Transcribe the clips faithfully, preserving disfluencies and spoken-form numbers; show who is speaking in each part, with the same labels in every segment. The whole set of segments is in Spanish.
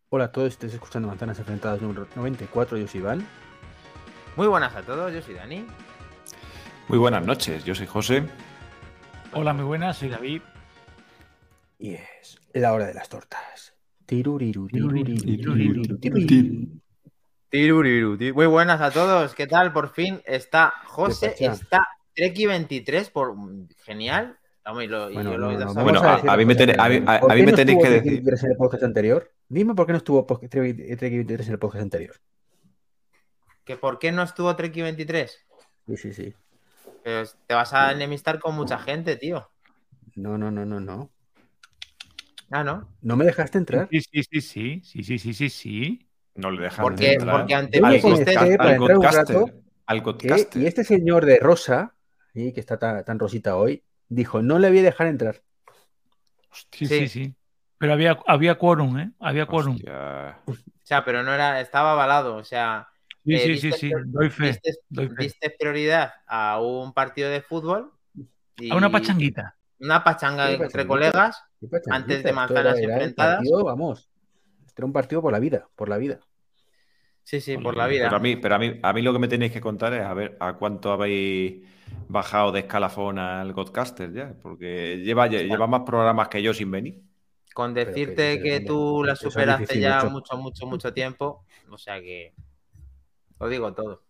Speaker 1: Hola a todos, estáis escuchando Manzanas Enfrentadas número noventa y cuatro, yo soy Iván.
Speaker 2: Muy buenas a todos, yo soy Dani.
Speaker 3: Muy buenas noches, yo soy José.
Speaker 4: Hola, muy buenas, soy David.
Speaker 1: Y es la hora de las tortas. Tiruriru, tiruriru,
Speaker 4: Tiruriru,
Speaker 1: tiruriru, tiruriru.
Speaker 2: Tiruriru, tir- Muy buenas a todos, ¿qué tal? Por fin está José,
Speaker 1: ¿Qué pasa?
Speaker 2: está Treki veintitrés, por... genial. Vamos, y lo- y
Speaker 1: Bueno,
Speaker 2: yo lo
Speaker 1: no,
Speaker 2: ya
Speaker 1: no,
Speaker 2: sabía.
Speaker 1: vamos
Speaker 3: Bueno,
Speaker 1: a
Speaker 3: a,
Speaker 1: decir
Speaker 3: a
Speaker 1: las
Speaker 3: mí me
Speaker 1: cosas
Speaker 3: tenéis a mí,
Speaker 1: claras.
Speaker 3: a-
Speaker 1: ¿Por
Speaker 3: a mí
Speaker 1: qué
Speaker 3: me
Speaker 1: no
Speaker 3: tenéis
Speaker 1: estuvo
Speaker 3: que
Speaker 1: Treki
Speaker 3: decir.
Speaker 1: veintitrés en el podcast anterior? Dime por qué no estuvo po- Treki Treki veintitrés en el podcast anterior.
Speaker 2: ¿Que por qué no estuvo Treki veintitrés?
Speaker 1: Sí, sí, sí.
Speaker 2: Pero te vas a enemistar con mucha gente, tío.
Speaker 1: No, no, no, no, no.
Speaker 2: Ah, ¿no?
Speaker 1: ¿No me dejaste entrar?
Speaker 4: Sí, sí, sí, sí, sí, sí, sí, sí, sí.
Speaker 3: No le dejan
Speaker 2: Porque,
Speaker 1: No, no,
Speaker 2: porque
Speaker 1: no.
Speaker 3: entrar.
Speaker 2: ante
Speaker 1: Yo me
Speaker 3: Al,
Speaker 2: pusiste...
Speaker 3: godca-
Speaker 1: conecté para
Speaker 3: al
Speaker 1: entrar un
Speaker 3: Godcaster.
Speaker 1: rato,
Speaker 3: Al
Speaker 1: ¿eh?
Speaker 3: Godcaster.
Speaker 1: Y este señor de Rosa, ¿sí? Que está tan, tan rosita hoy, dijo, no le voy a dejar entrar.
Speaker 4: Sí,
Speaker 2: Sí.
Speaker 4: sí, sí. Pero había, había quórum, ¿eh? Había quórum.
Speaker 3: Hostia.
Speaker 2: O sea, pero no era, estaba avalado, o sea...
Speaker 4: Sí,
Speaker 2: eh,
Speaker 4: sí, sí,
Speaker 2: diste,
Speaker 4: sí.
Speaker 2: prior-
Speaker 4: Doy fe.
Speaker 2: diste-
Speaker 4: Doy fe.
Speaker 2: diste prioridad a un partido de fútbol y
Speaker 4: A una pachanguita.
Speaker 2: una pachanga
Speaker 1: ¿Qué
Speaker 2: entre
Speaker 1: pachanguita?
Speaker 2: colegas
Speaker 1: ¿Qué pachanguita?
Speaker 2: antes de
Speaker 1: Esto
Speaker 2: manzanas
Speaker 1: era, era el
Speaker 2: enfrentadas.
Speaker 1: partido, vamos. Esto era un partido por la vida, por la vida.
Speaker 2: Sí, sí,
Speaker 4: Por
Speaker 2: por
Speaker 4: la
Speaker 2: la
Speaker 4: vida.
Speaker 3: Pero a
Speaker 2: vida.
Speaker 3: mí, pero a mí, a mí lo que me tenéis que contar es a ver a cuánto habéis bajado de escalafón al Godcaster ya, porque lleva, lleva más programas que yo sin venir.
Speaker 2: Con
Speaker 1: Pero que
Speaker 2: decirte
Speaker 1: dices,
Speaker 2: que
Speaker 1: hombre,
Speaker 2: tú la
Speaker 1: eso es
Speaker 2: superaste
Speaker 1: difícil
Speaker 2: ya
Speaker 1: mucho.
Speaker 2: mucho, mucho, mucho tiempo. O sea que lo digo todo.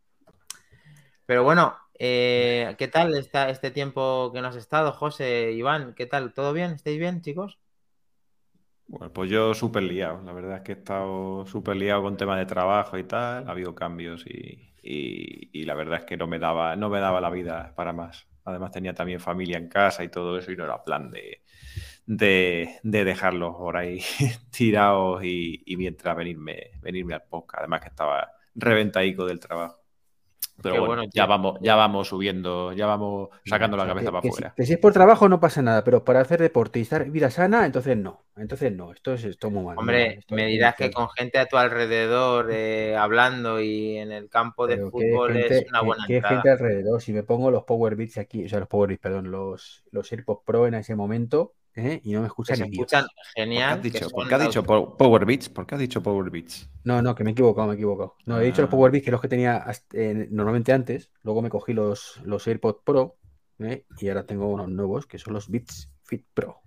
Speaker 2: Pero bueno, eh, ¿qué tal está este tiempo que no has estado, José, Iván? ¿Qué tal? ¿Todo bien? ¿Estáis bien, chicos?
Speaker 3: Bueno, pues yo súper liado. La verdad es que he estado súper liado con temas de trabajo y tal. Ha habido cambios y, y- y la verdad es que no me daba, no me daba la vida para más. Además tenía también familia en casa y todo eso y no era plan de, de, de dejarlos por ahí tirados y, y mientras venirme, venirme al podcast. Además que estaba reventadico del trabajo. Pero
Speaker 2: Qué
Speaker 3: bueno,
Speaker 2: bueno,
Speaker 3: ya
Speaker 2: tío.
Speaker 3: vamos, ya vamos subiendo, ya vamos sacando la
Speaker 1: O sea,
Speaker 3: cabeza
Speaker 1: que,
Speaker 3: para
Speaker 1: que si,
Speaker 3: afuera.
Speaker 1: que si es por trabajo no pasa nada, pero para hacer deporte y estar vida sana, entonces no. Entonces no. Esto es esto muy mal, muy mal.
Speaker 2: Hombre,
Speaker 1: Esto
Speaker 2: me
Speaker 1: es
Speaker 2: dirás que
Speaker 1: denunciable.
Speaker 2: con gente a tu alrededor eh, hablando y en el campo de
Speaker 1: Pero qué
Speaker 2: fútbol es
Speaker 1: gente,
Speaker 2: una
Speaker 1: qué,
Speaker 2: buena
Speaker 1: qué gente
Speaker 2: entrada.
Speaker 1: alrededor. Si me pongo los Power Beats aquí, o sea, los Power Beats, perdón, los, los AirPods Pro en ese momento, ¿eh? Y no me
Speaker 2: Que
Speaker 1: escucha
Speaker 2: se
Speaker 1: ni
Speaker 2: escuchan
Speaker 1: Dios.
Speaker 3: ¿Por qué has
Speaker 2: genial, que
Speaker 3: dicho, por qué
Speaker 2: son
Speaker 3: has
Speaker 2: la
Speaker 3: dicho
Speaker 2: hostia.
Speaker 3: Po- Power Beats? ¿Por qué has dicho Power Beats?
Speaker 1: No, no, que me he equivocado, me he equivocado. No, he dicho los
Speaker 3: Ah.
Speaker 1: Power Beats, que los que tenía hasta- eh, normalmente antes. Luego me cogí los, los AirPods Pro, ¿eh? Y ahora tengo unos nuevos que son los Beats Fit Pro.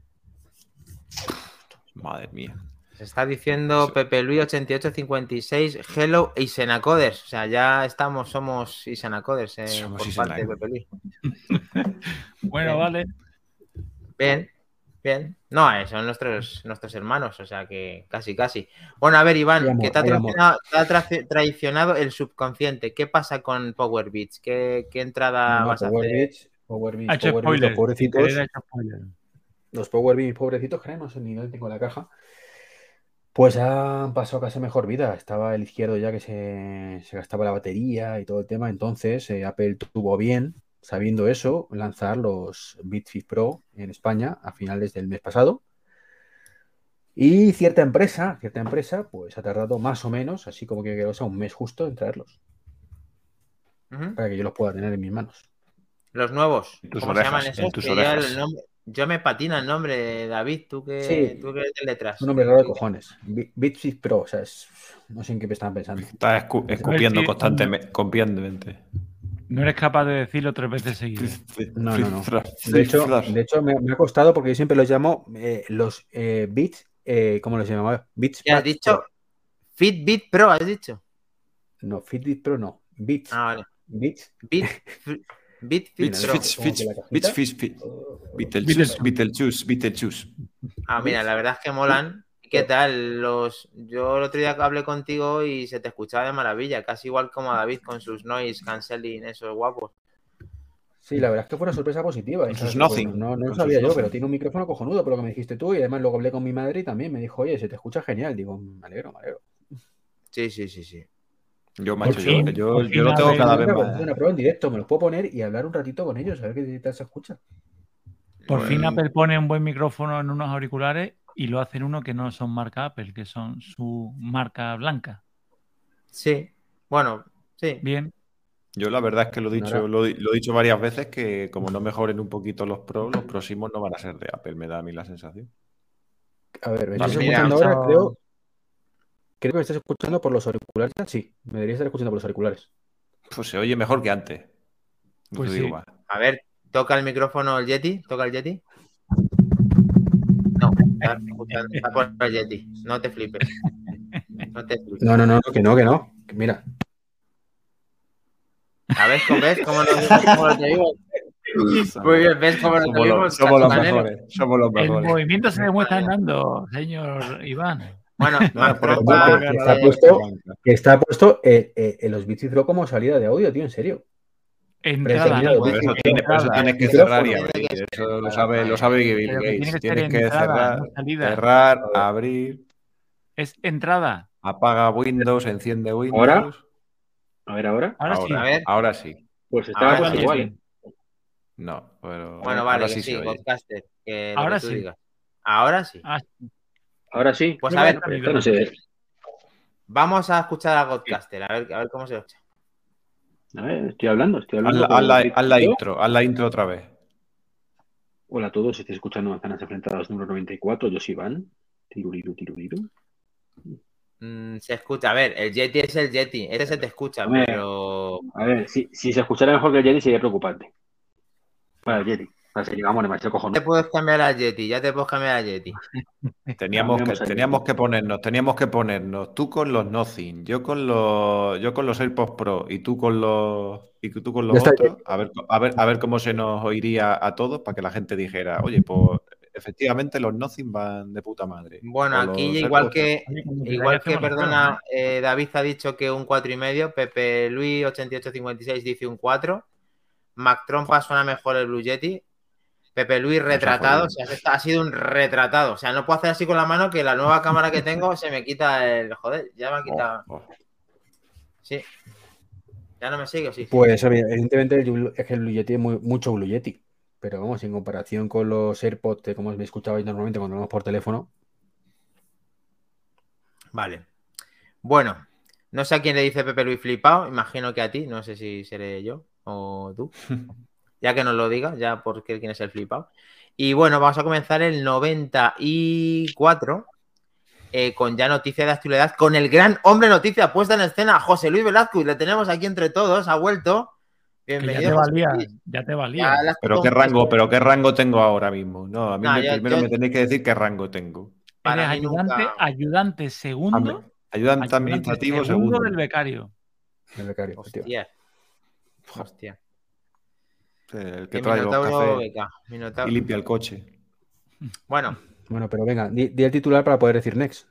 Speaker 3: Madre mía.
Speaker 2: Se está diciendo
Speaker 3: Eso-
Speaker 2: Pepe Luis ochenta y ocho cincuenta y seis, Hello Isenacoders. O sea, ya estamos, somos Isenacoders eh,
Speaker 3: Somos
Speaker 2: por
Speaker 3: Isenac-
Speaker 2: parte de Pepe Luis.
Speaker 4: Bueno,
Speaker 2: Bien.
Speaker 4: vale.
Speaker 2: Bien, bien. No, eh, son nuestros, nuestros hermanos, o sea que casi, casi. Bueno, a ver,
Speaker 1: Hay
Speaker 2: Iván,
Speaker 1: amor,
Speaker 2: que te ha
Speaker 1: hay amor.
Speaker 2: traicionado, te ha tra- traicionado el subconsciente. ¿Qué pasa con Power Beats? ¿Qué, qué entrada
Speaker 1: No, no,
Speaker 2: vas a
Speaker 1: Power
Speaker 2: hacer?
Speaker 1: Beats, Power
Speaker 4: Ha
Speaker 1: Beats,
Speaker 4: hecho
Speaker 1: Power Beats, los
Speaker 4: spoiler. Sin querer ha
Speaker 1: pobrecitos,
Speaker 4: hecho spoiler.
Speaker 1: los Power Beats pobrecitos, que no sé ni dónde tengo la caja, pues han pasado casi mejor vida. Estaba el izquierdo ya que se, se gastaba la batería y todo el tema. Entonces, eh, Apple tuvo bien, sabiendo eso, lanzar los Beats Fit Pro en España a finales del mes pasado. Y cierta empresa, cierta empresa, pues ha tardado más o menos, así como que o sea, un mes justo en traerlos,
Speaker 2: Ujú.
Speaker 1: para que yo los pueda tener en mis manos.
Speaker 2: Los nuevos,
Speaker 3: En tus
Speaker 2: ¿cómo se llaman
Speaker 3: orejas, en
Speaker 2: esos?
Speaker 3: tus
Speaker 2: Que ya el
Speaker 3: orejas.
Speaker 2: nombre, yo me patina el nombre, David, tú que,
Speaker 1: Sí,
Speaker 2: tú que eres de
Speaker 1: es un
Speaker 2: letras.
Speaker 1: nombre raro de
Speaker 2: ¿Qué-
Speaker 1: cojones. Bi- Beats Fit Pro, o sea, es- no sé en qué me estaban pensando.
Speaker 3: Estás escu-
Speaker 4: A ver
Speaker 3: escupiendo
Speaker 4: si
Speaker 3: constantemente, constantemente.
Speaker 4: no eres capaz de decirlo tres veces seguidas.
Speaker 1: No, no, no. De hecho, de hecho me, me ha costado porque yo siempre los llamo eh, los eh, Beats, eh, ¿cómo los llamaba? Beats
Speaker 2: ¿Qué has
Speaker 1: Buds
Speaker 2: dicho?
Speaker 1: Pro.
Speaker 2: Fitbit Pro, has dicho.
Speaker 1: No, Fitbit Pro no. Beats.
Speaker 2: Ah, vale.
Speaker 1: Beats.
Speaker 2: Bit, Bit Fit
Speaker 3: Beats,
Speaker 1: Mira,
Speaker 2: Pro.
Speaker 3: Fits,
Speaker 1: pongo
Speaker 3: Fits,
Speaker 1: aquí la
Speaker 3: Beats,
Speaker 1: cajita.
Speaker 3: Fits, Fit.
Speaker 4: Beetlejuice.
Speaker 3: Beetlejuice, Beetlejuice, Beetlejuice.
Speaker 2: Ah, mira,
Speaker 1: Beats
Speaker 2: la verdad es que
Speaker 1: Fit
Speaker 2: molan. ¿Qué
Speaker 1: Pro.
Speaker 2: tal? Los... Yo el otro día hablé contigo y se te escuchaba de maravilla, casi igual como a David con sus noise cancelling, esos guapos.
Speaker 1: Sí, la verdad es que fue una sorpresa positiva.
Speaker 3: Con
Speaker 1: Esa-
Speaker 3: sus
Speaker 1: pues,
Speaker 3: nothing.
Speaker 1: no, no lo
Speaker 3: Con
Speaker 1: sabía
Speaker 3: sus
Speaker 1: yo, pero
Speaker 3: nothing.
Speaker 1: tiene un micrófono cojonudo por lo que me dijiste tú. Y además luego hablé con mi madre y también me dijo, oye, se te escucha genial. Digo, me alegro, me alegro.
Speaker 2: Sí, sí, sí, sí.
Speaker 3: Yo,
Speaker 4: Por
Speaker 3: macho, yo,
Speaker 4: fin,
Speaker 3: yo,
Speaker 4: por
Speaker 3: yo
Speaker 4: fin
Speaker 3: lo tengo
Speaker 4: Apple-
Speaker 3: cada
Speaker 1: Nunca,
Speaker 3: vez
Speaker 1: pues, hacer una
Speaker 3: más.
Speaker 1: prueba en directo, me los puedo poner y hablar un ratito con ellos, a ver qué tal se escucha.
Speaker 4: Por
Speaker 2: Pues,
Speaker 4: fin Apple pone un buen micrófono en unos auriculares y lo hacen uno que no son marca Apple, que son su marca blanca.
Speaker 2: sí, bueno, sí.
Speaker 4: Bien.
Speaker 3: Yo la verdad es que lo he
Speaker 1: Bueno,
Speaker 3: dicho,
Speaker 1: ahora-
Speaker 3: lo, he- lo he dicho varias veces que como no mejoren un poquito los Pro, los próximos no van a ser de Apple, me da a mí la sensación.
Speaker 1: A ver, ¿me
Speaker 3: Vale,
Speaker 1: estás
Speaker 2: mira,
Speaker 1: escuchando
Speaker 4: eso-
Speaker 1: ahora? Creo, creo que me estás escuchando por los auriculares. Sí, me deberías estar escuchando por los auriculares.
Speaker 3: Pues se oye mejor que antes. No
Speaker 4: Pues
Speaker 3: te digo
Speaker 4: sí.
Speaker 3: más.
Speaker 2: A ver, toca el micrófono el Yeti, toca el Yeti. No, está, escuchando, está por el Yeti. No te flipes. No te flipes.
Speaker 1: No, no, no, que no, que no. Que mira.
Speaker 2: A ver, ¿cómo ves? ¿Cómo nos vimos? ¿Cómo nos vimos? Muy bien, ¿ves cómo nos
Speaker 3: Somos, los,
Speaker 2: vimos?
Speaker 3: somos los
Speaker 2: Cachucanero.
Speaker 3: mejores. Somos los
Speaker 4: El
Speaker 3: mejores.
Speaker 4: movimiento se demuestra andando, señor Iván.
Speaker 2: Bueno,
Speaker 3: Nada,
Speaker 2: Mac
Speaker 3: por el
Speaker 2: Trompa,
Speaker 3: banco,
Speaker 1: que
Speaker 3: que
Speaker 1: está
Speaker 2: eh,
Speaker 1: puesto, que está puesto eh, eh, en los Beats Pro como salida de audio, tío, en serio.
Speaker 4: Entrada,
Speaker 1: Predeterminado,
Speaker 2: puede
Speaker 3: Por
Speaker 1: Beats
Speaker 3: eso,
Speaker 2: ser
Speaker 1: Pro,
Speaker 3: tiene, por eso
Speaker 2: entrada.
Speaker 3: tienes que
Speaker 1: micrófono.
Speaker 3: cerrar y
Speaker 2: Tiene
Speaker 3: abrir.
Speaker 2: que ser
Speaker 3: Eso lo
Speaker 2: entrada,
Speaker 3: sabe, lo
Speaker 2: madre
Speaker 3: sabe
Speaker 2: mía.
Speaker 3: Bill
Speaker 4: pero que tiene
Speaker 3: Gates.
Speaker 4: que ser
Speaker 3: Tienes que
Speaker 4: entrada,
Speaker 3: cerrar,
Speaker 4: no salida.
Speaker 3: cerrar, abrir,
Speaker 4: Es entrada.
Speaker 3: apaga Windows, enciende
Speaker 1: Ahora,
Speaker 3: Windows.
Speaker 1: a ver, ahora.
Speaker 4: Ahora
Speaker 3: Ahora,
Speaker 4: sí.
Speaker 2: A ver,
Speaker 3: ahora sí.
Speaker 1: Pues estaba
Speaker 2: ahora
Speaker 1: puesto
Speaker 2: sí.
Speaker 1: igual, ¿eh?
Speaker 3: No, pero
Speaker 2: Bueno, vale,
Speaker 3: ahora
Speaker 2: que
Speaker 3: sí
Speaker 2: sí,
Speaker 3: se oye.
Speaker 2: Godcaster, que lo
Speaker 4: Ahora
Speaker 2: que tú
Speaker 4: sí.
Speaker 2: digas. Ahora sí.
Speaker 4: Ah,
Speaker 1: Ahora sí.
Speaker 2: Pues
Speaker 4: no
Speaker 2: a
Speaker 4: va
Speaker 2: ver,
Speaker 4: estar el
Speaker 1: Esto no
Speaker 4: micrófono.
Speaker 1: sé.
Speaker 2: vamos a escuchar a Godcaster, a ver, a ver cómo se escucha.
Speaker 1: A ver, estoy hablando, estoy
Speaker 3: Haz
Speaker 1: hablando.
Speaker 3: la,
Speaker 1: por
Speaker 3: haz la-
Speaker 1: Beats
Speaker 3: haz la
Speaker 1: Pro.
Speaker 3: intro, haz la intro otra vez.
Speaker 1: Hola a todos, estáis escuchando Manzanas Enfrentadas número noventa y cuatro. Yo soy Iván. Tiruriru, tiruriru.
Speaker 2: Mm, se escucha, a ver, el Yeti es el Yeti, este se te escucha,
Speaker 1: Hombre,
Speaker 2: pero
Speaker 1: A ver, si, si se escuchara mejor que el Yeti sería preocupante. Para el Yeti. Para seguir, vamos, demasiado
Speaker 2: ya te
Speaker 1: cojones.
Speaker 2: puedes cambiar al Yeti, ya te puedes cambiar al Yeti.
Speaker 3: Teníamos que,
Speaker 1: Cambiamos al
Speaker 3: teníamos
Speaker 1: Yeti.
Speaker 3: que ponernos, teníamos que ponernos, tú con los Nothing, yo con los, yo con los AirPods Pro y tú con los, y tú con
Speaker 1: Ya
Speaker 3: los
Speaker 1: está,
Speaker 3: otros, a ver, a ver, a ver cómo se nos oiría a todos para que la gente dijera, oye, pues efectivamente los Nothing van de puta madre.
Speaker 2: Bueno,
Speaker 3: O
Speaker 2: aquí
Speaker 3: los
Speaker 2: igual
Speaker 3: AirPods-
Speaker 2: que,
Speaker 4: Oye, cuando queráis
Speaker 2: igual que,
Speaker 4: hacemos las
Speaker 2: perdona,
Speaker 4: pruebas,
Speaker 2: eh, David ha dicho que un cuatro y medio, Pepe Luis ochenta y ocho cincuenta y seis dice un cuatro, Mac Trompa suena mejor el Blue Yeti, Pepe Luis
Speaker 3: Nos ha
Speaker 2: retratado, o
Speaker 3: jodido.
Speaker 2: sea, ha sido un retratado, o sea, no puedo hacer así con la mano que la nueva cámara que tengo se me quita el, joder, ya me ha quitado,
Speaker 3: Oh, oh.
Speaker 2: sí, ya no me sigue, sí, sí.
Speaker 1: Pues evidentemente el Blue- es que el Blue Yeti es muy- mucho Blue Yeti. Pero vamos, en comparación con los AirPods, de como me escuchabais normalmente cuando hablamos por teléfono.
Speaker 2: Vale. Bueno, no sé a quién le dice Pepe Luis flipado, imagino que a ti, no sé si seré yo o tú. Ya que nos lo digas, ya porque quién es el flipado. Y bueno, vamos a comenzar el noventa y cuatro eh, con ya noticia de actualidad, con el gran hombre noticia puesta en escena, José Luis Velázquez. Le tenemos aquí entre todos, ha vuelto.
Speaker 4: que ya
Speaker 2: Bienvenido,
Speaker 4: te
Speaker 2: José
Speaker 4: valía,
Speaker 2: Luis.
Speaker 4: ya te
Speaker 2: Ya
Speaker 4: valía.
Speaker 2: le has
Speaker 3: Pero
Speaker 2: tocado
Speaker 3: qué
Speaker 2: un
Speaker 3: rango,
Speaker 2: puesto.
Speaker 3: pero qué rango tengo ahora mismo. No, a mí
Speaker 2: No,
Speaker 3: me,
Speaker 2: yo-
Speaker 3: primero
Speaker 2: yo-
Speaker 3: me tenéis que decir qué rango tengo.
Speaker 2: Para
Speaker 4: Eres
Speaker 2: mí
Speaker 4: ayudante,
Speaker 2: nunca-
Speaker 4: ayudante segundo,
Speaker 3: Am- Ayudante
Speaker 4: ayudante
Speaker 3: administrativo
Speaker 4: segundo
Speaker 3: segundo.
Speaker 4: del becario.
Speaker 1: El becario, tío.
Speaker 2: Hostia. Hostia.
Speaker 3: El que
Speaker 2: El
Speaker 3: trae los
Speaker 2: Minotauro
Speaker 3: cafés
Speaker 2: beca. Minotauro.
Speaker 3: y limpia el coche.
Speaker 2: Bueno,
Speaker 1: Bueno, pero venga, di, di el titular para poder decir next.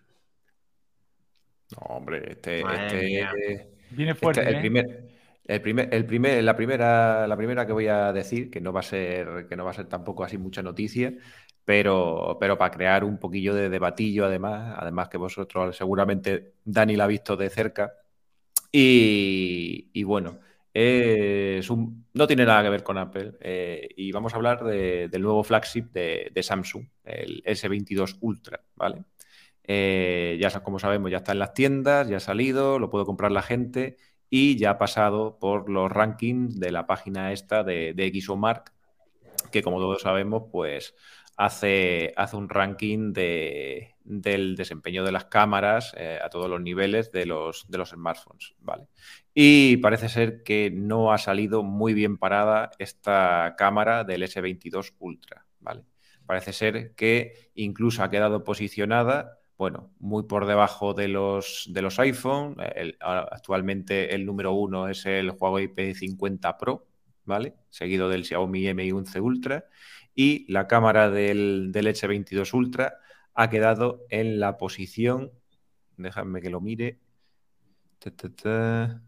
Speaker 3: No, hombre, este,
Speaker 2: Madre
Speaker 3: este,
Speaker 2: mía.
Speaker 4: Viene
Speaker 3: este,
Speaker 4: fuerte,
Speaker 3: el
Speaker 4: ¿eh?
Speaker 3: primer, el primer, el primer, la primera, la primera que voy a decir, que no va a ser, que no va a ser tampoco así mucha noticia, pero, pero para crear un poquillo de debatillo, además, además que vosotros seguramente Dani la ha visto de cerca. Y, y bueno, es un- no tiene nada que ver con Apple. eh, y vamos a hablar de- del nuevo flagship de, de Samsung, el ese veintidós Ultra, ¿vale? Eh, ya sa- como sabemos, ya está en las tiendas, ya ha salido, lo puede comprar la gente y ya ha pasado por los rankings de la página esta de, de Xomark, que como todos sabemos, pues hace, hace un ranking de, del desempeño de las cámaras eh, a todos los niveles de los, de los smartphones, ¿vale? Y parece ser que no ha salido muy bien parada esta cámara del ese veintidós Ultra, ¿vale? Parece ser que incluso ha quedado posicionada, bueno, muy por debajo de los, de los iPhone. El, actualmente el número uno es el Huawei P cincuenta Pro, ¿vale? Seguido del Xiaomi M I once Ultra. Y la cámara del, del ese veintidós Ultra ha quedado en la posición, déjame que lo mire, ta, ta, ta,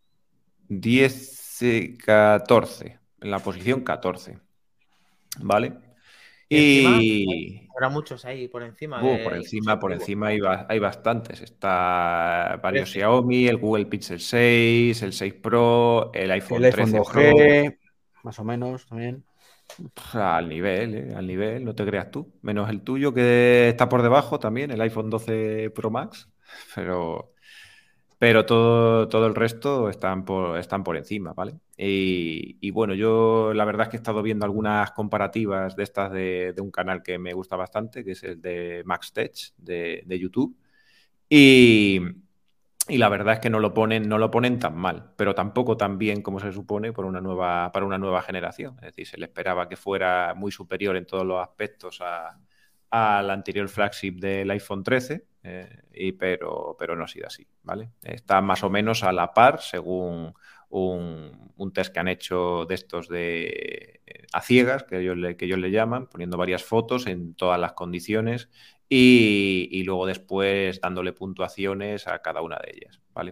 Speaker 3: diez, catorce, en la posición catorce, ¿vale?
Speaker 2: Y encima,
Speaker 3: Y
Speaker 2: habrá muchos ahí por encima.
Speaker 3: uh,
Speaker 2: de-
Speaker 3: por encima, por
Speaker 2: incluso-
Speaker 3: encima hay, ba- hay bastantes. Está varios
Speaker 2: trece.
Speaker 3: Xiaomi, el Google Pixel seis, el seis Pro, el iPhone
Speaker 1: El iPhone
Speaker 3: trece
Speaker 1: dos
Speaker 3: Pro.
Speaker 1: G, más o menos también.
Speaker 3: Al nivel, ¿eh? Al nivel, no te creas tú. Menos el tuyo que está por debajo también, el iPhone doce Pro Max. Pero, pero todo, todo el resto están por, están por encima, ¿vale? Y, y bueno, yo la verdad es que he estado viendo algunas comparativas de estas de, de un canal que me gusta bastante, que es el de Max Tech de, de YouTube. Y, y la verdad es que no lo ponen, no lo ponen tan mal, pero tampoco tan bien como se supone por una nueva, para una nueva generación. Es decir, se le esperaba que fuera muy superior en todos los aspectos a, al anterior flagship del iPhone trece, eh, y, pero, pero no ha sido así, ¿vale? Está más o menos a la par según un, un test que han hecho de estos de a ciegas, que ellos, le, que ellos le llaman, poniendo varias fotos en todas las condiciones y, y luego después dándole puntuaciones a cada una de ellas, ¿vale?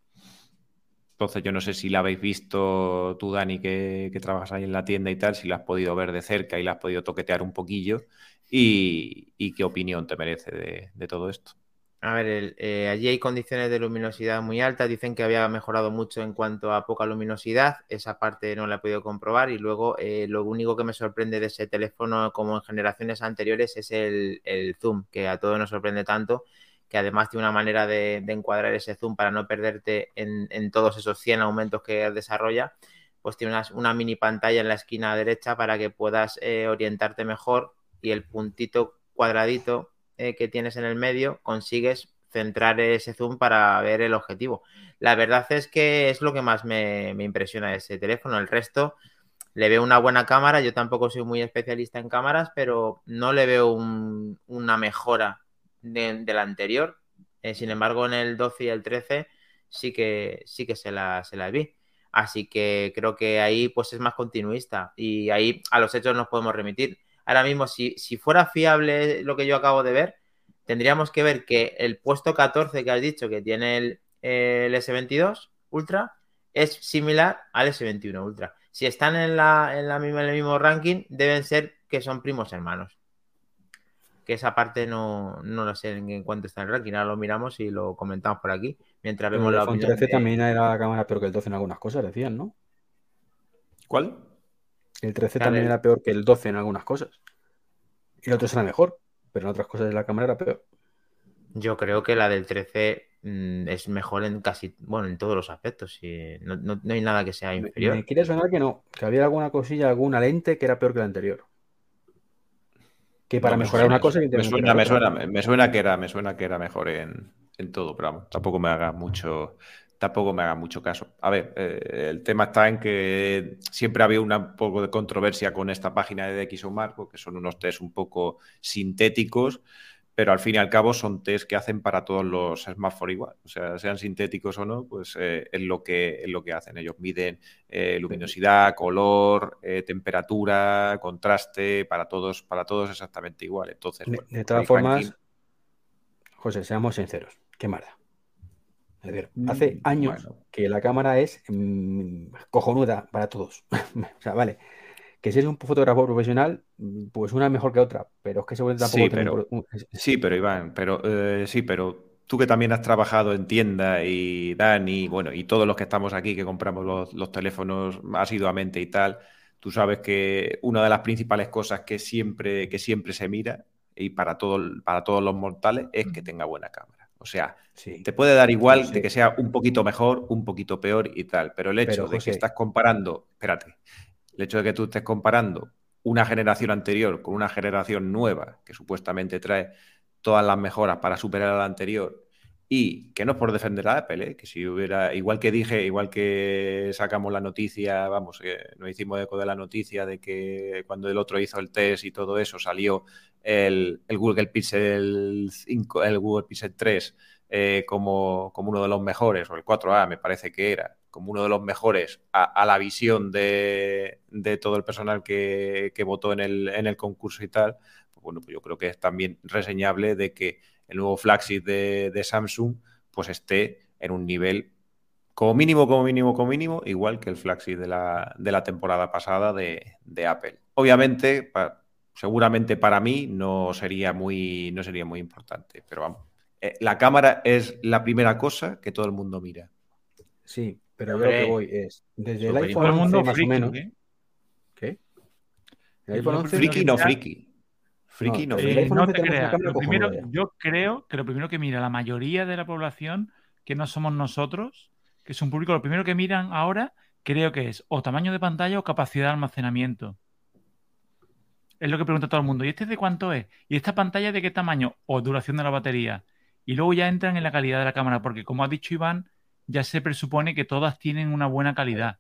Speaker 3: Entonces yo no sé si la habéis visto tú, Dani, que, que trabajas ahí en la tienda y tal, si la has podido ver de cerca y la has podido toquetear un poquillo y, y qué opinión te merece de, de todo esto.
Speaker 2: A ver, el, eh, allí hay condiciones de luminosidad muy altas. Dicen que había mejorado mucho en cuanto a poca luminosidad. Esa parte no la he podido comprobar. Y luego eh, lo único que me sorprende de ese teléfono, como en generaciones anteriores, es el, el zoom, que a todos nos sorprende tanto, que además tiene una manera de, de encuadrar ese zoom para no perderte en, en todos esos cien aumentos que desarrolla. Pues tiene una, una mini pantalla en la esquina derecha para que puedas eh, orientarte mejor, y el puntito cuadradito Eh, que tienes en el medio, consigues centrar ese zoom para ver el objetivo. La verdad es que es lo que más me, me impresiona de ese teléfono. El resto, le veo una buena cámara. Yo tampoco soy muy especialista en cámaras, pero no le veo un, una mejora de, de la anterior. Eh, sin embargo, en el doce y el trece sí que, sí que se la, se la vi. Así que creo que ahí pues es más continuista y ahí a los hechos nos podemos remitir. Ahora mismo, si, si fuera fiable lo que yo acabo de ver, tendríamos que ver que el puesto catorce que has dicho que tiene el, el ese veintidós Ultra es similar al ese veintiuno Ultra. Si están en, la, en, la misma, en el mismo ranking, deben ser que son primos hermanos. Que esa parte no, no lo sé en, en cuánto está el ranking. Ahora lo miramos y lo comentamos por aquí. Mientras
Speaker 1: Pero
Speaker 2: vemos
Speaker 1: el
Speaker 2: la
Speaker 1: iPhone
Speaker 2: opinión
Speaker 1: trece
Speaker 2: de...
Speaker 1: también era la cámara peor que el doce en algunas cosas, decían, ¿no?
Speaker 3: ¿Cuál?
Speaker 1: El trece
Speaker 2: Claro,
Speaker 1: también
Speaker 2: el...
Speaker 1: era peor que el doce en algunas cosas. Y el otro era mejor, pero en otras cosas la cámara era peor.
Speaker 2: Yo creo que la del trece mmm, es mejor en casi, bueno, en todos los aspectos. Y no, no, no hay nada que sea
Speaker 1: Me,
Speaker 2: inferior.
Speaker 1: me quiere sonar que no, que había alguna cosilla, alguna lente que era peor que la anterior. Que para
Speaker 3: No, me
Speaker 1: mejorar
Speaker 3: suena,
Speaker 1: una cosa y
Speaker 3: me
Speaker 1: que
Speaker 3: suena,
Speaker 1: era
Speaker 3: me
Speaker 1: otra.
Speaker 3: suena, me suena que era, me suena que era mejor en, en todo, pero vamos, tampoco me haga mucho, tampoco me haga mucho caso. A ver, eh, el tema está en que siempre había un poco de controversia con esta página de DxOMark, porque son unos test un poco sintéticos, pero al fin y al cabo son test que hacen para todos los smartphones igual. O sea, sean sintéticos o no, pues eh, es, lo que, es lo que hacen. Ellos miden eh, luminosidad, color, eh, temperatura, contraste, para todos, para todos exactamente igual. Entonces,
Speaker 1: De,
Speaker 3: bueno,
Speaker 1: de
Speaker 3: pues
Speaker 1: todas
Speaker 3: hay ranking.
Speaker 1: formas, José, seamos sinceros. Qué marda. Es decir,
Speaker 3: Mm,
Speaker 1: hace años
Speaker 3: Bueno,
Speaker 1: que la cámara es mm, cojonuda para todos. O sea, vale. Que si es un fotógrafo profesional, mm, pues una es mejor que otra. Pero es que seguro tampoco
Speaker 3: sí,
Speaker 1: tiene un...
Speaker 3: pero
Speaker 1: pro- un- es-
Speaker 3: sí, pero Iván, pero eh, sí, pero tú que también has trabajado en tienda y Dani, bueno, y todos los que estamos aquí que compramos los, los teléfonos asiduamente y tal, tú sabes que una de las principales cosas que siempre, que siempre se mira y para, todo, para todos los mortales es que tenga buena cámara. O sea,
Speaker 1: Sí,
Speaker 3: te puede dar
Speaker 1: lo
Speaker 3: igual de que
Speaker 1: sé.
Speaker 3: sea un poquito mejor, un poquito peor y tal, pero el
Speaker 1: Pero
Speaker 3: hecho de que
Speaker 1: José,
Speaker 3: estás comparando, espérate, el hecho de que tú estés comparando una generación anterior con una generación nueva que supuestamente trae todas las mejoras para superar a la anterior y que no es por defender a Apple, ¿eh? Que si hubiera, igual que dije, igual que sacamos la noticia, vamos, que nos hicimos eco de la noticia de que cuando el otro hizo el test y todo eso salió el, el Google Pixel cinco, el Google Pixel tres eh, como, como uno de los mejores, o el cuatro A me parece que era, como uno de los mejores a, a la visión de, de, todo el personal que, que votó en el, en el concurso y tal, pues bueno, pues yo creo que es también reseñable de que el nuevo flagship de, de Samsung pues esté en un nivel como mínimo, como mínimo, como mínimo, igual que el flagship de la, de la temporada pasada de, de Apple. Obviamente, pa, seguramente para mí no sería muy, no sería muy importante, pero vamos. Eh, la cámara es la primera cosa que todo el mundo mira.
Speaker 1: sí, pero yo lo que
Speaker 2: Hombre,
Speaker 1: voy es, desde el
Speaker 2: súper
Speaker 1: iPhone
Speaker 4: Todo el
Speaker 1: once
Speaker 4: mundo
Speaker 1: más o
Speaker 4: friki, ¿o
Speaker 1: menos,
Speaker 4: qué?
Speaker 1: ¿qué? El
Speaker 4: Que
Speaker 1: iPhone
Speaker 4: yo
Speaker 1: once,
Speaker 4: prefiero que
Speaker 3: Friki no
Speaker 4: sea.
Speaker 3: friki. Friki
Speaker 1: no,
Speaker 3: no
Speaker 1: desde el
Speaker 4: Eh,
Speaker 1: iPhone
Speaker 3: friki.
Speaker 4: no
Speaker 1: once
Speaker 4: te
Speaker 1: tenemos una
Speaker 4: creas.
Speaker 1: cámara
Speaker 4: Lo primero,
Speaker 1: cojonuda ya.
Speaker 4: yo creo que lo primero que mira la mayoría de la población, que no somos nosotros, que es un público, lo primero que miran ahora, creo que es o tamaño de pantalla o capacidad de almacenamiento. Es lo que pregunta todo el mundo. ¿Y este de cuánto es? ¿Y esta pantalla de qué tamaño? O duración de la batería. y luego ya entran en la calidad de la cámara, porque como ha dicho Iván, ya se presupone que todas tienen una buena calidad.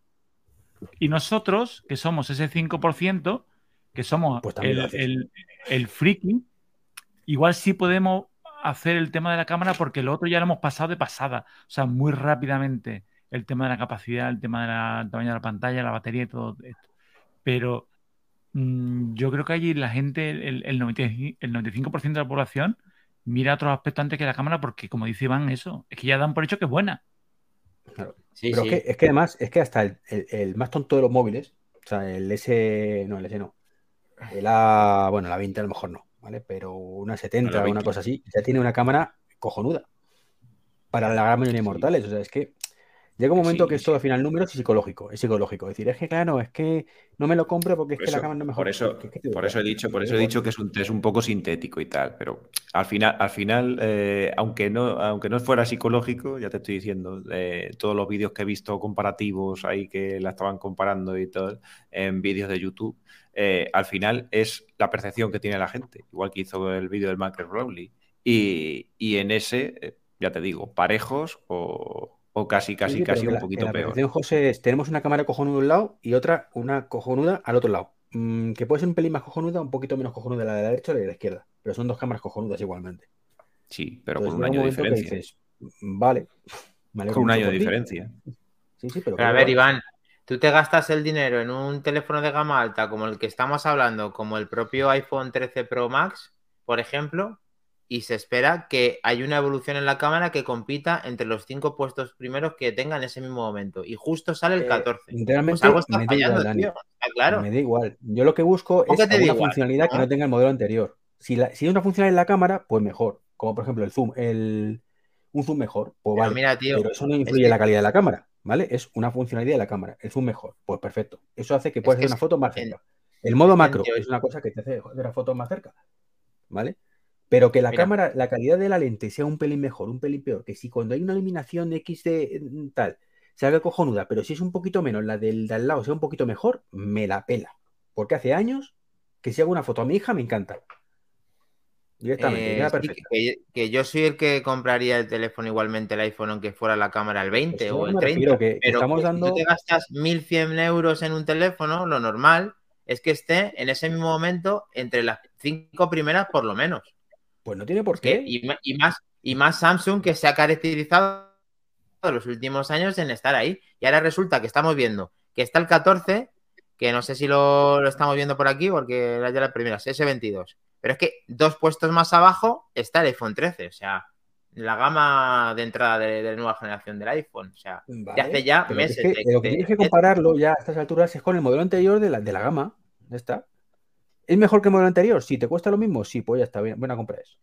Speaker 4: Y nosotros, que somos ese cinco por ciento, que somos
Speaker 1: Pues también lo
Speaker 4: el,
Speaker 1: haces.
Speaker 4: el, el friki, igual sí podemos hacer el tema de la cámara porque lo otro ya lo hemos pasado de pasada, o sea, muy rápidamente. El tema de la capacidad, el tema del tamaño de la pantalla, la batería y todo esto. Pero mmm, yo creo que allí la gente, el, el, noventa, el noventa y cinco por ciento de la población, mira otros aspectos antes que la cámara porque, como dice Iván, eso, es que ya dan por hecho que es buena.
Speaker 1: Claro.
Speaker 2: Sí,
Speaker 1: Pero
Speaker 2: sí.
Speaker 1: Es, que, es que además, es que hasta el, el, el más tonto de los móviles, o sea, el S, no, el S no, el A, bueno, la veinte a lo mejor no, ¿vale? Pero una setenta,
Speaker 3: la
Speaker 1: una cosa así, ya tiene una cámara cojonuda para la gran mayoría de
Speaker 3: Sí,
Speaker 1: mortales. O sea, es que llega un
Speaker 3: que
Speaker 1: momento que
Speaker 3: sí,
Speaker 1: es todo
Speaker 3: sí.
Speaker 1: al final números y psicológico, es psicológico. Es decir, es que claro, es que no me lo compro porque es
Speaker 3: Por
Speaker 1: que la
Speaker 3: eso,
Speaker 1: cámara no es
Speaker 3: por
Speaker 1: mejor.
Speaker 3: eso,
Speaker 1: ¿Qué, qué te
Speaker 3: por
Speaker 1: da?
Speaker 3: eso he dicho, por
Speaker 1: Me da
Speaker 3: eso he
Speaker 1: igual.
Speaker 3: dicho que es un test un poco sintético y tal, pero al final, al final, eh, aunque no, aunque no fuera psicológico, ya te estoy diciendo, eh, todos los vídeos que he visto comparativos ahí que la estaban comparando y todo, en vídeos de YouTube, eh, al final es la percepción que tiene la gente, igual que hizo el vídeo del Michael Rowley. Y, y en ese, eh, ya te digo, parejos o, o casi,
Speaker 1: Sí,
Speaker 3: casi,
Speaker 1: sí, pero
Speaker 3: casi
Speaker 1: que
Speaker 3: un
Speaker 1: la, que
Speaker 3: poquito
Speaker 1: la
Speaker 3: peor.
Speaker 1: percepción, José, es, tenemos una cámara cojonuda a un lado y otra, una cojonuda al otro lado. Mm, que puede ser un pelín más cojonuda, un poquito menos cojonuda la de la derecha y la de la izquierda, pero son dos cámaras cojonudas igualmente.
Speaker 3: Sí, pero con
Speaker 1: Entonces
Speaker 3: un
Speaker 1: llega un
Speaker 3: año de
Speaker 1: momento que
Speaker 3: diferencia.
Speaker 1: dices, vale, me alegro
Speaker 3: Con un
Speaker 1: mucho
Speaker 3: año de
Speaker 1: por ti.
Speaker 3: diferencia.
Speaker 1: Sí, sí, pero que
Speaker 2: Pero a
Speaker 1: da
Speaker 2: ver,
Speaker 1: igual.
Speaker 2: Iván, tú te gastas el dinero en un teléfono de gama alta como el que estamos hablando, como el propio iPhone trece Pro Max, por ejemplo, y se espera que haya una evolución en la cámara que compita entre los cinco puestos primeros que tenga en ese mismo momento. Y justo sale el
Speaker 1: Eh,
Speaker 2: catorce. Pues algo
Speaker 1: realmente
Speaker 2: está
Speaker 1: me da igual,
Speaker 2: fallando, tío.
Speaker 1: Dani.
Speaker 2: Está claro.
Speaker 1: Me da igual. Yo lo que busco
Speaker 2: ¿Cómo que
Speaker 1: es
Speaker 2: te da
Speaker 1: alguna
Speaker 2: igual?
Speaker 1: funcionalidad que no
Speaker 2: ¿No?
Speaker 1: tenga el modelo anterior. Si, la, si hay una funcionalidad en la cámara, pues mejor. Como por ejemplo el zoom, el, un zoom mejor, pues
Speaker 2: Pero
Speaker 1: vale.
Speaker 2: mira, tío,
Speaker 1: Pero eso no
Speaker 2: es
Speaker 1: influye en
Speaker 2: que,
Speaker 1: la calidad de la cámara, ¿vale? Es una funcionalidad de la cámara. El zoom mejor, pues perfecto. Eso hace que
Speaker 2: es
Speaker 1: puedas
Speaker 2: que,
Speaker 1: hacer una foto más
Speaker 2: en,
Speaker 1: cerca. El
Speaker 2: es
Speaker 1: modo
Speaker 2: que en
Speaker 1: macro
Speaker 2: teoría,
Speaker 1: es una cosa que te hace hacer las fotos más cerca, ¿vale? Pero que la
Speaker 2: mira,
Speaker 1: cámara, la calidad de la lente sea un pelín mejor, un pelín peor, que si cuando hay una iluminación X de mm, tal, se haga cojonuda, pero si es un poquito menos, la del de al lado sea un poquito mejor, me la pela. Porque hace años que si hago una foto a mi hija me encanta. Directamente, y
Speaker 2: eh,
Speaker 1: queda
Speaker 2: sí,
Speaker 1: perfecta.
Speaker 2: que, que yo soy el que compraría el teléfono igualmente, el iPhone, aunque fuera la cámara el
Speaker 1: Pues
Speaker 2: veinte
Speaker 1: eso es a lo
Speaker 2: o
Speaker 1: que
Speaker 2: el
Speaker 1: me
Speaker 2: treinta,
Speaker 1: refiero, que, que
Speaker 2: pero
Speaker 1: estamos
Speaker 2: que si tú te
Speaker 1: dando.
Speaker 2: gastas mil cien euros en un teléfono, lo normal es que esté en ese mismo momento entre las cinco primeras por lo menos.
Speaker 1: Pues no tiene por
Speaker 2: Es que,
Speaker 1: qué.
Speaker 2: y, y más, y más Samsung, que se ha caracterizado en los últimos años en estar ahí. Y ahora resulta que estamos viendo que está el catorce, que no sé si lo, lo estamos viendo por aquí, porque era ya la primera, ese veintidós. Pero es que dos puestos más abajo está el iPhone trece, o sea, la gama de entrada de, de nueva generación del iPhone, o sea, de hace
Speaker 1: Vale,
Speaker 2: ya
Speaker 1: pero que es
Speaker 2: meses
Speaker 1: que
Speaker 2: de,
Speaker 1: lo que
Speaker 2: de-
Speaker 1: tienes que
Speaker 2: de-
Speaker 1: compararlo ya a estas alturas es con el modelo anterior de la, de la gama. Ya está. ¿Es mejor que el modelo anterior? Si te cuesta lo mismo, sí, pues ya está, bien, buena compra es.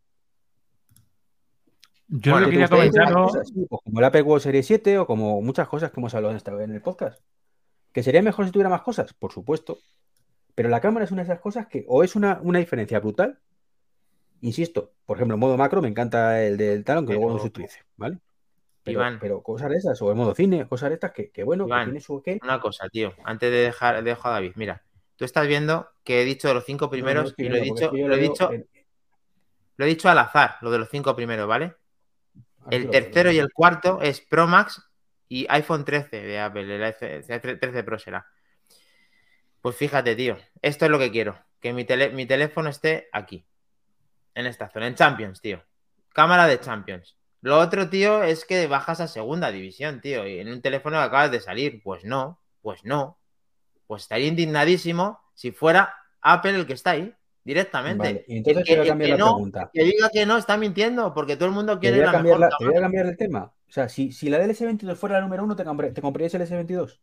Speaker 4: Yo lo que
Speaker 2: Bueno,
Speaker 1: ¿Que te
Speaker 4: quería
Speaker 1: gustaría que tuviera más
Speaker 4: comentarlo,
Speaker 1: cosas? Sí, pues como el Apple Watch Series siete o como muchas cosas que hemos hablado en, esta, en el podcast. ¿Que sería mejor si tuviera más cosas? Por supuesto. Pero la cámara es una de esas cosas que o es una, una diferencia brutal, insisto, por ejemplo, en modo macro me encanta el del Talon, que luego no se
Speaker 2: pero
Speaker 1: utilice, ¿vale? Pero,
Speaker 2: Iván,
Speaker 1: pero cosas de esas, o el modo cine, cosas de estas que, que bueno, que
Speaker 2: Iván,
Speaker 1: tiene su qué.
Speaker 2: una cosa, tío, antes de dejar, dejo a David, mira, tú estás viendo que he dicho de los cinco
Speaker 1: No, no lo
Speaker 2: primeros
Speaker 1: estoy
Speaker 2: y lo he
Speaker 1: viendo, porque es
Speaker 2: dicho,
Speaker 1: que yo
Speaker 2: lo
Speaker 1: lo
Speaker 2: he
Speaker 1: veo
Speaker 2: dicho,
Speaker 1: en...
Speaker 2: lo he dicho al azar, lo de los cinco primeros, ¿vale?
Speaker 1: Ahora sí
Speaker 2: El
Speaker 1: lo veo,
Speaker 2: tercero y
Speaker 1: perdón.
Speaker 2: el cuarto es Pro Max y iPhone trece de Apple, el trece Pro será. Pues fíjate, tío, esto es lo que quiero, que mi, tele, mi teléfono esté aquí, en esta zona, en Champions, tío. Cámara de Champions. Lo otro, tío, es que bajas a segunda división, tío, y en un teléfono que acabas de salir. Pues no, pues no. Pues estaría indignadísimo si fuera Apple el que está ahí,
Speaker 1: Vale,
Speaker 2: directamente.
Speaker 1: y
Speaker 2: El
Speaker 1: entonces te
Speaker 2: que,
Speaker 1: voy a
Speaker 2: el
Speaker 1: cambiar
Speaker 2: que
Speaker 1: la
Speaker 2: no, el
Speaker 1: pregunta.
Speaker 2: que diga que no está mintiendo, porque todo el mundo
Speaker 1: Te
Speaker 2: quiere
Speaker 1: voy a
Speaker 2: la
Speaker 1: cambiar
Speaker 2: mejor
Speaker 1: la, te voy a
Speaker 2: cámara.
Speaker 1: cambiar el tema. O sea, si, si la del S veintidós fuera la número uno, ¿te, compre- te comprarías el S veintidós?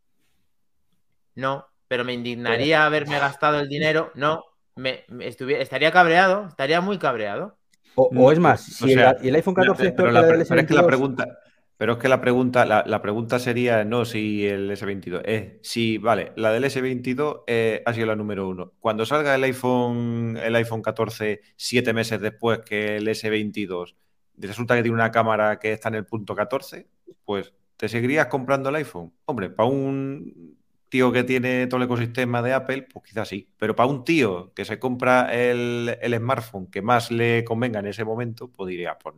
Speaker 2: No, pero me
Speaker 1: Pues ya está.
Speaker 2: indignaría haberme gastado el dinero. No, me, me estuviera, estaría cabreado, estaría muy cabreado.
Speaker 1: O, o es
Speaker 3: No,
Speaker 1: más,
Speaker 3: o
Speaker 1: si el,
Speaker 3: sea,
Speaker 1: el iPhone
Speaker 3: la-
Speaker 1: catorce es peor
Speaker 3: pero,
Speaker 1: que
Speaker 3: la,
Speaker 1: la del
Speaker 3: pre-
Speaker 1: S
Speaker 3: pero es que la
Speaker 1: veintidós,
Speaker 3: pregunta, pero es que la pregunta, la, la pregunta sería no si el S veintidós, es si, vale, la del S veintidós eh, ha sido la número uno. Cuando salga el iPhone, el iPhone catorce siete meses después que el S veintidós, resulta que tiene una cámara que está en el punto catorce, pues ¿te seguirías comprando el iPhone? Hombre, para un tío que tiene todo el ecosistema de Apple, pues quizás sí. Pero para un tío que se compra el, el smartphone que más le convenga en ese momento, pues diría, pues no.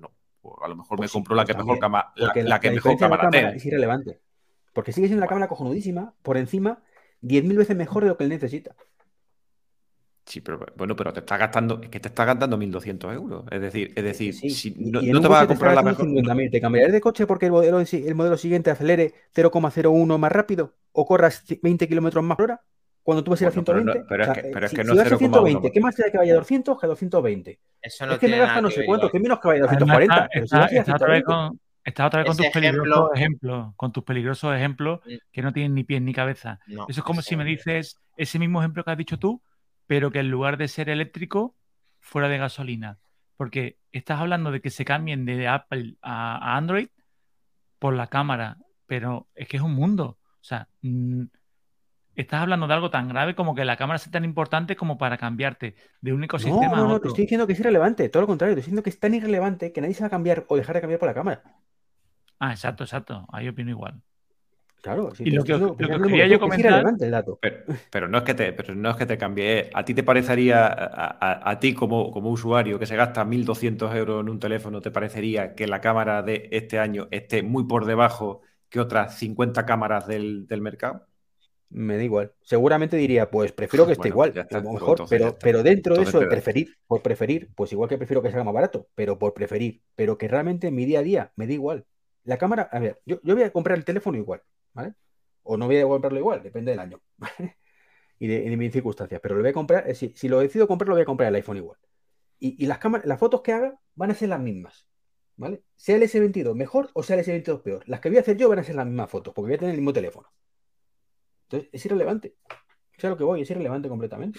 Speaker 3: Pues a lo mejor
Speaker 1: Pues
Speaker 3: me
Speaker 1: sí,
Speaker 3: compro la
Speaker 1: pues
Speaker 3: que mejor
Speaker 1: también.
Speaker 3: cama, la,
Speaker 1: Porque la,
Speaker 3: la que
Speaker 1: la
Speaker 3: mejor
Speaker 1: diferencia de la
Speaker 3: cámara
Speaker 1: cámara
Speaker 3: tenga.
Speaker 1: es irrelevante. Porque sigue siendo una
Speaker 3: Bueno,
Speaker 1: cámara cojonudísima, por encima, diez mil veces mejor de lo que él necesita.
Speaker 3: sí, pero bueno, pero te estás gastando, es que te estás gastando mil doscientos euros. Es decir, es
Speaker 1: Que, que
Speaker 3: decir,
Speaker 1: sí.
Speaker 3: si
Speaker 1: Y,
Speaker 3: no,
Speaker 1: y en
Speaker 3: no
Speaker 1: un
Speaker 3: te vas
Speaker 1: coche
Speaker 3: a
Speaker 1: te está
Speaker 3: comprar la
Speaker 1: gastando
Speaker 3: mejor.
Speaker 1: cincuenta mil. ¿Te cambiarías de coche porque el modelo, el modelo siguiente acelere cero coma cero uno más rápido o corras veinte kilómetros más por hora cuando tú vas a ir a
Speaker 3: Bueno, pero no,
Speaker 1: ciento veinte? O
Speaker 3: pero es
Speaker 1: sea,
Speaker 3: que,
Speaker 1: eh,
Speaker 3: pero es
Speaker 1: si,
Speaker 3: que no
Speaker 1: si
Speaker 3: es
Speaker 1: vas a
Speaker 3: cero coma uno
Speaker 1: ciento veinte,
Speaker 3: más.
Speaker 1: ¿qué más te da que vaya a doscientos que a doscientos veinte?
Speaker 2: Eso
Speaker 1: Es
Speaker 2: no
Speaker 1: que me
Speaker 2: tiene nada
Speaker 1: gasta no
Speaker 2: que
Speaker 1: sé
Speaker 2: ver,
Speaker 1: cuánto,
Speaker 2: Iván.
Speaker 1: que menos que vaya a
Speaker 4: Además, está,
Speaker 1: doscientos cuarenta, pero si
Speaker 4: está,
Speaker 1: vas a ir a
Speaker 4: está otra vez
Speaker 1: ciento veinte.
Speaker 4: con, está otra vez con
Speaker 2: Ese
Speaker 4: tus peligrosos
Speaker 2: ejemplo,
Speaker 4: ejemplos, con tus peligrosos ejemplos
Speaker 2: mm,
Speaker 4: que no tienen ni pies ni cabeza.
Speaker 2: no,
Speaker 4: Eso es como si me
Speaker 2: ese,
Speaker 4: dices ese mismo ejemplo que has dicho tú, pero que en lugar de ser eléctrico, fuera de gasolina. Porque estás hablando de que se cambien de Apple a, a Android por la cámara, pero es que es un mundo. O sea, mm, estás hablando de algo tan grave como que la cámara sea tan importante como para cambiarte de un
Speaker 1: No,
Speaker 4: ecosistema a
Speaker 1: no, no, te
Speaker 4: otro.
Speaker 1: estoy diciendo que es irrelevante, todo lo contrario, te estoy diciendo que es tan irrelevante que nadie se va a cambiar o dejar de cambiar por la cámara.
Speaker 4: Ah, exacto, exacto. Ahí opino igual.
Speaker 1: Claro, si
Speaker 4: Y
Speaker 1: te
Speaker 4: lo
Speaker 1: estoy
Speaker 4: que, os-
Speaker 1: diciendo
Speaker 4: lo que os
Speaker 1: precisamente lo
Speaker 4: quería
Speaker 1: mismo que
Speaker 4: yo
Speaker 1: tú, que es
Speaker 4: comentar.
Speaker 1: irrelevante el dato.
Speaker 3: Pero, pero no es que te, pero no es que te cambie. ¿A ti te parecería, a, a- a ti como, como usuario que se gasta mil doscientos euros en un teléfono, te parecería que la cámara de este año esté muy por debajo que otras cincuenta cámaras del, del mercado?
Speaker 1: Me da igual. Seguramente diría, pues prefiero que esté
Speaker 3: Bueno, pues
Speaker 1: igual
Speaker 3: ya
Speaker 1: o
Speaker 3: está. Pues
Speaker 1: mejor,
Speaker 3: entonces ya
Speaker 1: pero,
Speaker 3: está.
Speaker 1: pero dentro de
Speaker 3: Entonces
Speaker 1: eso de
Speaker 3: te da.
Speaker 1: preferir, por preferir, pues igual que prefiero que salga más barato, pero por preferir, pero que realmente en mi día a día me da igual. La cámara, a ver, yo, yo voy a comprar el teléfono igual, ¿vale? O no voy a comprarlo igual, depende del año, ¿vale? Y de, y de mis circunstancias, pero lo voy a comprar, eh, si, si lo decido comprar, lo voy a comprar el iPhone igual. Y, y las cámaras, las fotos que haga van a ser las mismas, ¿vale? Sea el S veintidós mejor o sea el S veintidós peor. Las que voy a hacer yo van a ser las mismas fotos, porque voy a tener el mismo teléfono. Entonces, es irrelevante. O sea, lo que voy, es irrelevante completamente.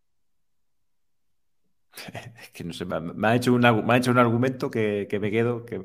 Speaker 3: Es que no sé, me, me ha hecho un, argu- me ha hecho un argumento que, que me quedo. Que...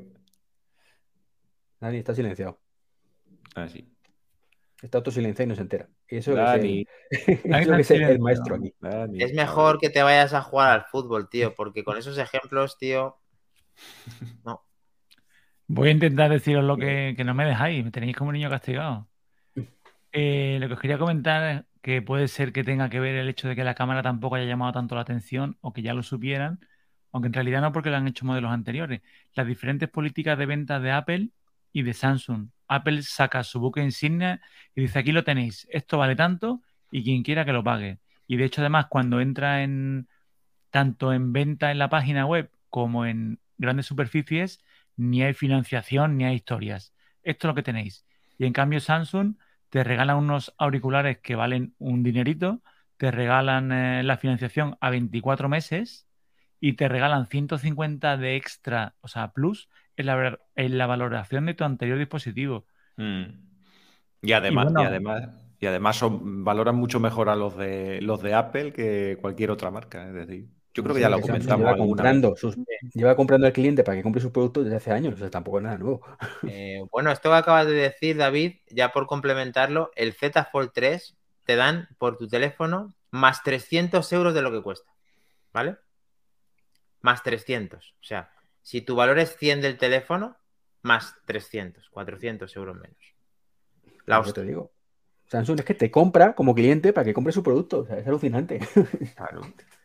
Speaker 1: Dani está silenciado.
Speaker 3: Así.
Speaker 1: Está todo silenciado y no se entera. Y eso que es
Speaker 3: Dani,
Speaker 1: el,
Speaker 4: Ahí
Speaker 1: eso
Speaker 4: está
Speaker 1: que
Speaker 4: el
Speaker 1: es el, el
Speaker 4: silencio.
Speaker 1: maestro aquí.
Speaker 3: Dani.
Speaker 2: es
Speaker 3: A
Speaker 2: mejor
Speaker 3: ver.
Speaker 2: que te vayas a jugar al fútbol, tío, porque con esos ejemplos, tío, no.
Speaker 4: Voy a intentar deciros lo
Speaker 1: Eh,
Speaker 4: que, que no me dejáis. Me tenéis como un niño castigado. Eh, lo que os quería comentar es que puede ser que tenga que ver el hecho de que la cámara tampoco haya llamado tanto la atención o que ya lo supieran, aunque en realidad no porque lo han hecho modelos anteriores. Las diferentes políticas de venta de Apple y de Samsung. Apple saca su buque insignia y dice aquí lo tenéis, esto vale tanto y quien quiera que lo pague. Y de hecho además cuando entra en tanto en venta en la página web como en grandes superficies, ni hay financiación ni hay historias. Esto es lo que tenéis. Y en cambio Samsung te regalan unos auriculares que valen un dinerito, te regalan eh, la financiación a veinticuatro meses y te regalan ciento cincuenta de extra, o sea, plus, en la, en la valoración de tu anterior dispositivo.
Speaker 3: Mm. Y
Speaker 4: Y
Speaker 3: además, y
Speaker 4: bueno,
Speaker 3: además, y además son, valoran mucho mejor a los de los de Apple que cualquier otra marca. Es decir, yo
Speaker 1: bueno,
Speaker 3: creo que
Speaker 1: sí,
Speaker 3: ya lo
Speaker 1: porque Samsung
Speaker 3: comentamos
Speaker 1: lleva
Speaker 3: alguna vez.
Speaker 1: comprando sus, lleva comprando al cliente para que compre sus productos desde hace años. O sea, tampoco es nada nuevo.
Speaker 2: Eh, bueno, esto que acabas de decir, David, ya por complementarlo, el Z Fold tres te dan por tu teléfono más trescientos euros de lo que cuesta, ¿vale? Más trescientos. O sea, si tu valor es cien del teléfono, más trescientos, cuatrocientos euros menos. La
Speaker 1: Lo que te
Speaker 2: hostia.
Speaker 1: digo. Samsung es que te compra como cliente para que compre su producto. O sea, es alucinante.
Speaker 3: Claro.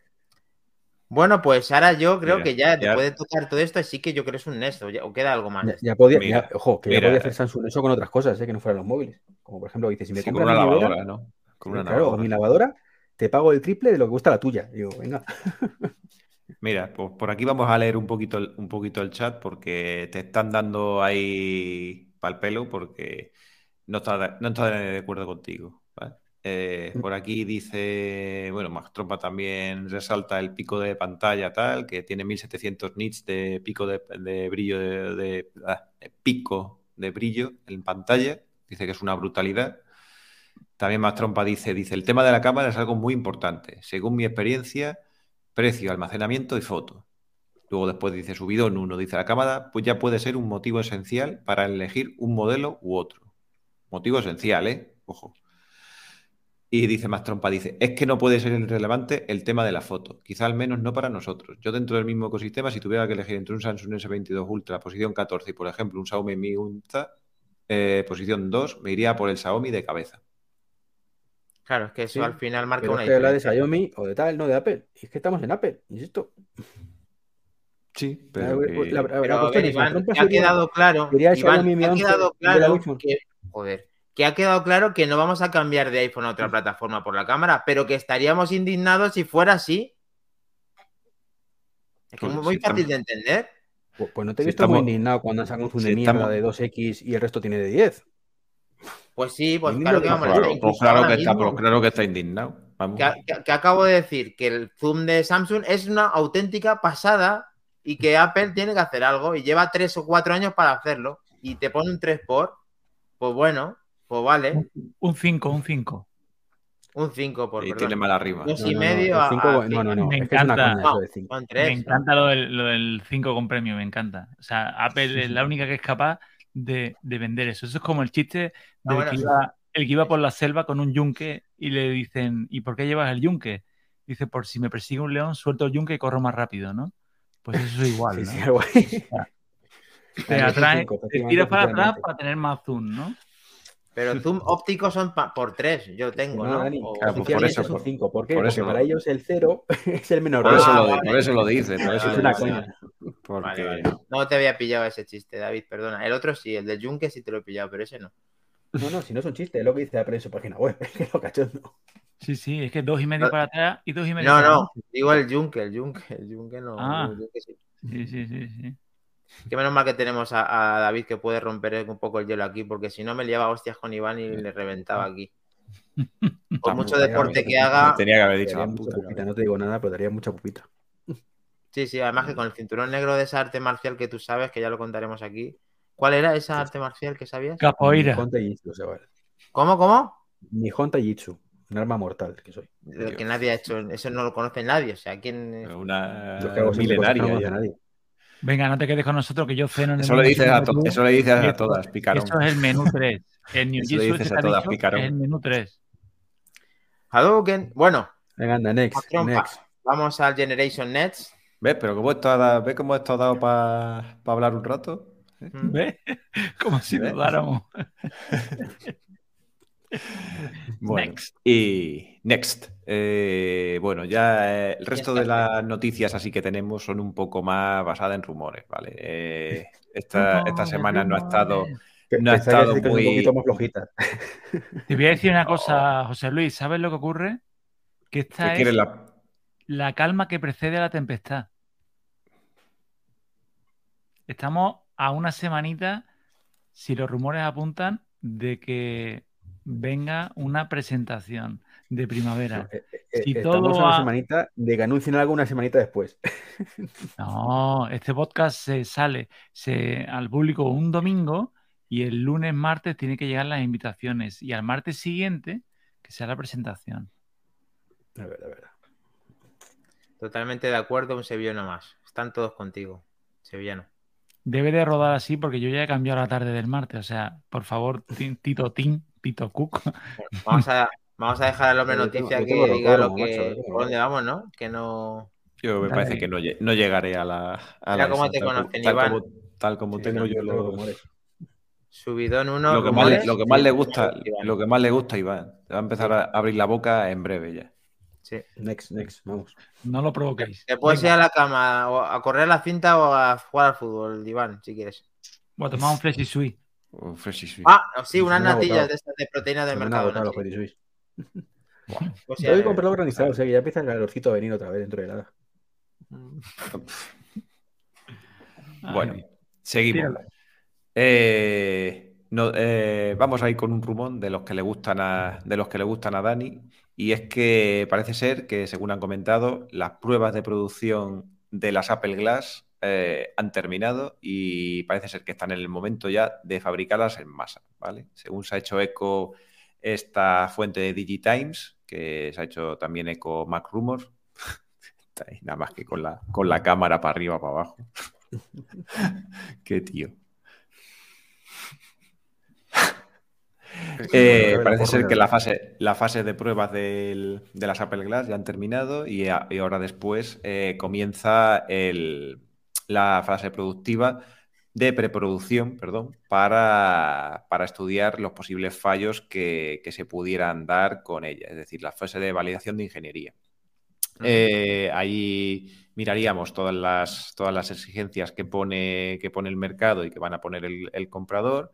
Speaker 2: Bueno, pues ahora yo creo
Speaker 3: Mira,
Speaker 2: que ya te puede
Speaker 3: ya,
Speaker 2: tocar todo esto, así que yo creo que es un Nesto. Ya- ¿O queda algo más de
Speaker 1: Ya,
Speaker 2: esto?
Speaker 1: ya podía, ya,
Speaker 3: mira,
Speaker 1: ojo, que ya podía hacer
Speaker 3: mira,
Speaker 1: Samsung eso con otras cosas, ¿eh? Que no fueran los móviles. Como por ejemplo, dice, si me
Speaker 3: sí, con
Speaker 1: compras
Speaker 3: una
Speaker 1: mi nevera,
Speaker 3: lavadora, ¿no? Con
Speaker 1: sí,
Speaker 3: una
Speaker 1: claro, o mi
Speaker 3: lavadora.
Speaker 1: lavadora, te pago el triple de lo que cuesta la tuya. Digo, venga.
Speaker 3: Mira, pues por aquí vamos a leer un poquito el, un poquito el chat porque te están dando ahí pal pelo porque no está, de- no está de acuerdo contigo, ¿vale? Eh, por aquí dice, bueno, Max Trompa también resalta el pico de pantalla tal, que tiene mil setecientos nits de pico de, de brillo de, de- ah, de pico de brillo en pantalla. Dice que es una brutalidad. También Max Trompa dice, dice, el tema de la cámara es algo muy importante. Según mi experiencia, precio, almacenamiento y foto. Luego después dice subido en uno, dice la cámara, pues ya puede ser un motivo esencial para elegir un modelo u otro. Motivo esencial, ¿eh? Ojo. Y dice más trompa, dice, es que no puede ser irrelevante el tema de la foto, quizá al menos no para nosotros. Yo dentro del mismo ecosistema, si tuviera que elegir entre un Samsung S veintidós Ultra, posición catorce, y por ejemplo un Xiaomi Mi Ultra, eh, posición dos, me iría por el Xiaomi de cabeza.
Speaker 2: Claro, es que eso al
Speaker 1: Sí,
Speaker 2: final marca
Speaker 1: pero es
Speaker 2: una
Speaker 1: que habla de
Speaker 2: diferencia.
Speaker 1: Xiaomi o de tal, no de Apple. Y es que estamos en Apple, insisto.
Speaker 3: Sí, pero
Speaker 1: La,
Speaker 3: que...
Speaker 1: la- la-
Speaker 2: Pero
Speaker 1: la
Speaker 2: a
Speaker 1: cuestión
Speaker 2: ver,
Speaker 1: es, la
Speaker 2: Iván,
Speaker 1: trompa
Speaker 2: que ha
Speaker 1: sería,
Speaker 2: quedado claro,
Speaker 1: sería
Speaker 2: Iván,
Speaker 1: Xiaomi Mi
Speaker 2: que ha
Speaker 1: once
Speaker 2: quedado
Speaker 1: y el
Speaker 2: claro
Speaker 1: iPhone.
Speaker 2: que, joder, que ha quedado claro que no vamos a cambiar de iPhone a otra plataforma por la cámara, pero que estaríamos indignados si fuera así. Es que es
Speaker 3: Pues
Speaker 2: muy
Speaker 3: si
Speaker 2: fácil
Speaker 3: estamos,
Speaker 2: de entender.
Speaker 1: Pues, pues no te he
Speaker 3: si
Speaker 1: visto muy
Speaker 3: estamos,
Speaker 1: indignado cuando han sacado un zoom
Speaker 3: si
Speaker 1: de mierda
Speaker 3: estamos...
Speaker 1: de dos equis y el resto tiene de diez.
Speaker 2: Pues sí,
Speaker 1: A mí
Speaker 2: pues
Speaker 1: me
Speaker 2: claro que
Speaker 1: lo
Speaker 2: me ha
Speaker 3: Pues
Speaker 1: dijo
Speaker 2: molestado.
Speaker 3: claro, pues
Speaker 2: Incluso
Speaker 3: claro
Speaker 2: ahora
Speaker 3: que está, pues
Speaker 2: mismo,
Speaker 3: claro que está indignado. Vamos.
Speaker 2: que, que- que acabo de decir que el zoom de Samsung es una auténtica pasada y que Apple tiene que hacer algo y lleva tres o cuatro años para hacerlo y te pone un tres por, pues bueno, pues vale,
Speaker 4: Un cinco, un cinco.
Speaker 2: un cinco por,
Speaker 3: Y
Speaker 2: perdón.
Speaker 3: tiene mala arriba.
Speaker 2: Dos
Speaker 1: No,
Speaker 2: y
Speaker 1: no, no,
Speaker 2: medio
Speaker 1: el
Speaker 2: a,
Speaker 1: cinco,
Speaker 2: a
Speaker 1: no, no, no,
Speaker 4: Me
Speaker 1: es que es una
Speaker 4: encanta.
Speaker 1: coña eso
Speaker 2: No,
Speaker 1: del cinco.
Speaker 2: son
Speaker 4: Me
Speaker 2: tres.
Speaker 4: encanta lo del, lo del cinco con premio, me encanta. O sea, Apple es la única que es capaz de, de vender eso. Eso es como el chiste
Speaker 2: Ah,
Speaker 4: del
Speaker 2: bueno,
Speaker 4: que
Speaker 2: sí.
Speaker 4: iba, el que iba por la selva con un yunque y le dicen, ¿y por qué llevas el yunque? Dice, por si me persigue un león, suelto el yunque y corro más rápido, ¿no? Pues eso es igual,
Speaker 1: Sí,
Speaker 4: ¿no?
Speaker 1: sí, algo ahí.
Speaker 4: Te
Speaker 1: Ahí es un
Speaker 4: atrae,
Speaker 1: cinco,
Speaker 4: te
Speaker 1: efectivamente,
Speaker 4: tiras para atrás
Speaker 1: efectivamente.
Speaker 4: para tener más zoom, ¿no?
Speaker 2: Pero zoom óptico son pa- por tres, yo
Speaker 1: Que
Speaker 2: tengo,
Speaker 1: no,
Speaker 2: ¿no?
Speaker 1: Dani,
Speaker 2: O
Speaker 3: Claro, pues por
Speaker 1: oficialmente
Speaker 3: eso,
Speaker 1: es un
Speaker 3: por-
Speaker 1: cinco. ¿Por qué?
Speaker 3: por
Speaker 1: Porque
Speaker 3: eso
Speaker 1: para
Speaker 3: lo-
Speaker 1: ellos el cero es el menor
Speaker 3: Por
Speaker 1: dos.
Speaker 3: eso,
Speaker 2: Ah,
Speaker 3: lo,
Speaker 2: vale.
Speaker 3: por eso lo dice, por
Speaker 2: Vale,
Speaker 3: eso
Speaker 1: Es
Speaker 3: lo
Speaker 1: una
Speaker 3: dice.
Speaker 1: coña.
Speaker 3: Porque
Speaker 2: Vale, vale. No te había pillado ese chiste, David, perdona. El otro sí, el del yunque sí te lo he pillado, pero ese no.
Speaker 1: No, no, si no es un chiste, es lo que dice Apple en su página web. Es que lo cachondo.
Speaker 4: Sí, sí, es que dos y medio
Speaker 2: No,
Speaker 4: para atrás y dos y medio
Speaker 2: no,
Speaker 4: para
Speaker 2: no,
Speaker 4: adelante.
Speaker 2: digo el yunque, el yunque, el yunque no.
Speaker 4: Ah.
Speaker 2: el yunque sí.
Speaker 4: Sí, sí, sí, sí.
Speaker 2: Qué menos mal que tenemos a, a David que puede romper un poco el hielo aquí, porque si no me liaba hostias con Iván y le reventaba aquí. Por
Speaker 3: La
Speaker 2: mucho
Speaker 3: puta,
Speaker 2: deporte
Speaker 1: cabrón.
Speaker 2: que haga.
Speaker 3: tenía que haber dicho
Speaker 1: Daría
Speaker 3: la
Speaker 1: mucha
Speaker 3: puta.
Speaker 1: pupita,
Speaker 3: cabrón.
Speaker 1: no te digo nada, pero daría mucha pupita.
Speaker 2: Sí, sí, además que con el cinturón negro de esa arte marcial que tú sabes, que ya lo contaremos aquí. ¿Cuál era esa arte marcial que sabías?
Speaker 4: Capoeira.
Speaker 1: Nihon Taijitsu, chaval.
Speaker 2: ¿Cómo, cómo?
Speaker 1: Nihon Taijitsu. Un arma mortal que soy.
Speaker 2: Lo que
Speaker 3: Dios.
Speaker 2: nadie ha hecho, eso no lo conoce nadie. O sea, ¿quién?
Speaker 3: Una
Speaker 1: Yo que hago siempre cosas que no
Speaker 3: milenaria
Speaker 1: conoce
Speaker 3: ya.
Speaker 1: nadie.
Speaker 4: Venga, no te quedes con nosotros, que yo ceno en el
Speaker 3: Eso le
Speaker 4: mismo
Speaker 3: dices
Speaker 4: sitio
Speaker 3: a,
Speaker 4: que
Speaker 3: to-
Speaker 4: tú.
Speaker 3: eso le dices a
Speaker 4: Eso-
Speaker 3: todas, picarón.
Speaker 4: Eso es el menú tres. El New
Speaker 3: Eso le
Speaker 4: Jitsu
Speaker 3: dices
Speaker 4: ese
Speaker 3: a
Speaker 4: que ha
Speaker 3: todas,
Speaker 4: dicho
Speaker 3: picarón.
Speaker 4: es el menú tres.
Speaker 2: Hadouken. Bueno,
Speaker 1: Venga, anda, next.
Speaker 2: más trompa.
Speaker 1: Next.
Speaker 2: Vamos al Generation Nets.
Speaker 3: ¿Ves? Pero cómo esto ha dado, ¿ves cómo esto ha dado para hablar un rato?
Speaker 2: Mm.
Speaker 4: ¿Ves? Como si
Speaker 3: ¿Ves?
Speaker 4: dudáramos.
Speaker 3: Bueno,
Speaker 4: Next.
Speaker 3: y next. Eh, bueno, ya eh, el resto
Speaker 2: está.
Speaker 3: de las noticias así que tenemos son un poco más basadas en rumores, ¿vale? Eh, esta, esta
Speaker 4: Rumores,
Speaker 3: semana no ha estado,
Speaker 1: Pe-
Speaker 3: no ha
Speaker 1: Pensaba que
Speaker 3: estado
Speaker 1: ibas a decir cosas un
Speaker 3: muy...
Speaker 1: poquito más flojitas.
Speaker 4: Te voy a decir una
Speaker 3: No.
Speaker 4: cosa, José Luis. ¿Sabes lo que ocurre? Que esta
Speaker 3: ¿Qué
Speaker 4: es
Speaker 3: quiere la...
Speaker 4: la calma que precede a la tempestad. Estamos a una semanita, si los rumores apuntan, de que venga una presentación de primavera.
Speaker 1: Eh, eh,
Speaker 4: Si
Speaker 1: Estamos
Speaker 4: todo
Speaker 1: a una
Speaker 4: va-
Speaker 1: semanita de que anuncien algo una semanita después.
Speaker 4: No, este podcast se sale se, al público un domingo y el lunes, martes tiene que llegar las invitaciones y al martes siguiente que sea la presentación.
Speaker 1: A ver, a ver.
Speaker 2: Totalmente de acuerdo, un sevillano más. Están todos contigo, sevillano.
Speaker 4: Debe de rodar así porque yo ya he cambiado la tarde del martes. O sea, por favor, Ti- Tito Tim, Tito Cook.
Speaker 2: Vamos a, vamos a dejar al hombre
Speaker 1: Yo tengo-
Speaker 2: noticia
Speaker 1: yo
Speaker 2: que
Speaker 1: tengo
Speaker 2: diga lo
Speaker 1: autódromo, macho, a ver
Speaker 2: que.
Speaker 1: cómo
Speaker 2: ¿Por dónde
Speaker 1: va.
Speaker 2: vamos, no? Que no.
Speaker 3: Yo me
Speaker 4: Dale.
Speaker 3: parece que no, lle- no llegaré a la... A
Speaker 2: Mira
Speaker 3: la
Speaker 2: cómo
Speaker 3: esa,
Speaker 2: te
Speaker 3: tal, como-
Speaker 2: conocen,
Speaker 3: tal
Speaker 2: Iván.
Speaker 3: como, tal como
Speaker 1: Sí,
Speaker 3: tengo
Speaker 1: no,
Speaker 3: yo
Speaker 1: yo tengo
Speaker 3: los...
Speaker 1: rumores.
Speaker 2: Subidón uno,
Speaker 3: Lo que, más le,
Speaker 2: rumores.
Speaker 3: lo que más le
Speaker 2: y-
Speaker 3: gusta,
Speaker 2: Iván.
Speaker 3: lo que más le gusta a Iván. Te va a empezar
Speaker 2: Sí.
Speaker 3: a abrir la boca en breve ya.
Speaker 2: Sí.
Speaker 1: Next, next, vamos.
Speaker 4: No lo provoquéis.
Speaker 2: Te puedes ir
Speaker 4: Venga,
Speaker 2: a la cama o a correr a la cinta o a jugar al fútbol, Iván, si quieres.
Speaker 4: voy a tomar un Freshy Sweet.
Speaker 3: Oh, Freshy Sweet.
Speaker 2: Ah, sí,
Speaker 1: Se
Speaker 2: unas
Speaker 1: me han
Speaker 2: natillas
Speaker 1: agotado.
Speaker 2: de estas de proteína del
Speaker 1: Se me han
Speaker 2: mercado.
Speaker 1: agotado los
Speaker 2: ¿no? Sí.
Speaker 1: Petit Suisse.
Speaker 2: Pues
Speaker 1: Yo voy a
Speaker 2: ya,
Speaker 1: comprarlo granizado, o sea que ya empieza el calorcito a venir otra vez dentro de nada.
Speaker 3: Bueno,
Speaker 4: Ay,
Speaker 3: seguimos.
Speaker 4: tíralo.
Speaker 3: Eh, no, eh, vamos a ir con un rumón de los que le gustan a, de los que le gustan a Dani, y es que parece ser que, según han comentado, las pruebas de producción de las Apple Glass eh, han terminado y parece ser que están en el momento ya de fabricarlas en masa, ¿vale? Según se ha hecho eco esta fuente de DigiTimes, que se ha hecho también eco Mac Rumors, está ahí nada más que con la, con la cámara para arriba, para abajo. Qué tío. Eh, parece ser que la fase, la fase de pruebas del- de las Apple Glass ya han terminado y, a- y ahora después eh, comienza el- la fase productiva de preproducción, perdón, para, para estudiar los posibles fallos que, que se pudieran dar con ella, es decir, la fase de validación de ingeniería. Eh, ahí miraríamos todas las, todas las exigencias que pone, que pone el mercado y que van a poner el, el comprador,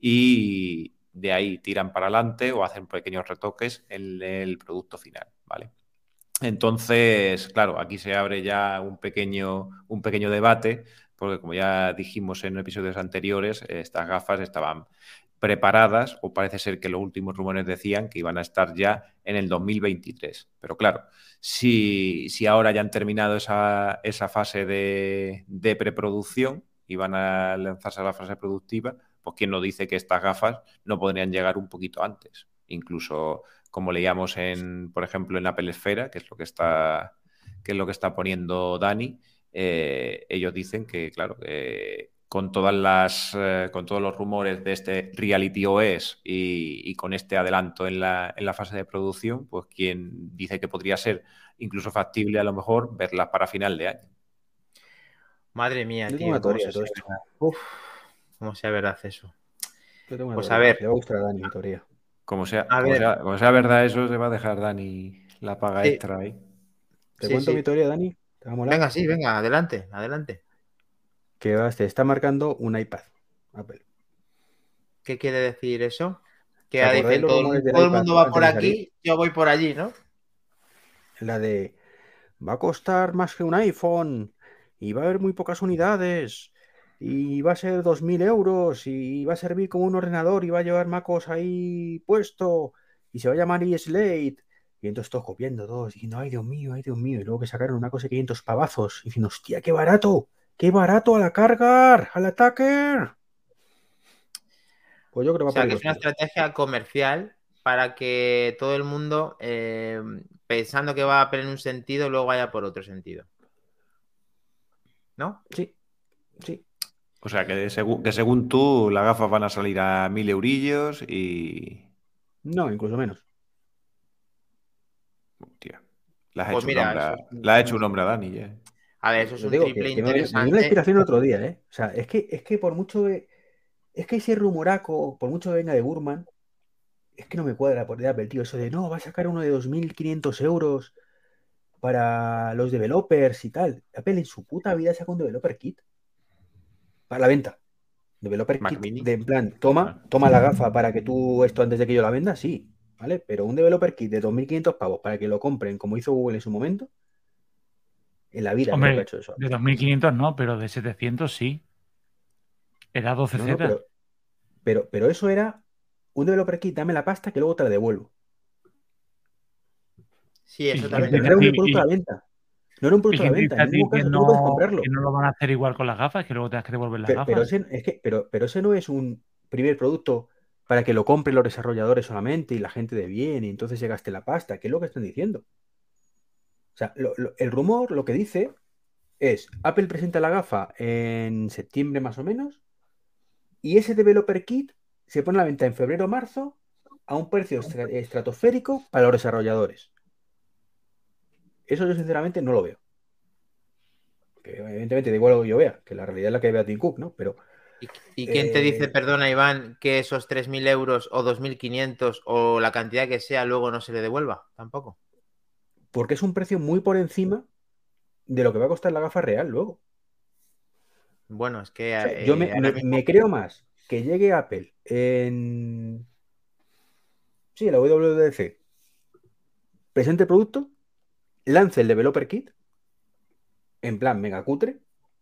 Speaker 3: y de ahí tiran para adelante o hacen pequeños retoques en el producto final, ¿vale? Entonces, claro, aquí se abre ya un pequeño, un pequeño debate, porque como ya dijimos en episodios anteriores, estas gafas estaban preparadas, o parece ser que los últimos rumores decían que iban a estar ya en el dos mil veintitrés. Pero claro, si, si ahora ya han terminado esa, esa fase de, de preproducción y van a lanzarse a la fase productiva, pues quién nos dice que estas gafas no podrían llegar un poquito antes. Incluso, como leíamos en, por ejemplo, en Apple Esfera, que es lo que está, que es lo que está poniendo Dani, eh, ellos dicen que, claro, que con todas las eh, con todos los rumores de este Reality O S y, y con este adelanto en la, en la fase de producción, pues quien dice que podría ser incluso factible a lo mejor verlas para final de año.
Speaker 2: Madre mía,
Speaker 1: Yo tengo
Speaker 2: tío,
Speaker 1: una
Speaker 2: ¿cómo
Speaker 1: teoría de
Speaker 2: se
Speaker 1: todo
Speaker 2: sea
Speaker 1: esto.
Speaker 2: verdad? Uf, ¿cómo sea verdad eso?
Speaker 1: Yo tengo una
Speaker 2: Pues a
Speaker 1: teoría.
Speaker 2: ver,
Speaker 1: Le va a gustar a Dani mi teoría.
Speaker 3: Como sea,
Speaker 2: a
Speaker 3: como
Speaker 2: ver,
Speaker 3: sea, como sea verdad eso, se va a dejar Dani la paga
Speaker 2: sí,
Speaker 3: extra ahí.
Speaker 1: ¿Te
Speaker 2: sí,
Speaker 1: cuento mi
Speaker 2: sí.
Speaker 1: teoría, Dani? ¿Te va a molar?
Speaker 2: Venga, sí, venga, adelante, adelante.
Speaker 1: Que va- te está marcando un iPad, Apple.
Speaker 2: ¿Qué quiere decir eso? Que
Speaker 1: ¿Os
Speaker 2: ya
Speaker 1: acordáis
Speaker 2: dicen,
Speaker 1: los
Speaker 2: todo,
Speaker 1: rumores
Speaker 2: el-
Speaker 1: del
Speaker 2: todo el
Speaker 1: iPad
Speaker 2: mundo va
Speaker 1: antes
Speaker 2: por
Speaker 1: de salir?
Speaker 2: aquí, yo voy por allí, ¿no?
Speaker 1: La de va a costar más que un iPhone y va a haber muy pocas unidades y va a ser dos mil euros y va a servir como un ordenador y va a llevar MacOS ahí puesto y se va a llamar eSlate. Y entonces todos copiando, todos diciendo, ay Dios mío, ay Dios mío. Y luego que sacaron una cosa de quinientos pavazos y diciendo, hostia, qué barato, qué barato a la cargar, al attacker. Pues yo creo que
Speaker 2: O
Speaker 1: va por
Speaker 2: sea,
Speaker 1: ahí
Speaker 2: que
Speaker 1: los
Speaker 2: es una
Speaker 1: tiros.
Speaker 2: estrategia comercial para que todo el mundo, eh, pensando que va a en un sentido, luego vaya por otro sentido. ¿No?
Speaker 1: Sí, sí.
Speaker 3: O sea, que, según, que según tú, las gafas van a salir a mil eurillos y...
Speaker 1: No, incluso menos.
Speaker 3: Tía, le has
Speaker 2: Pues
Speaker 3: hecho un
Speaker 2: mira,
Speaker 3: nombre
Speaker 2: eso
Speaker 3: a,
Speaker 2: es un,
Speaker 3: le has hecho un
Speaker 2: un-
Speaker 3: nombre a Dani ya.
Speaker 2: a ver, eso es
Speaker 1: Lo
Speaker 2: un
Speaker 1: digo,
Speaker 2: triple
Speaker 1: que, que me, me vino la
Speaker 2: interesante.
Speaker 1: inspiración el otro día, ¿eh? O sea, es que, es que por mucho de, es que ese rumoraco, por mucho que venga de Burman, es que no me cuadra por de Apple, tío. Eso de no, va a sacar uno de dos mil quinientos euros para los developers y tal. Apple en su puta vida saca un developer kit para la venta. Developer
Speaker 3: Mac
Speaker 1: kit
Speaker 3: Mini.
Speaker 1: de en plan, toma,
Speaker 3: Ah.
Speaker 1: toma la gafa para que tú esto antes de que yo la venda, sí, ¿vale? Pero un developer kit de dos mil quinientos pavos para que lo compren como hizo Google en su momento, en la vida creo que ha
Speaker 4: Hombre,
Speaker 1: hecho eso.
Speaker 4: de dos mil quinientos no, pero de setecientos sí. Era doce
Speaker 1: No, no,
Speaker 4: Z.
Speaker 1: pero, pero, pero eso era un developer kit, dame la pasta que luego te la devuelvo.
Speaker 2: Sí, eso
Speaker 4: ¿Y
Speaker 1: ¿Vale?
Speaker 4: quién
Speaker 2: también
Speaker 4: te
Speaker 2: es
Speaker 1: Pero no
Speaker 4: dice a
Speaker 1: era
Speaker 2: verdad.
Speaker 1: un
Speaker 4: ti,
Speaker 1: producto a
Speaker 4: y,
Speaker 1: la venta. No era un
Speaker 4: y
Speaker 1: producto a la
Speaker 4: quién te
Speaker 1: venta.
Speaker 4: dice
Speaker 1: En
Speaker 4: a ti
Speaker 1: ningún
Speaker 4: que
Speaker 1: caso tú puedes
Speaker 4: no,
Speaker 1: comprarlo.
Speaker 4: que no lo van a hacer igual con las gafas, que luego tengas que devolver las
Speaker 1: Pero, pero
Speaker 4: gafas?
Speaker 1: ese, es que, pero, pero ese no es un primer producto para que lo compren los desarrolladores solamente y la gente de bien y entonces se gaste la pasta, que es lo que están diciendo. O sea, lo- lo- el rumor lo que dice es, Apple presenta la gafa en septiembre más o menos y ese developer kit se pone a la venta en febrero o marzo a un precio estra- estratosférico para los desarrolladores. Eso yo sinceramente no lo veo. Que evidentemente da igual lo que yo vea, que la realidad es la que ve a Tim Cook, ¿no? Pero
Speaker 2: ¿Y, y quién te dice,
Speaker 1: eh,
Speaker 2: perdona, Iván, que esos tres mil euros o dos mil quinientos o la cantidad que sea luego no se le devuelva? Tampoco.
Speaker 1: porque es un precio muy por encima de lo que va a costar la gafa real luego.
Speaker 2: Bueno, es que
Speaker 1: O sea, yo me,
Speaker 2: eh, ahora
Speaker 1: me-
Speaker 2: mismo.
Speaker 1: me creo más que llegue Apple en... Sí, la W W D C, presente el producto, lance el developer kit, en plan mega cutre,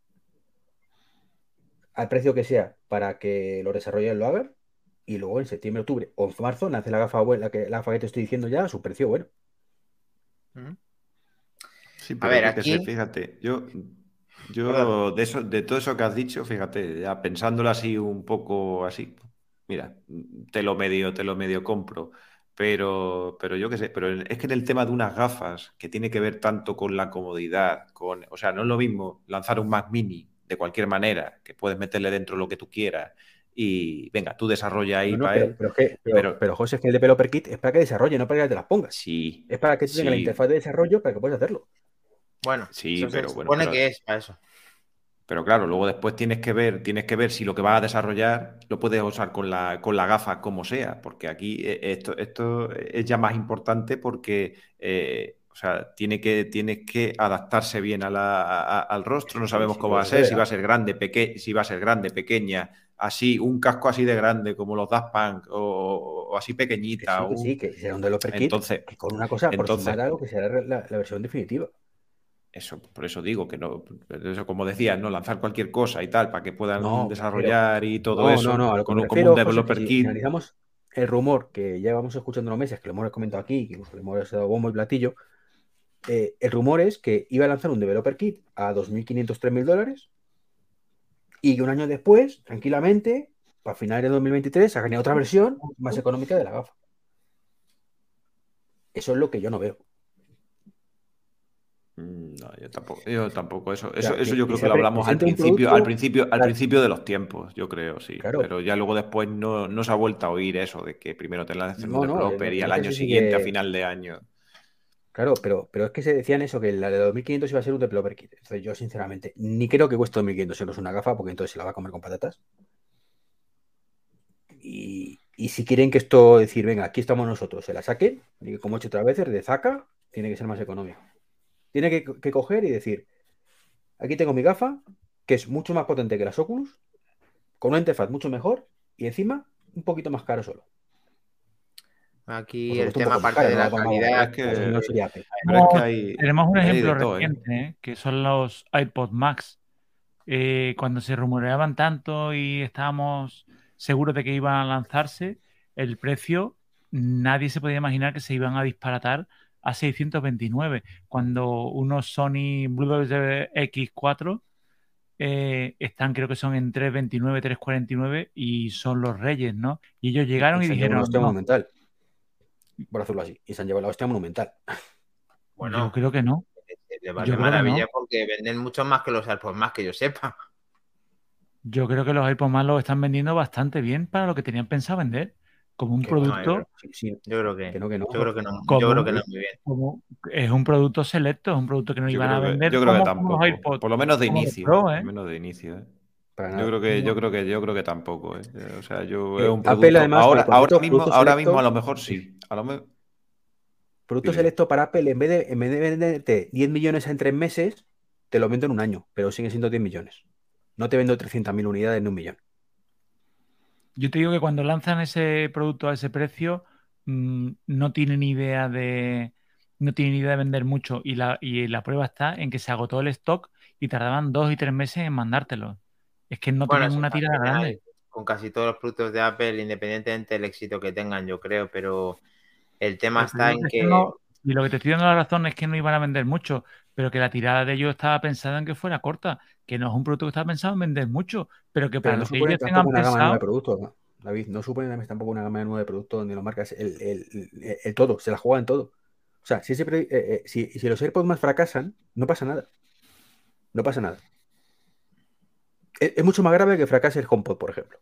Speaker 1: al precio que sea para que los desarrolladores lo hagan, y luego en septiembre, octubre o en marzo lance la gafa buena, la, que, la gafa que te estoy diciendo ya a su precio bueno.
Speaker 2: ¿Mm?
Speaker 3: Sí,
Speaker 2: A
Speaker 3: pero
Speaker 2: ver,
Speaker 3: yo qué sé,
Speaker 2: aquí.
Speaker 3: fíjate, yo,
Speaker 2: Perdona.
Speaker 3: yo de eso, de todo eso que has dicho, fíjate, ya pensándolo así un poco así, mira, te lo medio, te lo medio compro, pero, pero yo qué sé, pero es que en el tema de unas gafas que tiene que ver tanto con la comodidad, con, o sea, no es lo mismo lanzar un Mac Mini de cualquier manera, que puedes meterle dentro lo que tú quieras y venga, tú desarrolla ahí
Speaker 1: No, no,
Speaker 3: para
Speaker 1: pero,
Speaker 3: él,
Speaker 1: pero, es que, pero,
Speaker 3: pero
Speaker 1: pero José, es que el developer kit es para que desarrolle, no para que te las pongas.
Speaker 3: sí,
Speaker 1: Es para que tú tengas la
Speaker 3: sí,
Speaker 1: interfaz de desarrollo para que puedas hacerlo.
Speaker 2: Bueno,
Speaker 3: sí,
Speaker 2: eso se
Speaker 3: pero bueno,
Speaker 2: supone
Speaker 3: pero
Speaker 2: que es para eso.
Speaker 3: Pero claro, luego después tienes que ver, tienes que ver si lo que vas a desarrollar lo puedes usar con la, con la gafa como sea, porque aquí eh, esto, esto es ya más importante porque eh, O sea, tiene que, tiene que adaptarse bien a la, a- al rostro. No
Speaker 1: Sí,
Speaker 3: sabemos
Speaker 1: sí,
Speaker 3: cómo
Speaker 1: lo
Speaker 3: va a
Speaker 1: se
Speaker 3: ser, si
Speaker 1: verá.
Speaker 3: va a ser grande, peque si va a ser grande, pequeña, así, un casco así de grande como los Daft Punk o, o así
Speaker 1: Que
Speaker 3: pequeñita.
Speaker 1: sí, que
Speaker 3: Un...
Speaker 1: sí, que será un developer kit
Speaker 3: Entonces,
Speaker 1: que con una cosa
Speaker 3: entonces,
Speaker 1: aproximada a lo que será la, la versión definitiva.
Speaker 3: eso, por eso digo que no, eso como decías, no lanzar cualquier cosa y tal para que puedan
Speaker 1: No, me refiero.
Speaker 3: desarrollar y todo
Speaker 1: No, no,
Speaker 3: eso
Speaker 1: no. A lo que
Speaker 3: con
Speaker 1: me
Speaker 3: un, como un
Speaker 1: refiero, José, es que
Speaker 3: developer
Speaker 1: si, si
Speaker 3: kit.
Speaker 1: analizamos el rumor que ya vamos escuchando unos meses, que lo hemos comentado aquí, que incluso le hemos dado bombo y platillo, eh, el rumor es que iba a lanzar un developer kit a dos mil quinientos, tres mil dólares y que un año después, tranquilamente, para finales de dos mil veintitrés, ha ganado otra versión más económica de la gafa. Eso es lo que yo no veo.
Speaker 3: No, yo tampoco, yo tampoco. Eso,
Speaker 1: O
Speaker 3: eso,
Speaker 1: sea,
Speaker 3: eso
Speaker 1: que,
Speaker 3: yo
Speaker 1: que
Speaker 3: creo
Speaker 1: se
Speaker 3: que lo
Speaker 1: pre-
Speaker 3: hablamos al
Speaker 1: presente un
Speaker 3: principio, al
Speaker 1: producto.
Speaker 3: principio, al
Speaker 1: Claro,
Speaker 3: principio de los tiempos, yo creo, sí.
Speaker 1: claro.
Speaker 3: Pero ya luego después no, no se ha vuelto a oír eso de que primero te lancen un
Speaker 1: No, no,
Speaker 3: developer
Speaker 1: no,
Speaker 3: y al
Speaker 1: no que
Speaker 3: año
Speaker 1: se
Speaker 3: siguiente, a
Speaker 1: sigue.
Speaker 3: final de año.
Speaker 1: Claro, pero, pero es que se decían eso, que la de dos mil quinientos iba a ser un developer kit. Entonces, yo, sinceramente, ni creo que cueste dos mil quinientos euros una gafa, porque entonces se la va a comer con patatas. Y, y si quieren que esto, decir, venga, aquí estamos nosotros, se la saquen, y como he hecho otras veces, de Zaca, tiene que ser más económico. Tiene que, que coger y decir, aquí tengo mi gafa, que es mucho más potente que las Oculus, con una interfaz mucho mejor, y encima, un poquito más caro solo. Por
Speaker 2: Aquí el
Speaker 1: supuesto, un
Speaker 2: tema,
Speaker 1: poco más
Speaker 2: aparte
Speaker 1: caro,
Speaker 2: de
Speaker 1: no va
Speaker 2: la
Speaker 1: a poner más
Speaker 3: Pero
Speaker 1: barata,
Speaker 2: calidad,
Speaker 3: es
Speaker 1: porque si no
Speaker 3: que,
Speaker 1: sería Apple.
Speaker 3: pero es que
Speaker 4: Tenemos,
Speaker 3: hay,
Speaker 4: tenemos un
Speaker 3: hay de
Speaker 4: ejemplo
Speaker 3: todo, ¿eh?
Speaker 4: reciente, ¿eh? Que son los iPod Max. Eh, cuando se rumoreaban tanto y estábamos seguros de que iban a lanzarse, el precio, nadie se podía imaginar que se iban a disparatar a seiscientos veintinueve, cuando unos Sony Bluetooth X cuatro eh, están, creo que son en trescientos veintinueve, trescientos cuarenta y nueve y son los reyes, ¿no? Y ellos
Speaker 1: Y,
Speaker 4: llegaron
Speaker 1: y
Speaker 4: y
Speaker 1: se han llevado una
Speaker 4: dijeron,
Speaker 1: hostia
Speaker 4: no,
Speaker 1: monumental, por hacerlo así. Y se han llevado la hostia monumental.
Speaker 4: yo
Speaker 2: bueno,
Speaker 4: creo que no,
Speaker 2: les va de
Speaker 4: yo creo que
Speaker 2: maravilla
Speaker 4: no.
Speaker 2: porque venden mucho más que los AirPods más que yo sepa.
Speaker 4: Yo creo que los iPod más los están vendiendo bastante bien para lo que tenían pensado vender, como un
Speaker 1: Que va,
Speaker 2: No, yo creo,
Speaker 4: producto,
Speaker 1: sí, sí,
Speaker 2: yo creo
Speaker 1: que
Speaker 2: que,
Speaker 1: no, que no.
Speaker 2: yo creo que no, yo
Speaker 4: como
Speaker 2: creo que no
Speaker 4: un,
Speaker 2: muy bien.
Speaker 4: como es un producto selecto, es un producto que no
Speaker 3: Yo
Speaker 4: iban a
Speaker 3: creo que,
Speaker 4: vender
Speaker 3: yo creo que
Speaker 4: como, como los
Speaker 3: tampoco.
Speaker 4: iPods,
Speaker 3: Por lo menos de
Speaker 4: como los
Speaker 3: inicio.
Speaker 4: Pro,
Speaker 3: Por lo
Speaker 4: ¿eh?
Speaker 3: menos de inicio, ¿eh?
Speaker 1: Para
Speaker 3: Yo
Speaker 1: nada.
Speaker 3: creo que, yo
Speaker 4: No.
Speaker 3: creo que, yo creo que tampoco, ¿eh? O sea, yo es
Speaker 1: Eh,
Speaker 3: un
Speaker 1: Apple,
Speaker 3: producto.
Speaker 1: además, con
Speaker 3: Ahora,
Speaker 1: el
Speaker 3: ahora
Speaker 1: concepto de
Speaker 3: mismo,
Speaker 1: producto
Speaker 3: ahora mismo a
Speaker 1: selecto,
Speaker 3: lo mejor sí. A lo mejor.
Speaker 1: producto
Speaker 3: Dime, dime.
Speaker 1: selecto para Apple, en vez de, en vez de venderte diez millones en tres meses, te lo vendo en un año, pero sigue siendo diez millones. No te vendo trescientas mil unidades en un millón.
Speaker 4: Yo te digo que cuando lanzan ese producto a ese precio, mm, no tienen idea de, no tienen idea de vender mucho y la, y la prueba está en que se agotó el stock y tardaban dos y tres meses en mandártelo. Es que no
Speaker 2: Bueno,
Speaker 4: tenían
Speaker 2: eso
Speaker 4: una
Speaker 2: es al
Speaker 4: tirada
Speaker 2: final
Speaker 4: grande.
Speaker 2: con casi todos los productos de Apple, independientemente del éxito que tengan, yo creo, pero el tema
Speaker 4: Pero te
Speaker 2: está
Speaker 4: digo
Speaker 2: en
Speaker 4: que es que
Speaker 2: que,
Speaker 4: no, y lo que te estoy dando la razón es que no iban a vender mucho, pero que la tirada de ellos estaba pensada en que fuera corta, que no es un producto que estaba pensado en vender mucho, pero que
Speaker 1: Pero
Speaker 4: para
Speaker 1: no
Speaker 4: lo que
Speaker 1: supone
Speaker 4: ellos
Speaker 1: tampoco
Speaker 4: tengan
Speaker 1: una gama nueva de
Speaker 4: pensado,
Speaker 1: productos, ¿no? David. No supone además tampoco una gama nueva de productos donde lo marcas el, el- el- el todo, se la juegan todo. O sea, si, ese pre- eh, eh, si, si los AirPods más fracasan, no pasa nada. No pasa nada. Es, es mucho más grave que fracase el HomePod, por ejemplo.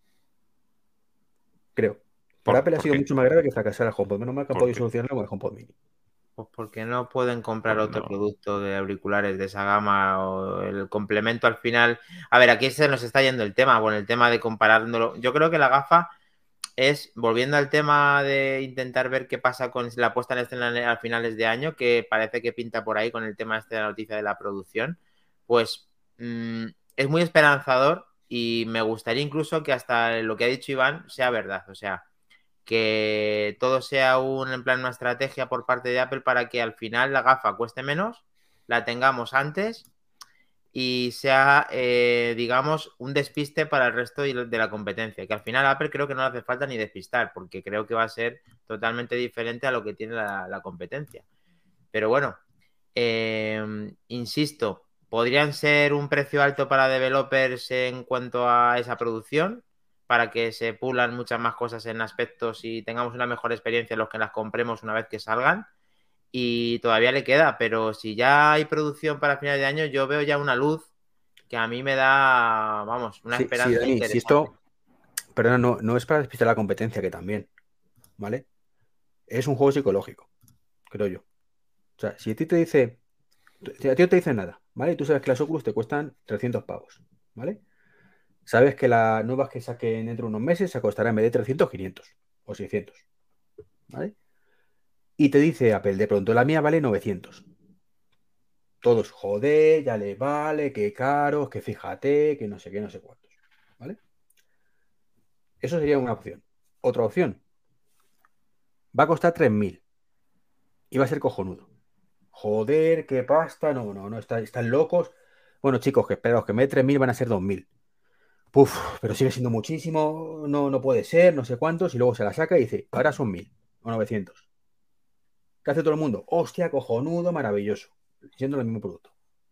Speaker 1: Creo. Para
Speaker 3: ¿Por,
Speaker 1: Apple ha
Speaker 3: por
Speaker 1: sido
Speaker 3: qué?
Speaker 1: mucho más grave que fracasar el HomePod. Menos mal que han
Speaker 3: ¿Por
Speaker 1: podido
Speaker 3: qué?
Speaker 1: solucionarlo con el HomePod mini.
Speaker 2: pues porque no pueden comprar
Speaker 3: Pues
Speaker 2: otro
Speaker 3: no.
Speaker 2: producto de auriculares de esa gama o el complemento al final. A ver, aquí se nos está yendo el tema, bueno, el tema de comparándolo. Yo creo que la gafa es, volviendo al tema de intentar ver qué pasa con la puesta en escena a finales de año, que parece que pinta por ahí con el tema este de la noticia de la producción, pues mmm, es muy esperanzador y me gustaría incluso que hasta lo que ha dicho Iván sea verdad, o sea, que todo sea un, en plan, una estrategia por parte de Apple para que al final la gafa cueste menos, la tengamos antes y sea, eh, digamos, un despiste para el resto de la competencia. Que al final Apple creo que no le hace falta ni despistar, porque creo que va a ser totalmente diferente a lo que tiene la, la competencia. Pero bueno, eh, insisto, podrían ser un precio alto para developers en cuanto a esa producción, para que se pulan muchas más cosas en aspectos y tengamos una mejor experiencia los que las compremos una vez que salgan. Y todavía le queda, pero si ya hay producción para final de año, yo veo ya una luz que a mí me da, vamos, una
Speaker 1: Sí, sí,
Speaker 2: esperanza
Speaker 1: Dani, si
Speaker 2: interesante.
Speaker 1: esto, perdona, no, no es para despistar la competencia, que también, ¿vale? Es un juego psicológico, creo yo. O sea, si a ti te dice, si a ti no te dice nada, ¿vale? Y tú sabes que las Oculus te cuestan trescientos pavos, ¿vale? Sabes que las nuevas que saquen dentro de unos meses se costará en vez de trescientos, quinientos o seiscientos, ¿vale? Y te dice Apple, de pronto, la mía vale novecientos. Todos, joder, ya le vale, qué caro, que fíjate, que no sé qué, no sé cuántos. ¿Vale? Eso sería una opción. Otra opción, va a costar tres mil y va a ser cojonudo. Joder, qué pasta, no, no, no, está- están locos. Bueno, chicos, que esperaos, que en vez de tres mil van a ser dos mil. Puf, pero sigue siendo muchísimo, no, no puede ser, no sé cuántos, y luego se la saca y dice, ahora son mil o novecientos. ¿Qué hace todo el mundo? Hostia, cojonudo, maravilloso. Siendo el mismo producto.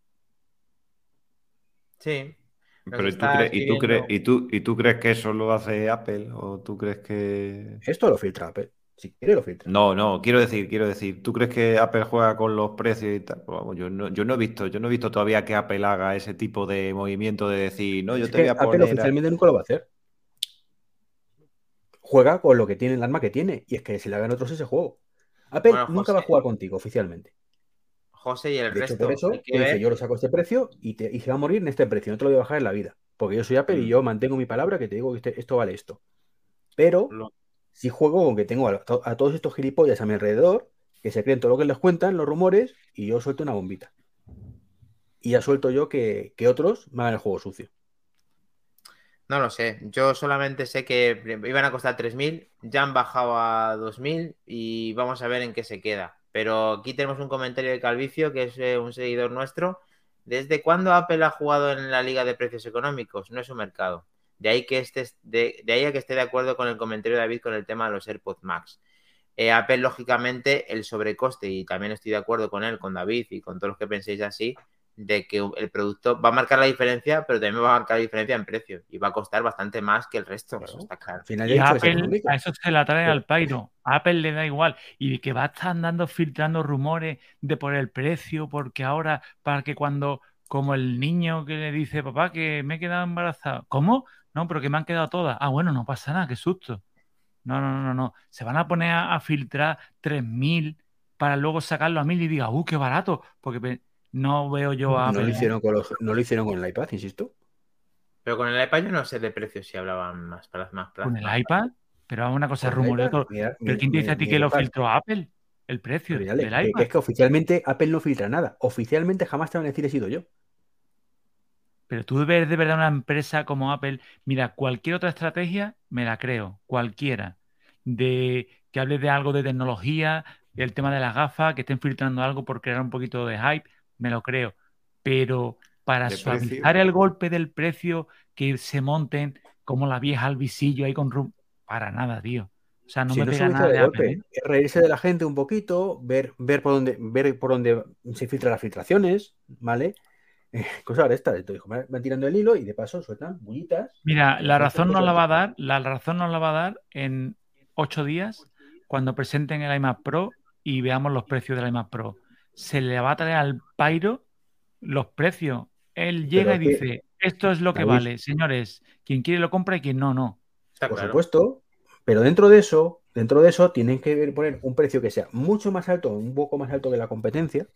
Speaker 2: Sí. Nos
Speaker 3: Pero ¿y tú
Speaker 2: está
Speaker 3: crees, y tú crees,
Speaker 2: escribiendo.
Speaker 3: y tú, y tú crees que eso lo hace Apple? ¿O tú crees que...?
Speaker 1: Esto lo filtra Apple. Si quiere, lo filtra.
Speaker 3: No, no, quiero decir, quiero decir, ¿tú crees que Apple juega con los precios y tal? Pues vamos, yo no, yo no he visto, yo no he visto todavía que Apple haga ese tipo de movimiento de decir, no, yo
Speaker 1: Es
Speaker 3: te voy
Speaker 1: que
Speaker 3: a
Speaker 1: Apple
Speaker 3: poner. a-".
Speaker 1: oficialmente nunca lo va a hacer. Juega con lo que tiene, el arma que tiene. Y es que se le hagan otros ese juego. Apple
Speaker 2: Bueno,
Speaker 1: nunca va a
Speaker 2: José,
Speaker 1: jugar contigo oficialmente.
Speaker 2: José y el
Speaker 1: De hecho, por
Speaker 2: resto. Hay
Speaker 1: eso
Speaker 2: que
Speaker 1: te dice,
Speaker 2: ver.
Speaker 1: yo lo saco a este precio y, te, y se va a morir en este precio. No te lo voy a bajar en la vida. Porque yo soy Apple y
Speaker 3: Mm.
Speaker 1: yo mantengo mi palabra que te digo que este- esto vale esto. Pero
Speaker 2: lo-
Speaker 1: si juego con que tengo a, to- a todos estos gilipollas a mi alrededor, que se creen todo lo que les cuentan, los rumores, y yo suelto una bombita. Y ya suelto yo que, que otros me hagan el juego sucio.
Speaker 2: No lo sé. Yo solamente sé que iban a costar tres mil, ya han bajado a dos mil y vamos a ver en qué se queda. Pero aquí tenemos un comentario de Calvicio, que es eh, un seguidor nuestro. ¿Desde cuándo Apple ha jugado en la liga de precios económicos? No es un mercado. De ahí, que estés, de, de ahí a que esté de acuerdo con el comentario de David con el tema de los AirPods Max. Eh, Apple, lógicamente, el sobrecoste, y también estoy de acuerdo con él, con David y con todos los que penséis así, de que el producto va a marcar la diferencia, pero también va a marcar la diferencia en precio y va a costar bastante más que el resto, eso
Speaker 1: Claro.
Speaker 2: está claro.
Speaker 1: Al final ya he
Speaker 4: Y
Speaker 1: dicho que es
Speaker 4: Apple, a
Speaker 1: económico.
Speaker 4: eso se la trae
Speaker 1: Pero,
Speaker 4: al pairo. A Apple le da igual. Y que va a estar andando filtrando rumores de por el precio, porque ahora, para que cuando, como el niño que le dice, papá, que me he quedado embarazada. ¿Cómo? No, pero que me han quedado todas. Ah, bueno, no pasa nada, qué susto. No, no, no, no, no. Se van a poner a, a filtrar tres mil para luego sacarlo a mil y diga, ¡uh, qué barato! Porque pe- no veo yo a
Speaker 1: no lo
Speaker 4: Apple, ¿eh?
Speaker 1: hicieron con los- no lo hicieron con el iPad, insisto.
Speaker 2: Pero con el iPad yo no sé de precios si hablaban más plazas, más
Speaker 4: Con
Speaker 2: plazas,
Speaker 4: el
Speaker 2: más
Speaker 4: iPad, pero una cosa es
Speaker 1: Con el
Speaker 4: rumor y
Speaker 1: iPad,
Speaker 4: otro.
Speaker 1: mira,
Speaker 4: ¿Pero
Speaker 1: mira,
Speaker 4: quién te dice
Speaker 1: mira,
Speaker 4: a ti que
Speaker 1: mira,
Speaker 4: lo
Speaker 1: Paz,
Speaker 4: filtró Apple? El precio
Speaker 1: pero dale,
Speaker 4: del
Speaker 1: que, que
Speaker 4: iPad.
Speaker 1: es que oficialmente Apple no filtra nada. Oficialmente jamás te van a decir he sido yo.
Speaker 4: Pero tú ves de verdad una empresa como Apple, mira, cualquier otra estrategia me la creo, cualquiera. De que hables de algo de tecnología, el tema de las gafas, que estén filtrando algo por crear un poquito de hype, me lo creo. Pero para
Speaker 3: De precio.
Speaker 4: suavizar el golpe del precio, que se monten como la vieja al visillo ahí con rum, para nada, tío. O sea, no
Speaker 1: Si
Speaker 4: me
Speaker 1: no
Speaker 4: pega
Speaker 1: suavizar
Speaker 4: nada
Speaker 1: de
Speaker 4: de Apple, ¿eh?
Speaker 1: golpe, es reírse de la gente un poquito, ver, ver por dónde, ver por dónde se filtran las filtraciones, ¿vale? Eh, cosas de estas. Entonces, van van tirando el hilo y de paso sueltan bullitas
Speaker 4: Mira,
Speaker 1: que la
Speaker 4: la
Speaker 1: gente
Speaker 4: razón
Speaker 1: pues,
Speaker 4: nos la
Speaker 1: suelta.
Speaker 4: va a dar, la razón nos la va a dar en ocho días cuando presenten el iMac Pro y veamos los precios del iMac Pro. Se le va a traer al pairo los precios. Él
Speaker 1: Pero
Speaker 4: llega y
Speaker 1: es que,
Speaker 4: dice, esto es lo que
Speaker 1: David,
Speaker 4: vale, señores. Quien quiere lo compra y quien no, no.
Speaker 2: está
Speaker 1: por
Speaker 2: claro.
Speaker 1: supuesto, pero dentro de eso, dentro de eso, tienen que ver- poner un precio que sea mucho más alto, un poco más alto que la competencia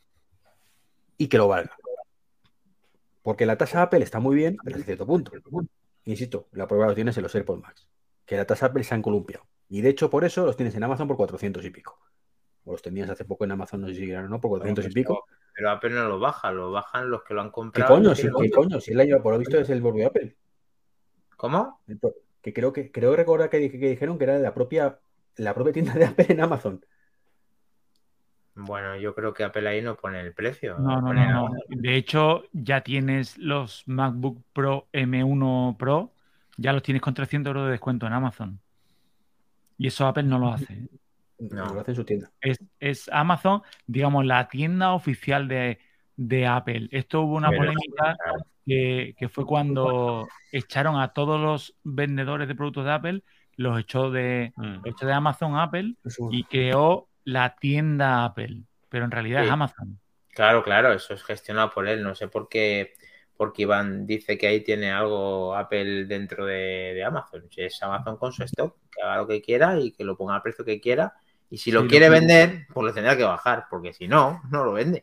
Speaker 1: y que lo valga. Porque la tasa Apple está muy bien, pero hasta cierto punto. Insisto, la prueba lo tienes en los AirPods Max. Que la tasa Apple se han columpiado. Y de hecho, por eso los tienes en Amazon por cuatrocientos y pico. O los tenías hace poco en Amazon, no sé si eran, ¿no? Por
Speaker 2: Bueno,
Speaker 1: cuatrocientos y pico.
Speaker 2: pero, pero Apple no lo baja, lo bajan los que lo han
Speaker 1: ¿Qué
Speaker 2: comprado y
Speaker 1: coño?
Speaker 2: los que
Speaker 1: Sí,
Speaker 2: lo
Speaker 1: ¿qué
Speaker 2: otro.
Speaker 1: coño? Si es la lleva, por lo visto es el propio Apple.
Speaker 2: ¿Cómo?
Speaker 1: El pro- Que creo que creo recordar que, que dijeron que era la propia, la propia tienda de Apple en Amazon.
Speaker 2: Bueno, yo creo que Apple ahí no pone el precio,
Speaker 4: No,
Speaker 2: lo
Speaker 4: no,
Speaker 2: pone
Speaker 4: no,
Speaker 2: en
Speaker 4: no.
Speaker 2: Amazon.
Speaker 4: De hecho, ya tienes los MacBook Pro M uno Pro, ya los tienes con trescientos euros de descuento en Amazon. Y eso Apple no lo hace, ¿eh?
Speaker 1: No lo
Speaker 2: No.
Speaker 1: hace en su tienda.
Speaker 4: Es, es Amazon, digamos, la tienda oficial de, de Apple. Esto hubo una
Speaker 2: Pero,
Speaker 4: polémica
Speaker 2: claro,
Speaker 4: que, que fue cuando echaron a todos los vendedores de productos de Apple, los echó de,
Speaker 3: Mm.
Speaker 4: los echó de Amazon a Apple
Speaker 1: Es un-
Speaker 4: y creó la tienda Apple. Pero en realidad es
Speaker 2: sí.
Speaker 4: Amazon.
Speaker 2: Claro, claro, eso es gestionado por él. No sé por qué, porque Iván dice que ahí tiene algo Apple dentro de, de Amazon. Si es Amazon con su stock, que haga lo que quiera y que lo ponga al precio que quiera. Y si lo
Speaker 4: Sí, lo
Speaker 2: quiere
Speaker 4: que-
Speaker 2: vender, pues lo tendrá que bajar, porque si no, no lo vende.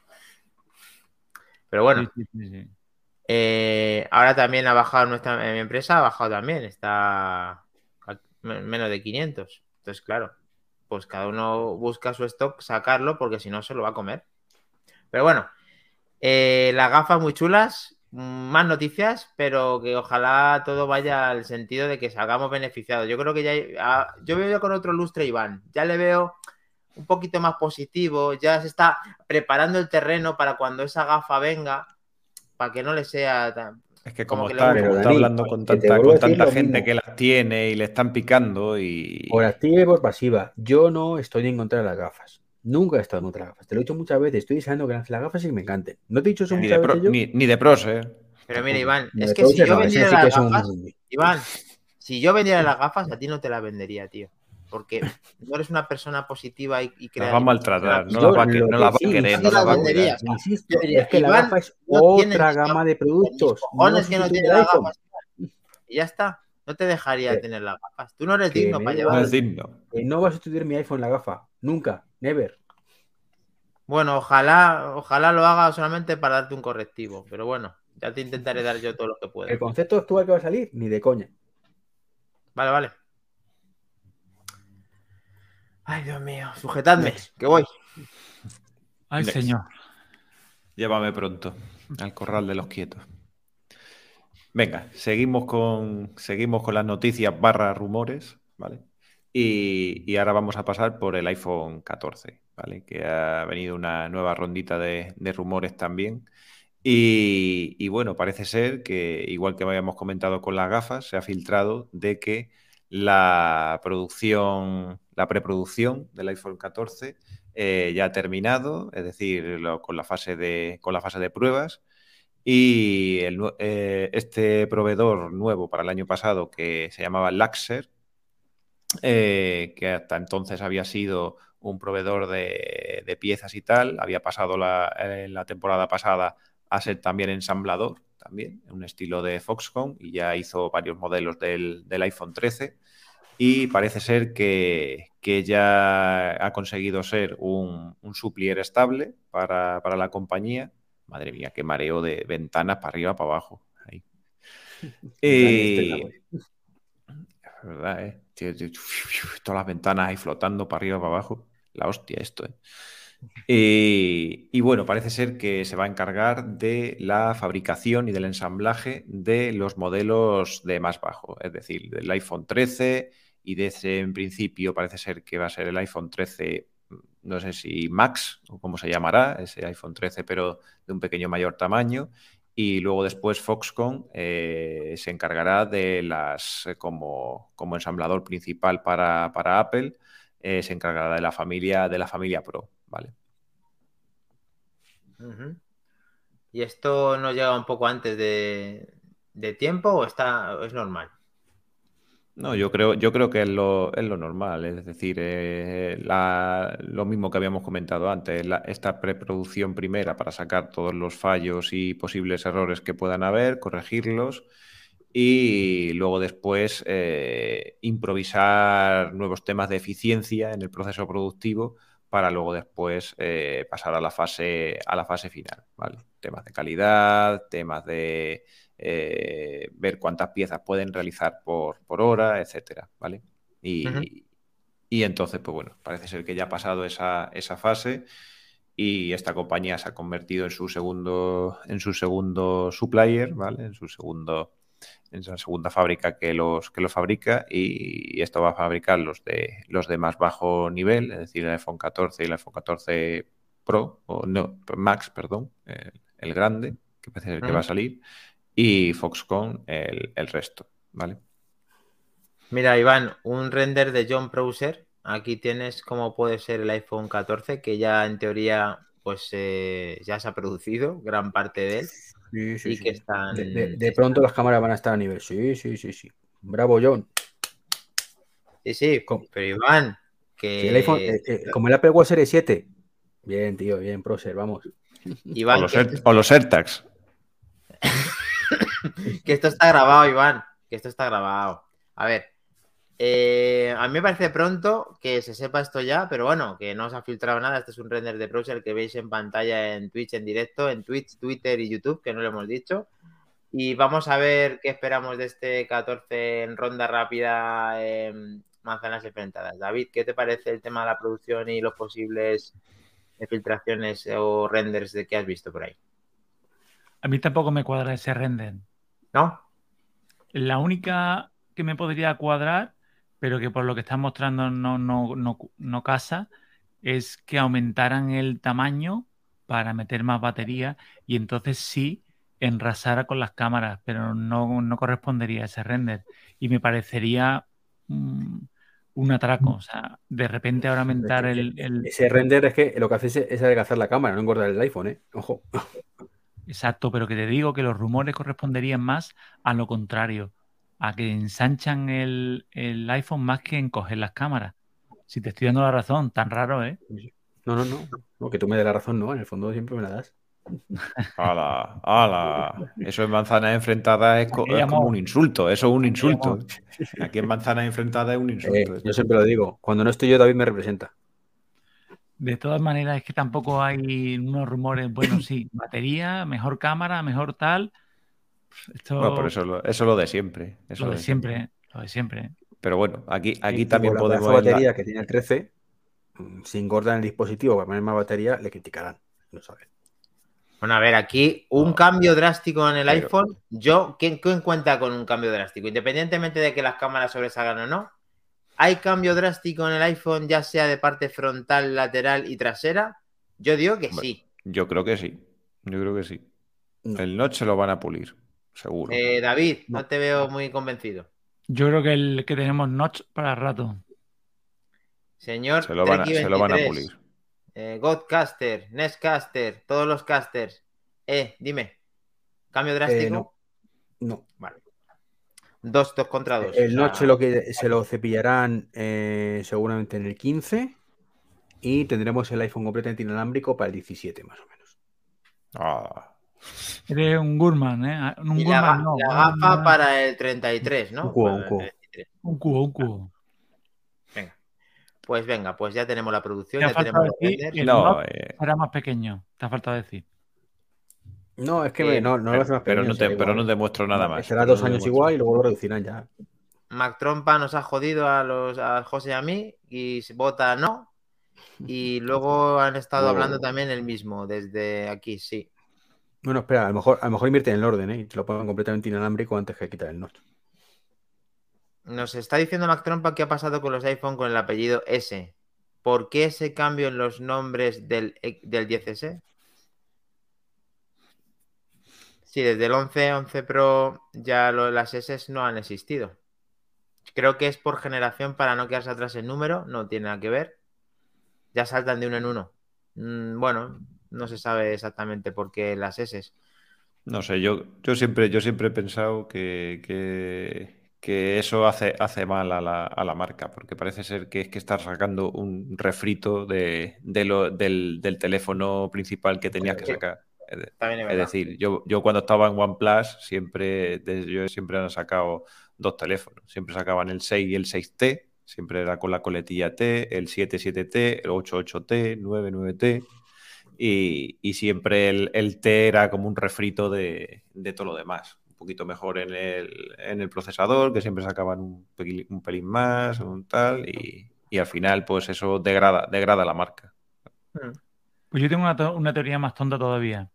Speaker 2: Pero bueno,
Speaker 4: sí, sí, sí, sí.
Speaker 2: eh, ahora también ha bajado nuestra eh, mi empresa, ha bajado también, está a menos de quinientos. Entonces, claro, pues cada uno busca su stock, sacarlo, porque si no se lo va a comer. Pero bueno, eh, las gafas muy chulas, más noticias, pero que ojalá todo vaya al sentido de que salgamos beneficiados. Yo creo que ya hay, a, yo veo con otro lustre Iván, ya le veo un poquito más positivo, ya se está preparando el terreno para cuando esa gafa venga, para que no le sea tan...
Speaker 3: Es que
Speaker 2: Como
Speaker 3: como,
Speaker 2: que le
Speaker 3: está,
Speaker 2: gusta.
Speaker 3: como
Speaker 1: Pero
Speaker 3: está
Speaker 1: Dani,
Speaker 3: hablando con
Speaker 1: que te
Speaker 3: tanta,
Speaker 1: vuelvo a
Speaker 3: con
Speaker 1: decir
Speaker 3: tanta
Speaker 1: lo
Speaker 3: gente
Speaker 1: mismo.
Speaker 3: que las tiene y le están picando y...
Speaker 1: Por activa y por pasiva. Yo no estoy en contra de las gafas. Nunca he estado en contra de las gafas. Te lo he dicho muchas veces. Estoy deseando que las gafas sí que me encanten. ¿No te he dicho eso
Speaker 3: Ni de,
Speaker 1: muchas
Speaker 3: pro,
Speaker 1: veces yo?
Speaker 3: ni, ni de pros, ¿eh?
Speaker 2: Pero mira,
Speaker 3: Tampoco.
Speaker 2: Iván,
Speaker 1: No,
Speaker 2: es
Speaker 1: de
Speaker 2: que si
Speaker 1: Prouser
Speaker 2: yo
Speaker 1: no. Ese
Speaker 2: vendiera
Speaker 1: sí que
Speaker 2: las
Speaker 1: es
Speaker 2: gafas,
Speaker 1: un...
Speaker 2: Iván, si yo vendiera las gafas, a ti no te las vendería, tío. Porque no eres una persona positiva y, y
Speaker 3: Las
Speaker 2: crea...
Speaker 3: va a
Speaker 2: y-
Speaker 3: maltratar, no
Speaker 1: Yo
Speaker 3: las va a, que-
Speaker 1: lo
Speaker 3: no
Speaker 1: que
Speaker 3: las va
Speaker 1: sí,
Speaker 3: a querer,
Speaker 2: No
Speaker 3: no
Speaker 2: te
Speaker 3: las
Speaker 2: las
Speaker 3: va a
Speaker 1: insisto,
Speaker 3: cuidar.
Speaker 2: venderías.
Speaker 1: insisto,
Speaker 2: Yo diría,
Speaker 1: es que la
Speaker 2: Iván
Speaker 1: gafa es
Speaker 2: no tiene
Speaker 1: otra
Speaker 2: ni
Speaker 1: gama de
Speaker 2: gafas, mis
Speaker 1: productos. No
Speaker 2: cojones que no
Speaker 1: sustituye
Speaker 2: tiene
Speaker 1: el
Speaker 2: las
Speaker 1: iPhone.
Speaker 2: gafas. Y ya está. No te dejaría
Speaker 1: Que,
Speaker 2: tener las gafas. Tú no eres
Speaker 1: que
Speaker 2: digno
Speaker 1: me
Speaker 2: para
Speaker 1: da
Speaker 3: No es
Speaker 2: llevarlas.
Speaker 1: igual.
Speaker 3: digno.
Speaker 1: Que no va a sustituir mi iPhone la gafa. Nunca. Never.
Speaker 2: Bueno, ojalá, ojalá lo haga solamente para darte un correctivo. Pero bueno, ya te intentaré dar yo todo lo que
Speaker 1: El
Speaker 2: pueda.
Speaker 1: concepto actual que va a salir, ni de coña.
Speaker 2: Vale, vale. Ay, Dios mío. Sujetadme,
Speaker 1: Next.
Speaker 2: que voy.
Speaker 4: Ay,
Speaker 3: Next.
Speaker 4: señor.
Speaker 3: Llévame pronto al corral de los quietos. Venga, seguimos con, seguimos con las noticias barra rumores, ¿vale? Y, y ahora vamos a pasar por el iPhone catorce, ¿vale? Que ha venido una nueva rondita de, de rumores también. Y, y bueno, parece ser que, igual que habíamos comentado con las gafas, se ha filtrado de que la producción, la preproducción del iPhone catorce eh, ya ha terminado, es decir, lo- con la fase de, con la fase de pruebas. Y el nue- eh, este proveedor nuevo para el año pasado, que se llamaba Luxer, eh, que hasta entonces había sido un proveedor de, de piezas y tal, había pasado la, en la temporada pasada a ser también ensamblador, también, en un estilo de Foxconn, y ya hizo varios modelos del, del iPhone trece. Y parece ser que, que ya ha conseguido ser un, un supplier estable para, para la compañía. Madre mía, qué mareo de ventanas para arriba, para abajo. Ahí.
Speaker 1: Dani, estrella,
Speaker 3: Y,
Speaker 1: güey.
Speaker 3: es verdad, ¿eh? Tío, tío, todas las ventanas ahí flotando para arriba, para abajo. La hostia esto, ¿eh? Y, y bueno, parece ser que se va a encargar de la fabricación y del ensamblaje de los modelos de más bajo, es decir, del iPhone trece y de ese en principio parece ser que va a ser el iPhone trece, no sé si Max o cómo se llamará, ese iPhone trece pero de un pequeño mayor tamaño. Y luego después Foxconn eh, se encargará de las, eh, como, como ensamblador principal para, para Apple, eh, se encargará de la familia, de la familia Pro, ¿vale?
Speaker 2: Uh-huh. ¿Y esto no llega un poco antes de, de tiempo o está, o es normal?
Speaker 3: No, yo creo, yo creo que es lo, es lo normal, es decir, eh, la- lo mismo que habíamos comentado antes, la- esta preproducción primera para sacar todos los fallos y posibles errores que puedan haber, corregirlos y luego después eh, improvisar nuevos temas de eficiencia en el proceso productivo para luego después eh, pasar a la fase, a la fase final, ¿vale? Temas de calidad, temas de eh, ver cuántas piezas pueden realizar por, por hora, etcétera, ¿vale? Y,
Speaker 2: Uh-huh.
Speaker 3: y entonces, pues bueno, parece ser que ya ha pasado esa, esa fase y esta compañía se ha convertido en su segundo, en su segundo supplier, ¿vale? En su segundo, en la segunda fábrica que los, que los fabrica y, y esto va a fabricar los de, los de más bajo nivel, es decir, el iPhone catorce y el iPhone catorce Pro, o no, Max, perdón, el, el grande, que parece ser que va a
Speaker 2: Uh-huh.
Speaker 3: salir, y Foxconn el, el resto, ¿vale?
Speaker 2: Mira, Iván, un render de John Prosser. Aquí tienes cómo puede ser el iPhone catorce, que ya en teoría pues eh, ya se ha producido gran parte de él
Speaker 1: Sí, sí,
Speaker 2: y que
Speaker 1: sí.
Speaker 2: están,
Speaker 1: De, de- de
Speaker 2: están...
Speaker 1: pronto las cámaras van a estar a nivel. Sí, sí, sí, sí. Bravo, John.
Speaker 2: Sí, sí,
Speaker 1: Com-
Speaker 2: pero Iván,
Speaker 1: Si el iPhone,
Speaker 2: que...
Speaker 1: eh, eh, como el Apple Watch Series siete. Bien, tío, bien, Procer, vamos.
Speaker 3: O
Speaker 2: Iván,
Speaker 3: los,
Speaker 2: que esto,
Speaker 3: Air- o los AirTags.
Speaker 2: que esto está grabado, Iván, que esto está grabado. A ver, eh, a mí me parece pronto que se sepa esto ya, pero bueno, que no os ha filtrado nada. Este es un render de browser que veis en pantalla en Twitch en directo, en Twitch, Twitter y YouTube, que no lo hemos dicho. Y vamos a ver qué esperamos de este catorce en ronda rápida. Eh, manzanas enfrentadas. David, ¿qué te parece el tema de la producción y los posibles filtraciones o renders de que has visto por ahí?
Speaker 4: A mí tampoco me cuadra ese render.
Speaker 2: ¿No?
Speaker 4: La única que me podría cuadrar, pero que por lo que están mostrando no, no, no, no casa, es que aumentaran el tamaño para meter más batería y entonces sí enrasara con las cámaras, pero no, no correspondería a ese render. Y me parecería mm, un atraco. O sea, de repente ahora aumentar el, el-
Speaker 1: Ese render es que lo que hace es, es adelgazar la cámara, no engordar el iPhone, ¿eh? Ojo.
Speaker 4: Exacto, pero que te digo que los rumores corresponderían más a lo contrario, a que ensanchan el, el iPhone más que encoger las cámaras. Si te estoy dando la razón, tan raro, ¿eh?
Speaker 1: No, no, no. No, que tú me des la razón, no. En el fondo siempre me la das.
Speaker 3: ¡Hala! ¡Hala! Eso en manzanas enfrentadas es, co-
Speaker 4: Hay
Speaker 3: es como
Speaker 4: amor,
Speaker 3: un insulto. Eso es un
Speaker 4: hay
Speaker 3: insulto.
Speaker 4: amor.
Speaker 3: Aquí en manzanas enfrentadas es un
Speaker 1: Eh,
Speaker 3: insulto.
Speaker 1: yo siempre lo digo. Cuando no estoy yo, David me representa.
Speaker 4: De todas maneras, es que tampoco hay unos rumores, bueno, sí, batería, mejor cámara, mejor tal.
Speaker 3: Bueno, por
Speaker 4: Esto
Speaker 3: eso lo, eso lo de siempre. Eso
Speaker 4: lo
Speaker 3: lo
Speaker 4: de
Speaker 3: de siempre.
Speaker 4: siempre, ¿eh? Lo de siempre. ¿eh?
Speaker 3: Pero bueno, aquí, aquí
Speaker 1: Y, y
Speaker 3: también
Speaker 1: con la pedazo
Speaker 3: podemos
Speaker 1: de
Speaker 3: en la-
Speaker 1: batería que tiene el trece, mm, si engordan el dispositivo para poner más batería, le criticarán. No sabes.
Speaker 2: Bueno, a ver, aquí un
Speaker 3: No,
Speaker 2: cambio drástico en el
Speaker 3: pero-
Speaker 2: iPhone. Yo, ¿quién, quién cuenta con un cambio drástico? Independientemente de que las cámaras sobresalgan o no, ¿hay cambio drástico en el iPhone, ya sea de parte frontal, lateral y trasera? Yo digo que
Speaker 3: Hombre,
Speaker 2: sí.
Speaker 3: yo creo que sí. Yo creo que sí.
Speaker 1: No.
Speaker 3: El notch se lo van a pulir, seguro.
Speaker 2: Eh, David, no.
Speaker 1: No.
Speaker 2: te veo muy convencido.
Speaker 4: Yo creo que el que tenemos notch para rato.
Speaker 2: Señor
Speaker 3: Se lo van a,
Speaker 2: Treki
Speaker 3: se lo van a
Speaker 2: veintitrés,
Speaker 3: pulir.
Speaker 2: eh, Godcaster, Nestcaster, todos los casters. Eh, dime, ¿cambio drástico?
Speaker 1: Eh, no. No.
Speaker 2: Vale. Dos, dos contra dos.
Speaker 1: El
Speaker 2: o
Speaker 1: notch
Speaker 2: sea,
Speaker 1: lo que se lo cepillarán eh, seguramente en el quince y tendremos el iPhone completamente inalámbrico para el diecisiete, más o menos.
Speaker 3: Ah,
Speaker 4: Eres un Gurman, ¿eh? Un
Speaker 2: y la,
Speaker 4: Gurman
Speaker 2: ga-
Speaker 4: no.
Speaker 2: la
Speaker 4: un-
Speaker 2: gafa para el treinta y tres, ¿no?
Speaker 1: Un cubo,
Speaker 2: Para
Speaker 1: un
Speaker 2: el
Speaker 1: cubo.
Speaker 2: treinta y tres.
Speaker 4: Un cubo, un cubo.
Speaker 2: Venga. Pues venga, pues ya tenemos la producción,
Speaker 4: Te ha
Speaker 2: ya
Speaker 4: faltado
Speaker 2: tenemos los
Speaker 4: decir
Speaker 2: renders.
Speaker 4: que el
Speaker 3: no,
Speaker 4: notch
Speaker 3: eh,
Speaker 4: será más pequeño. Te ha faltado decir.
Speaker 1: No, es que
Speaker 2: Eh,
Speaker 1: me- no, no lo
Speaker 3: pero,
Speaker 1: hace más
Speaker 3: pero
Speaker 1: pequeño,
Speaker 3: no
Speaker 1: será
Speaker 3: te, pero
Speaker 1: igual.
Speaker 3: no te muestro nada más.
Speaker 1: Estará
Speaker 3: pero
Speaker 1: dos
Speaker 3: no te
Speaker 1: años
Speaker 3: muestro.
Speaker 1: igual y luego lo reducirán ya.
Speaker 2: Mac Trompa nos ha jodido a los a José y a mí y se vota no. Y luego han estado
Speaker 1: No.
Speaker 2: hablando también el mismo desde aquí, sí.
Speaker 1: Bueno, espera, a lo mejor, a lo mejor invierten en el orden, ¿eh? Y te lo ponen completamente inalámbrico antes que quitar el notch.
Speaker 2: Nos está diciendo Mac Trompa qué ha pasado con los iPhone con el apellido S. ¿Por qué ese cambio en los nombres del, del diez ese? Sí, desde el once, once Pro ya lo- las S no han existido. Creo que es por generación para no quedarse atrás el número, no tiene nada que ver. Ya saltan de uno en uno. Mm, bueno, no se sabe exactamente por qué las S.
Speaker 3: No sé, yo, yo siempre, yo siempre he pensado que, que, que eso hace, hace mal a la, a la marca, porque parece ser que es que estás sacando un refrito de, de lo- del, del teléfono principal que tenías que
Speaker 2: Sí,
Speaker 3: sacar. Es de-
Speaker 2: también es
Speaker 3: es
Speaker 2: verdad.
Speaker 3: decir, yo, yo cuando estaba en OnePlus, siempre, de- yo siempre han sacado dos teléfonos. Siempre sacaban el seis y el seis T, siempre era con la coletilla T, el siete siete T, el ocho ocho T, nueve nueve T. Y, y siempre el, el T era como un refrito de, de todo lo demás. Un poquito mejor en el, en el procesador, que siempre sacaban un, pelín, un pelín más, un tal, y, y al final, pues eso degrada, degrada la marca.
Speaker 4: Pues yo tengo una, to- una teoría más tonta todavía.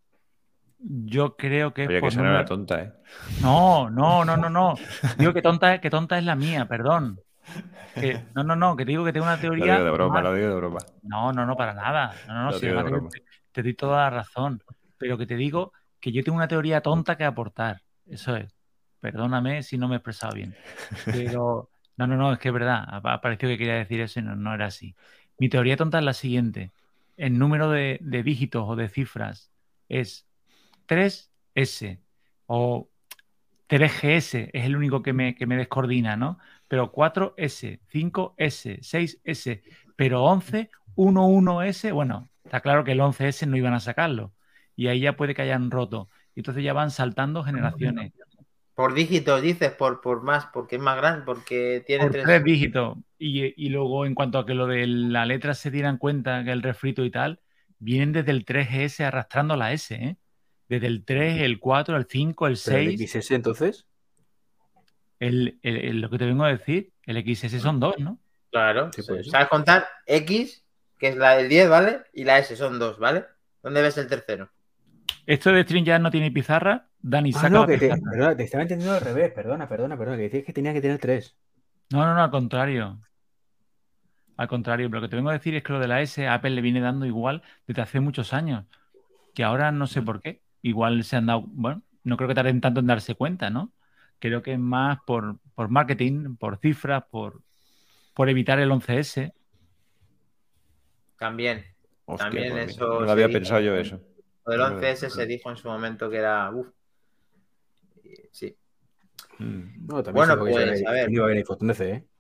Speaker 4: Yo creo que es
Speaker 3: Oye, que
Speaker 4: por
Speaker 3: esa no era
Speaker 4: número...
Speaker 3: tonta, ¿eh?
Speaker 4: No, no, no, no, no. Digo que tonta, que tonta es la mía, perdón. Que, no, no, no, que te digo que tengo una
Speaker 3: Lo
Speaker 4: teoría
Speaker 3: digo de broma,
Speaker 4: más-
Speaker 3: lo digo de broma.
Speaker 4: No, no, no, para nada. No, no, no,
Speaker 3: Lo
Speaker 4: si
Speaker 3: digo de
Speaker 4: además
Speaker 3: broma.
Speaker 4: te, te doy toda la razón. Pero que te digo que yo tengo una teoría tonta que aportar. Eso es. Perdóname si no me he expresado bien. Pero, no, no, no, es que es verdad. Ha ha parecido que quería decir eso y no, no era así. Mi teoría tonta es la siguiente. El número de, de dígitos o de cifras es tres ese o tres G S, es el único que me, que me descoordina, ¿no? Pero cuatro ese, cinco ese, seis ese, pero once, uno uno ese, bueno, está claro que el once ese no iban a sacarlo. Y ahí ya puede que hayan roto. Y entonces ya van saltando generaciones.
Speaker 2: Por dígitos, dices, por, por más, porque es más grande, porque tiene
Speaker 4: Por
Speaker 2: tres.
Speaker 4: tres dígitos. Y, y luego, en cuanto a que lo de la letra se dieran cuenta, que el refrito y tal, vienen desde el tres G S arrastrando la S, ¿eh? Desde el tres, el cuatro, el cinco, el
Speaker 1: ¿Pero el
Speaker 4: seis.
Speaker 1: X S entonces?
Speaker 4: el, el- el- lo que te vengo a decir, el X S son dos, ¿no?
Speaker 2: Claro.
Speaker 1: Sí, puede ser.
Speaker 2: ¿Sabes contar? X, que es la del diez, ¿vale? Y la S son dos, ¿vale? ¿Dónde ves el tercero?
Speaker 4: Esto de stream ya no tiene pizarra. Dani,
Speaker 1: Ah,
Speaker 4: saca
Speaker 1: no,
Speaker 4: la
Speaker 1: que te,
Speaker 4: pizarra.
Speaker 1: perdona, te estaba entendiendo al revés. Perdona, perdona, perdona. Que decías que tenía que tener tres.
Speaker 4: No, no, no, al contrario. Al contrario, pero lo que te vengo a decir es que lo de la S, a Apple le viene dando igual desde hace muchos años, que ahora no sé por qué. Igual se han dado, bueno, no creo que tarden tanto en darse cuenta, ¿no? Creo que es más por, por marketing, por cifras, por, por evitar el once ese.
Speaker 2: También.
Speaker 3: Hostia,
Speaker 2: También
Speaker 3: pues mira,
Speaker 2: eso
Speaker 3: no lo
Speaker 2: se
Speaker 3: había
Speaker 2: dijo.
Speaker 3: pensado yo eso.
Speaker 2: Lo del
Speaker 3: Es
Speaker 2: once
Speaker 3: verdad.
Speaker 2: ese se dijo en su momento que era. Uf. Sí.
Speaker 3: Mm.
Speaker 1: No, también
Speaker 2: Bueno,
Speaker 1: se dijo que,
Speaker 2: pues,
Speaker 1: se-
Speaker 2: a ver.
Speaker 1: que no iba a haber iPhone trece, ¿eh?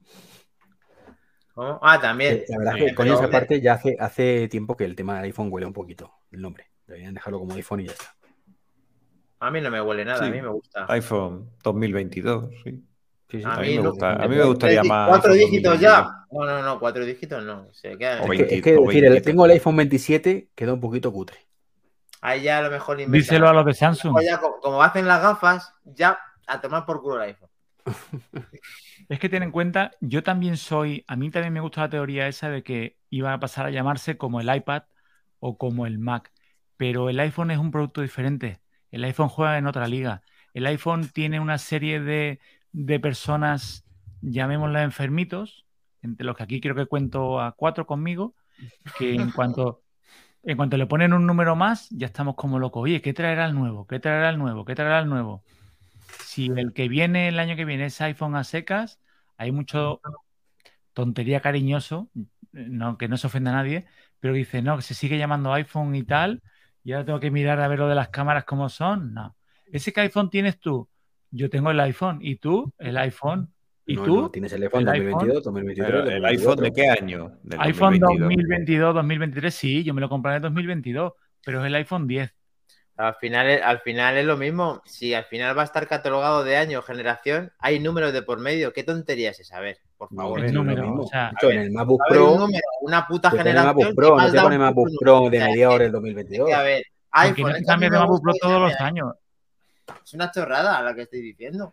Speaker 2: ¿Cómo? Ah, también.
Speaker 1: Que La verdad es
Speaker 2: También,
Speaker 1: que, coño,
Speaker 2: pero
Speaker 1: esa
Speaker 2: hombre,
Speaker 1: parte ya hace, hace tiempo que el tema del iPhone huele un poquito, el nombre. Deberían dejarlo como iPhone y ya está.
Speaker 2: a mí no me huele nada, a
Speaker 3: Sí.
Speaker 2: mí me gusta.
Speaker 3: iPhone dos mil veintidós, sí.
Speaker 1: Sí, sí.
Speaker 2: A
Speaker 3: A
Speaker 2: mí
Speaker 3: mí me
Speaker 2: no.
Speaker 3: gusta, a mí me
Speaker 2: Tres-
Speaker 3: gustaría
Speaker 2: tres di-
Speaker 3: más
Speaker 2: ¿Cuatro
Speaker 3: iPhone
Speaker 2: dígitos
Speaker 3: dos mil veintidós.
Speaker 2: ya? No, no, no, cuatro dígitos no. Se queda
Speaker 3: O
Speaker 2: en-
Speaker 1: Es que, es
Speaker 3: veinte
Speaker 1: que
Speaker 3: o
Speaker 1: decir, el-
Speaker 3: veinte.
Speaker 1: tengo el iPhone veintisiete, quedó un poquito cutre.
Speaker 2: Ahí ya a lo mejor inventan.
Speaker 4: Díselo a los de Samsung.
Speaker 2: Pues ya, como, como hacen las gafas, ya a tomar por culo el iPhone.
Speaker 4: Es que ten en cuenta, yo también soy, a mí también me gusta la teoría esa de que iba a pasar a llamarse como el iPad o como el Mac, pero el iPhone es un producto diferente. El iPhone juega en otra liga. El iPhone tiene una serie de, de personas, llamémoslas enfermitos, entre los que aquí creo que cuento a cuatro conmigo, que en cuanto, en cuanto le ponen un número más, ya estamos como locos. Oye, ¿qué traerá el nuevo? ¿Qué traerá el nuevo? ¿Qué traerá el nuevo? Si el que viene el año que viene es iPhone a secas, hay mucho tontería cariñoso, no, que no se ofenda a nadie, pero dice, no, que se sigue llamando iPhone y tal, y ahora tengo que mirar a ver lo de las cámaras cómo son. No. Ese que iPhone tienes tú, yo tengo el iPhone, y tú, el iPhone, y
Speaker 1: No,
Speaker 4: tú,
Speaker 1: no, tienes el iPhone
Speaker 4: el
Speaker 1: dos mil veintidós,
Speaker 4: iPhone.
Speaker 1: dos mil veintitrés,
Speaker 3: Pero, ¿el iPhone de qué año? Del
Speaker 4: iPhone
Speaker 3: dos mil veintidós.
Speaker 4: dos mil veintidós, dos mil veintitrés, sí, yo me lo compré en dos mil veintidós, pero es el iPhone diez.
Speaker 2: Al final, es- al final es lo mismo. Si al final va a estar catalogado de año o generación, hay números de por medio. ¿Qué tontería es esa? A ver, por
Speaker 1: No,
Speaker 2: favor.
Speaker 1: hombre,
Speaker 4: El
Speaker 1: no es lo
Speaker 4: número,
Speaker 1: mismo.
Speaker 4: o sea,
Speaker 1: De hecho,
Speaker 2: a
Speaker 1: en
Speaker 2: ver,
Speaker 1: el MacBook
Speaker 2: Va a haber un
Speaker 1: Pro
Speaker 2: número, una puta
Speaker 1: te pone
Speaker 2: generación
Speaker 1: MacBook
Speaker 2: que
Speaker 1: Pro,
Speaker 2: más
Speaker 1: no te
Speaker 2: da
Speaker 1: pone
Speaker 2: un
Speaker 1: MacBook
Speaker 2: puto
Speaker 1: Pro
Speaker 2: número.
Speaker 1: de
Speaker 2: O sea, es
Speaker 1: mediados
Speaker 2: que-
Speaker 1: del dos mil
Speaker 2: es
Speaker 1: veintidós.
Speaker 2: que, a ver,
Speaker 4: porque
Speaker 2: iPhone,
Speaker 4: no
Speaker 2: es
Speaker 4: te
Speaker 2: que a mí
Speaker 4: cambias
Speaker 2: me
Speaker 4: de MacBook
Speaker 2: gusta
Speaker 4: Pro todos
Speaker 2: ese,
Speaker 4: los años.
Speaker 2: es una chorrada la que estoy diciendo.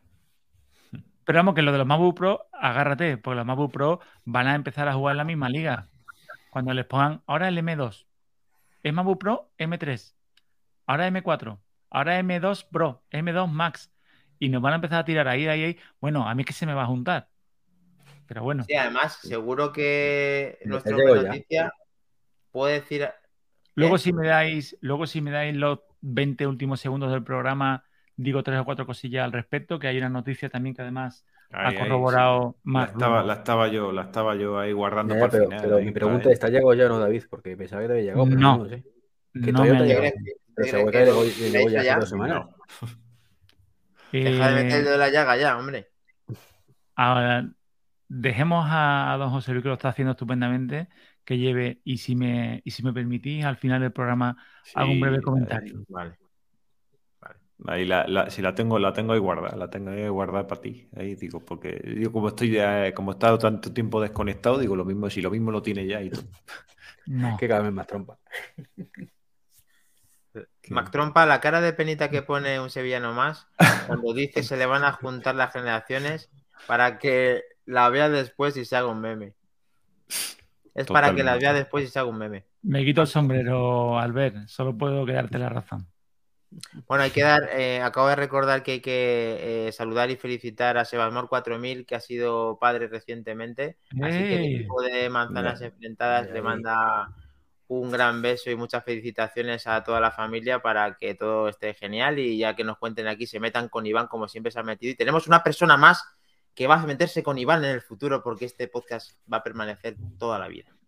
Speaker 4: Pero vamos, que lo de los MacBook Pro, agárrate, porque los MacBook Pro van a empezar a jugar en la misma liga. Cuando les pongan, ahora el M dos, es MacBook Pro, M tres, ahora M cuatro, ahora M dos Pro, M dos Max, y nos van a empezar a tirar ahí, ahí, ahí. Bueno, a mí es que se me va a juntar. Pero bueno,
Speaker 2: Sí, además, seguro que
Speaker 1: Ya
Speaker 2: nuestro
Speaker 1: llegó
Speaker 2: hombre
Speaker 1: ya.
Speaker 2: noticia puede decir.
Speaker 4: luego
Speaker 2: ¿Eh?
Speaker 4: si me dais, luego si me dais los veinte últimos segundos del programa, digo tres o cuatro cosillas al respecto, que hay una noticia también que además
Speaker 3: Ahí,
Speaker 4: ha
Speaker 3: ahí,
Speaker 4: corroborado
Speaker 3: sí. La
Speaker 4: más
Speaker 3: estaba,
Speaker 4: Rubén.
Speaker 3: la estaba yo, la estaba yo ahí guardando
Speaker 1: Ya, ya,
Speaker 3: para el
Speaker 1: pero,
Speaker 3: final.
Speaker 1: pero
Speaker 3: ahí,
Speaker 1: mi
Speaker 3: para
Speaker 1: pregunta
Speaker 3: él.
Speaker 1: es, ¿está llegado ya o no, David? Porque pensaba que te había llegado, pero
Speaker 4: No,
Speaker 1: no, no sé. Que
Speaker 4: no
Speaker 1: todavía
Speaker 4: me
Speaker 1: no
Speaker 4: ha
Speaker 1: te ha
Speaker 2: ¿Tú
Speaker 1: llegado.
Speaker 2: crees que-
Speaker 1: Pero
Speaker 2: tú
Speaker 1: seguro
Speaker 2: crees
Speaker 1: que
Speaker 2: que
Speaker 1: le
Speaker 2: lo-
Speaker 1: llegó, le
Speaker 2: lo
Speaker 1: llegó
Speaker 2: hizo
Speaker 1: ya hace
Speaker 2: ya?
Speaker 1: dos semanas.
Speaker 3: No.
Speaker 2: Deja de meter el
Speaker 4: Eh,
Speaker 2: dedo en la llaga ya, hombre.
Speaker 4: ahora, dejemos a, a don José Luis, que lo está haciendo estupendamente, que lleve, y si me, y si me permitís, al final del programa hago un breve
Speaker 3: Sí,
Speaker 4: comentario.
Speaker 2: Vale.
Speaker 3: ahí la, la- si la tengo, la tengo ahí guardada, la tengo ahí guardada para ti. Ahí digo, porque yo como estoy ya, como he estado tanto tiempo desconectado, digo lo mismo, si lo mismo lo tiene ya y todo.
Speaker 4: No.
Speaker 1: Que cada vez más trompa.
Speaker 2: Mac Trompa, la cara de penita que pone un sevillano más cuando dice se le van a juntar las generaciones para que la vea después y se haga un meme. Es para que la
Speaker 3: Totalmente.
Speaker 2: vea después y se haga un meme.
Speaker 4: Me quito el sombrero, Albert, solo puedo quedarte la razón.
Speaker 2: Bueno, hay que dar, eh, acabo de recordar que hay que eh, saludar y felicitar a Sebasmor cuatro mil, que ha sido padre recientemente. Así que el
Speaker 4: ¡Eh!
Speaker 2: equipo de Manzanas
Speaker 3: Ya.
Speaker 2: Enfrentadas
Speaker 1: Ay,
Speaker 2: le
Speaker 1: ay.
Speaker 2: manda un gran beso y muchas felicitaciones a toda la familia para que todo esté genial y ya que nos cuenten aquí, se metan con Iván como siempre se ha metido. Y tenemos una persona más que va a meterse con Iván en el futuro porque este podcast va a permanecer toda la vida.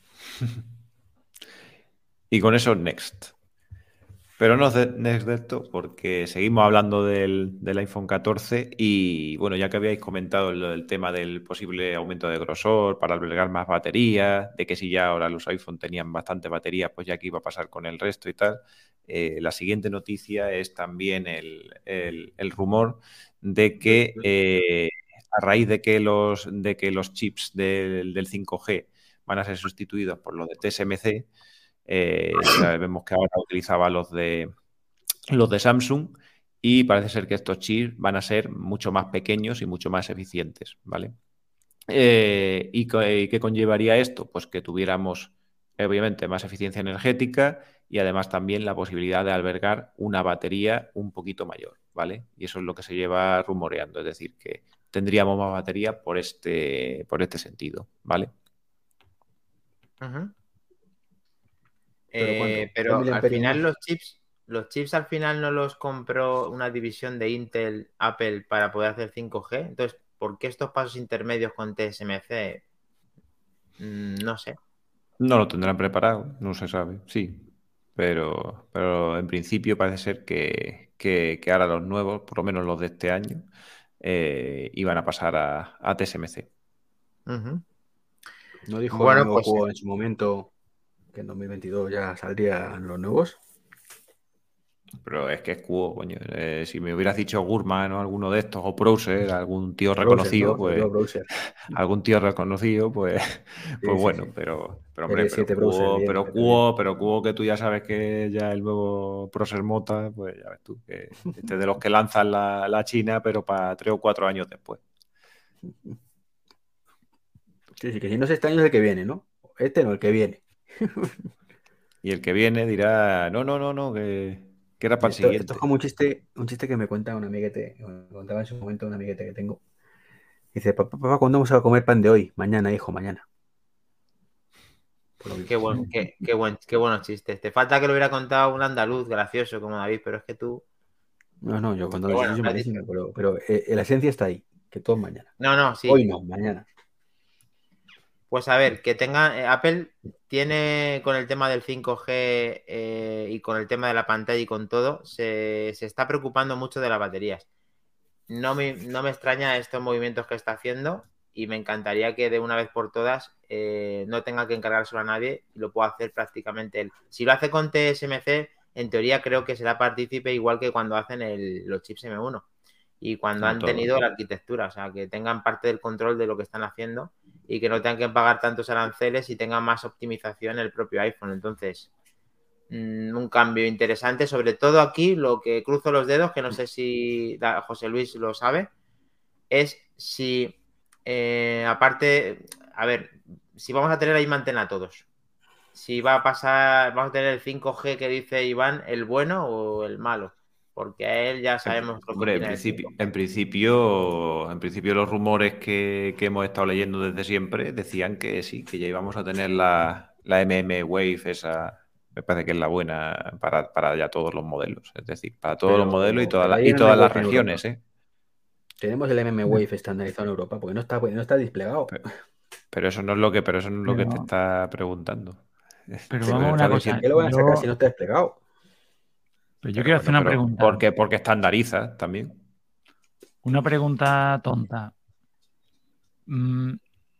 Speaker 3: Y con eso, next. Pero no es de- next de esto, porque seguimos hablando del, del iPhone catorce y bueno, ya que habíais comentado lo del tema del posible aumento de grosor para albergar más baterías, de que si ya ahora los iPhone tenían bastante batería, pues ya que iba a pasar con el resto y tal, eh, la siguiente noticia es también el, el- el rumor de que eh, a raíz de que los, de que los chips del, del cinco G van a ser sustituidos por los de T S M C, Eh, sabemos que ahora utilizaba los de los de Samsung y parece ser que estos chips van a ser mucho más pequeños y mucho más eficientes, ¿vale? Eh, ¿y qué conllevaría esto? Pues que tuviéramos, obviamente, más eficiencia energética y además también la posibilidad de albergar una batería un poquito mayor, ¿vale? Y eso es lo que se lleva rumoreando, es decir, que tendríamos más batería por este, por este sentido, ¿vale?
Speaker 2: Uh-huh.
Speaker 1: ¿Pero
Speaker 2: Eh,
Speaker 1: cuánto? ¿Dos
Speaker 2: pero al
Speaker 1: miliamperios
Speaker 2: final
Speaker 1: más?
Speaker 2: los chips, los chips al final no los compró una división de Intel, Apple para poder hacer cinco G. Entonces, ¿por qué estos pasos intermedios con T S M C? Mm, no sé.
Speaker 3: No lo tendrán preparado, no se sabe, sí. Pero, pero en principio parece ser que, que, que ahora los nuevos, por lo menos los de este año, eh, iban a pasar a, a T S M C.
Speaker 2: Uh-huh.
Speaker 1: ¿No dijo
Speaker 2: Bueno,
Speaker 1: el amigo
Speaker 2: pues
Speaker 1: Cuo en su momento que en dos mil veintidós ya saldrían los nuevos?
Speaker 3: Pero es que es Cuo, coño. Eh, si me hubieras dicho Gurman o alguno de estos, o Browser, algún tío
Speaker 1: Browser,
Speaker 3: reconocido,
Speaker 1: ¿no?
Speaker 3: pues.
Speaker 1: Browser.
Speaker 3: Algún tío reconocido, pues, pues
Speaker 1: Sí,
Speaker 3: bueno,
Speaker 1: sí, sí.
Speaker 3: pero, pero hombre,
Speaker 1: R
Speaker 3: pero
Speaker 1: siete Browser,
Speaker 3: Cuo,
Speaker 1: bien,
Speaker 3: pero
Speaker 1: perfecto, bien.
Speaker 3: Cuo, pero Cuo que tú ya sabes que ya el nuevo Procer Mota, pues ya ves tú, que este es de los que lanzan la, la China, pero para tres o cuatro años después.
Speaker 1: Sí, sí, que si no es este año es el que viene, ¿no? Este no, el que viene.
Speaker 3: Y el que viene dirá, no, no, no, no, que, que era para el
Speaker 1: Esto, esto
Speaker 3: siguiente.
Speaker 1: es como un chiste, un chiste que me cuenta un amiguete, me contaba en su momento un amiguete que tengo. Dice, papá, papá, ¿cuándo vamos a comer pan de hoy? Mañana, hijo, mañana. Por lo
Speaker 2: qué,
Speaker 1: visto.
Speaker 2: buen, qué, qué, buen, qué buenos chistes. Te falta que lo hubiera contado un andaluz gracioso como David, pero es que tú.
Speaker 1: No, no, yo cuando
Speaker 2: Pero
Speaker 1: lo
Speaker 2: bueno,
Speaker 1: soy
Speaker 2: lo has dicho.
Speaker 1: malísimo, pero, pero eh, la esencia está ahí, que todo es mañana.
Speaker 2: No, no, sí.
Speaker 1: Hoy no, mañana.
Speaker 2: Pues a ver, que tenga. eh, Apple tiene con el tema del cinco G eh, y con el tema de la pantalla y con todo, se, se está preocupando mucho de las baterías. No me, no me extraña estos movimientos que está haciendo y me encantaría que de una vez por todas eh, no tenga que encargárselo a nadie y lo pueda hacer prácticamente él. Si lo hace con T S M C, en teoría creo que será partícipe igual que cuando hacen el, los chips M uno y cuando
Speaker 3: Como
Speaker 2: han
Speaker 3: todo.
Speaker 2: tenido la arquitectura, o sea, que tengan parte del control de lo que están haciendo y que no tengan que pagar tantos aranceles y tengan más optimización el propio iPhone. Entonces, mmm, un cambio interesante, sobre todo aquí, lo que cruzo los dedos, que no sé si José Luis lo sabe, es si, eh, aparte, a ver, si vamos a tener ahí antena todos. Si va a pasar, vamos a tener el cinco G que dice Iván, el bueno o el malo. Porque a él ya sabemos lo que
Speaker 3: Hombre, en
Speaker 2: opina del
Speaker 3: principio,
Speaker 2: cinco G.
Speaker 3: en principio, en principio los rumores que, que hemos estado leyendo desde siempre decían que sí, que ya íbamos a tener la, la M M Wave, esa, me parece que es la buena para, para ya todos los modelos, es decir, para todos
Speaker 1: Pero,
Speaker 3: los modelos y, todas
Speaker 1: pero
Speaker 3: las-
Speaker 1: hay
Speaker 3: y
Speaker 1: M M
Speaker 3: todas las
Speaker 1: Wave en Europa.
Speaker 3: regiones, ¿eh?
Speaker 1: Tenemos el M M Wave estandarizado en Europa porque no está, no está desplegado.
Speaker 3: Pero, pero eso no es lo que, pero eso no es lo que te
Speaker 4: Pero,
Speaker 3: está preguntando.
Speaker 4: pero
Speaker 3: Te
Speaker 4: vamos a
Speaker 3: está
Speaker 4: una
Speaker 1: ¿Por
Speaker 4: cosa.
Speaker 1: qué lo van a sacar
Speaker 4: Yo,
Speaker 1: si no está desplegado?
Speaker 4: pero yo
Speaker 3: Pero
Speaker 4: quiero hacer
Speaker 3: bueno,
Speaker 4: una
Speaker 3: pero
Speaker 4: pregunta.
Speaker 3: ¿por qué? Porque estandariza también.
Speaker 4: Una pregunta tonta. Mm,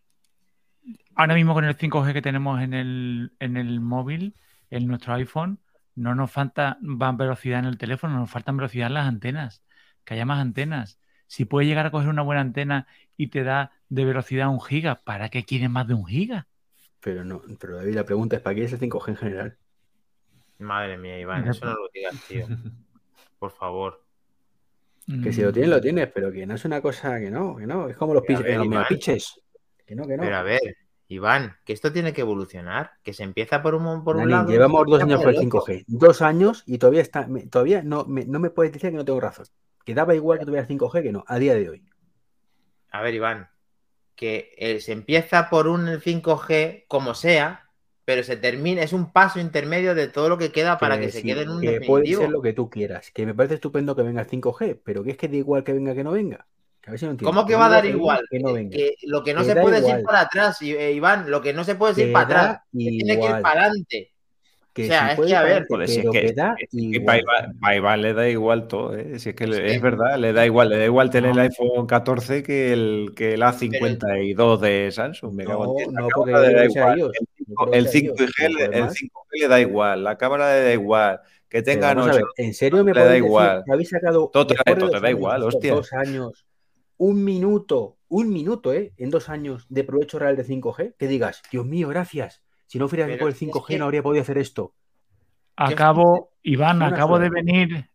Speaker 4: ahora mismo con el cinco G que tenemos en el, en el móvil, en nuestro iPhone, no nos falta más velocidad en el teléfono, nos faltan velocidad en las antenas, que haya más antenas. Si puedes llegar a coger una buena antena y te da de velocidad un giga, ¿para qué quieres más de un giga?
Speaker 1: Pero no, pero David, la pregunta es ¿para qué es el cinco G en general?
Speaker 2: Madre mía, Iván, eso no lo digas, tío. Por favor.
Speaker 1: Que si lo tienes, lo
Speaker 4: Mm,
Speaker 1: tienes, pero que no es una cosa que no, que no. Es como los,
Speaker 2: Pero a
Speaker 1: pis-
Speaker 2: ver,
Speaker 1: eh, los
Speaker 2: Iván,
Speaker 1: megapiches. Que no, que no.
Speaker 2: pero a ver, Iván, que esto tiene que evolucionar, que se empieza por un, por un
Speaker 1: Dani,
Speaker 2: lado y se
Speaker 1: llevamos dos
Speaker 2: termina
Speaker 1: años
Speaker 2: por
Speaker 1: con
Speaker 2: el
Speaker 1: el cinco
Speaker 2: otro.
Speaker 1: G. Dos años y todavía está, me- todavía no me, no me puedes decir que no tengo razón. Que daba igual que tuviera cinco G que no, a día de hoy.
Speaker 2: A ver, Iván, que eh, se empieza por un cinco G como sea, pero se termina, es un paso intermedio de todo lo que queda para que
Speaker 1: Que
Speaker 2: se
Speaker 1: sí,
Speaker 2: quede en un
Speaker 1: que puede ser
Speaker 2: definitivo.
Speaker 1: lo que tú quieras. Que me parece estupendo que venga el cinco G, pero que es que da igual que venga que no venga. Que a ver si no entiendo.
Speaker 2: ¿Cómo
Speaker 1: Que
Speaker 2: que va a
Speaker 1: venga,
Speaker 2: dar
Speaker 1: que venga,
Speaker 2: igual?
Speaker 1: que no
Speaker 2: Que,
Speaker 1: venga.
Speaker 2: que lo que no
Speaker 1: Que
Speaker 2: se
Speaker 1: da
Speaker 2: puede es ir
Speaker 1: igual.
Speaker 2: para atrás, I- eh, Iván, lo que no se puede es ir
Speaker 1: Que
Speaker 2: para atrás,
Speaker 1: da
Speaker 2: que tiene que ir
Speaker 1: igual.
Speaker 2: para adelante. O
Speaker 1: Que
Speaker 2: sea,
Speaker 1: si
Speaker 2: es que
Speaker 1: puede
Speaker 2: a
Speaker 1: para
Speaker 2: ver,
Speaker 1: adelante,
Speaker 3: Joder, si es
Speaker 1: pero
Speaker 3: que,
Speaker 1: que da
Speaker 3: es que para
Speaker 1: igual.
Speaker 3: Iván, para Iván le da igual todo, ¿eh? Si es que
Speaker 2: es
Speaker 3: le-
Speaker 2: que,
Speaker 3: es verdad, le da igual, le da igual tener el
Speaker 4: no,
Speaker 3: iPhone catorce que el, que el A
Speaker 2: pero
Speaker 3: cincuenta y dos de Samsung, me cago en ti.
Speaker 1: No,
Speaker 3: La
Speaker 1: no, porque
Speaker 3: cámara
Speaker 1: no
Speaker 3: le
Speaker 1: creo
Speaker 3: da
Speaker 1: que sea
Speaker 3: igual,
Speaker 1: iOS.
Speaker 3: el
Speaker 1: No
Speaker 3: cinco
Speaker 1: creo que
Speaker 3: el
Speaker 1: sea
Speaker 3: cinco
Speaker 1: iOS,
Speaker 3: G,
Speaker 1: pero por
Speaker 3: le-
Speaker 1: lo
Speaker 3: el
Speaker 1: demás.
Speaker 3: cinco G le da igual, la cámara le da igual, que
Speaker 1: Pero
Speaker 3: tengan
Speaker 1: vamos a
Speaker 3: ocho
Speaker 1: ver, ¿en serio me
Speaker 3: le da
Speaker 1: podéis decir
Speaker 3: igual.
Speaker 1: que habéis sacado
Speaker 3: Todo te,
Speaker 1: después de
Speaker 3: todo te
Speaker 1: dos
Speaker 3: da
Speaker 1: años,
Speaker 3: igual,
Speaker 1: estos
Speaker 3: hostia.
Speaker 1: dos años, un minuto, un minuto, ¿eh? En dos años de provecho real de cinco G, que digas, Dios mío, gracias. Si no fuera
Speaker 2: pero
Speaker 1: por el
Speaker 2: es
Speaker 1: cinco G no
Speaker 2: que,
Speaker 1: habría podido hacer esto.
Speaker 2: ¿qué os dice?
Speaker 4: acabo, Iván,
Speaker 1: Una
Speaker 4: acabo
Speaker 1: sola
Speaker 4: de
Speaker 1: vez.
Speaker 4: venir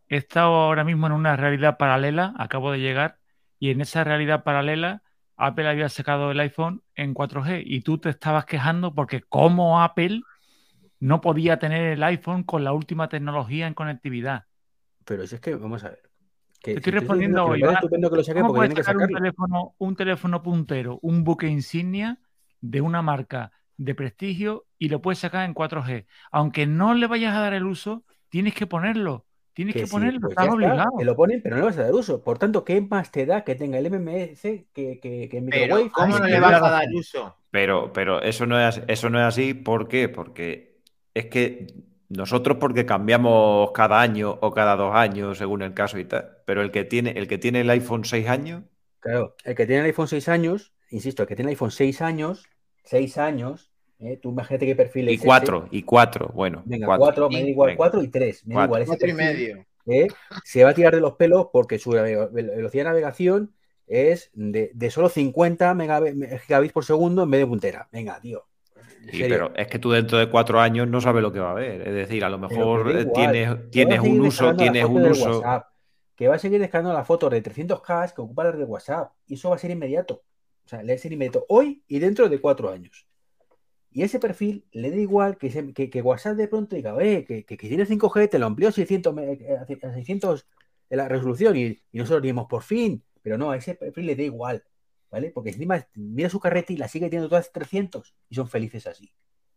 Speaker 4: he estado ahora mismo en una realidad paralela, acabo de llegar, y en esa realidad paralela Apple había sacado el iPhone en cuatro G y tú te estabas quejando porque como Apple no podía tener el iPhone con la última tecnología en conectividad.
Speaker 1: Pero si es que, vamos a ver. Que
Speaker 4: Te estoy
Speaker 1: si te estoy diciendo
Speaker 4: respondiendo
Speaker 1: que me
Speaker 4: hoy,
Speaker 1: parece
Speaker 4: ¿va?
Speaker 1: estupendo que lo saquen
Speaker 4: ¿Cómo
Speaker 1: porque
Speaker 4: puedes
Speaker 1: tienen que
Speaker 4: sacar un
Speaker 1: sacarlo.
Speaker 4: teléfono, un teléfono puntero, un buque insignia de una marca de prestigio y lo puedes sacar en cuatro G? Aunque no le vayas a dar el uso, tienes que ponerlo. Tienes
Speaker 1: Que
Speaker 4: que
Speaker 1: sí,
Speaker 4: ponerlo,
Speaker 1: pues
Speaker 4: estás
Speaker 1: ya está, te
Speaker 4: obligado.
Speaker 1: lo ponen, pero no le vas a dar uso. Por tanto, ¿qué más te da que tenga el M M S que, que, que el
Speaker 2: Pero,
Speaker 1: microwave?
Speaker 2: ¿cómo
Speaker 4: Ahí
Speaker 2: no
Speaker 4: sí
Speaker 2: le
Speaker 4: te doy la
Speaker 2: vas a dar
Speaker 4: razón.
Speaker 2: uso?
Speaker 3: Pero, pero eso no es, eso no es así. ¿Por qué? Porque es que nosotros porque cambiamos cada año o cada dos años, según el caso y tal. Pero el que tiene, el que tiene el iPhone seis años,
Speaker 1: Claro, el que tiene el iPhone seis años, insisto, el que tiene el iPhone seis años, seis años, ¿eh? Tú imagínate qué perfil
Speaker 3: y
Speaker 1: es ese.
Speaker 3: cuatro, y cuatro, bueno,
Speaker 1: Venga,
Speaker 3: cuatro.
Speaker 1: cuatro, me da igual,
Speaker 3: Venga,
Speaker 1: cuatro y tres, me da igual
Speaker 3: cuatro.
Speaker 1: ese
Speaker 2: Cuatro y
Speaker 1: perfil,
Speaker 2: medio.
Speaker 1: ¿eh? Se va a tirar de los pelos porque su navega- velocidad de navegación es de, de solo cincuenta megabe- gigabits por segundo en vez de puntera. Venga, tío, en
Speaker 3: Sí,
Speaker 1: serio.
Speaker 3: pero es que tú dentro de cuatro años no sabes lo que va a haber. Es decir, a lo
Speaker 1: Pero que da
Speaker 3: mejor eh,
Speaker 1: igual,
Speaker 3: tienes,
Speaker 1: que va a
Speaker 3: tienes un
Speaker 1: seguir
Speaker 3: uso,
Speaker 1: descargando las
Speaker 3: tienes
Speaker 1: fotos
Speaker 3: un
Speaker 1: del
Speaker 3: uso.
Speaker 1: WhatsApp, que va a seguir descargando las fotos de trescientos K que ocupa las de WhatsApp, y eso va a ser inmediato. O sea, le va a ser inmediato hoy y dentro de cuatro años. Y ese perfil le da igual que, se- que, que WhatsApp de pronto diga, oye, que, que, que tiene cinco G, te lo amplió a seiscientos, me- eh, a seiscientos de la resolución y, y nosotros dijimos, por fin. Pero no, a ese perfil le da igual, ¿vale? Porque encima mira su carrete y la sigue teniendo todas trescientos y son felices así.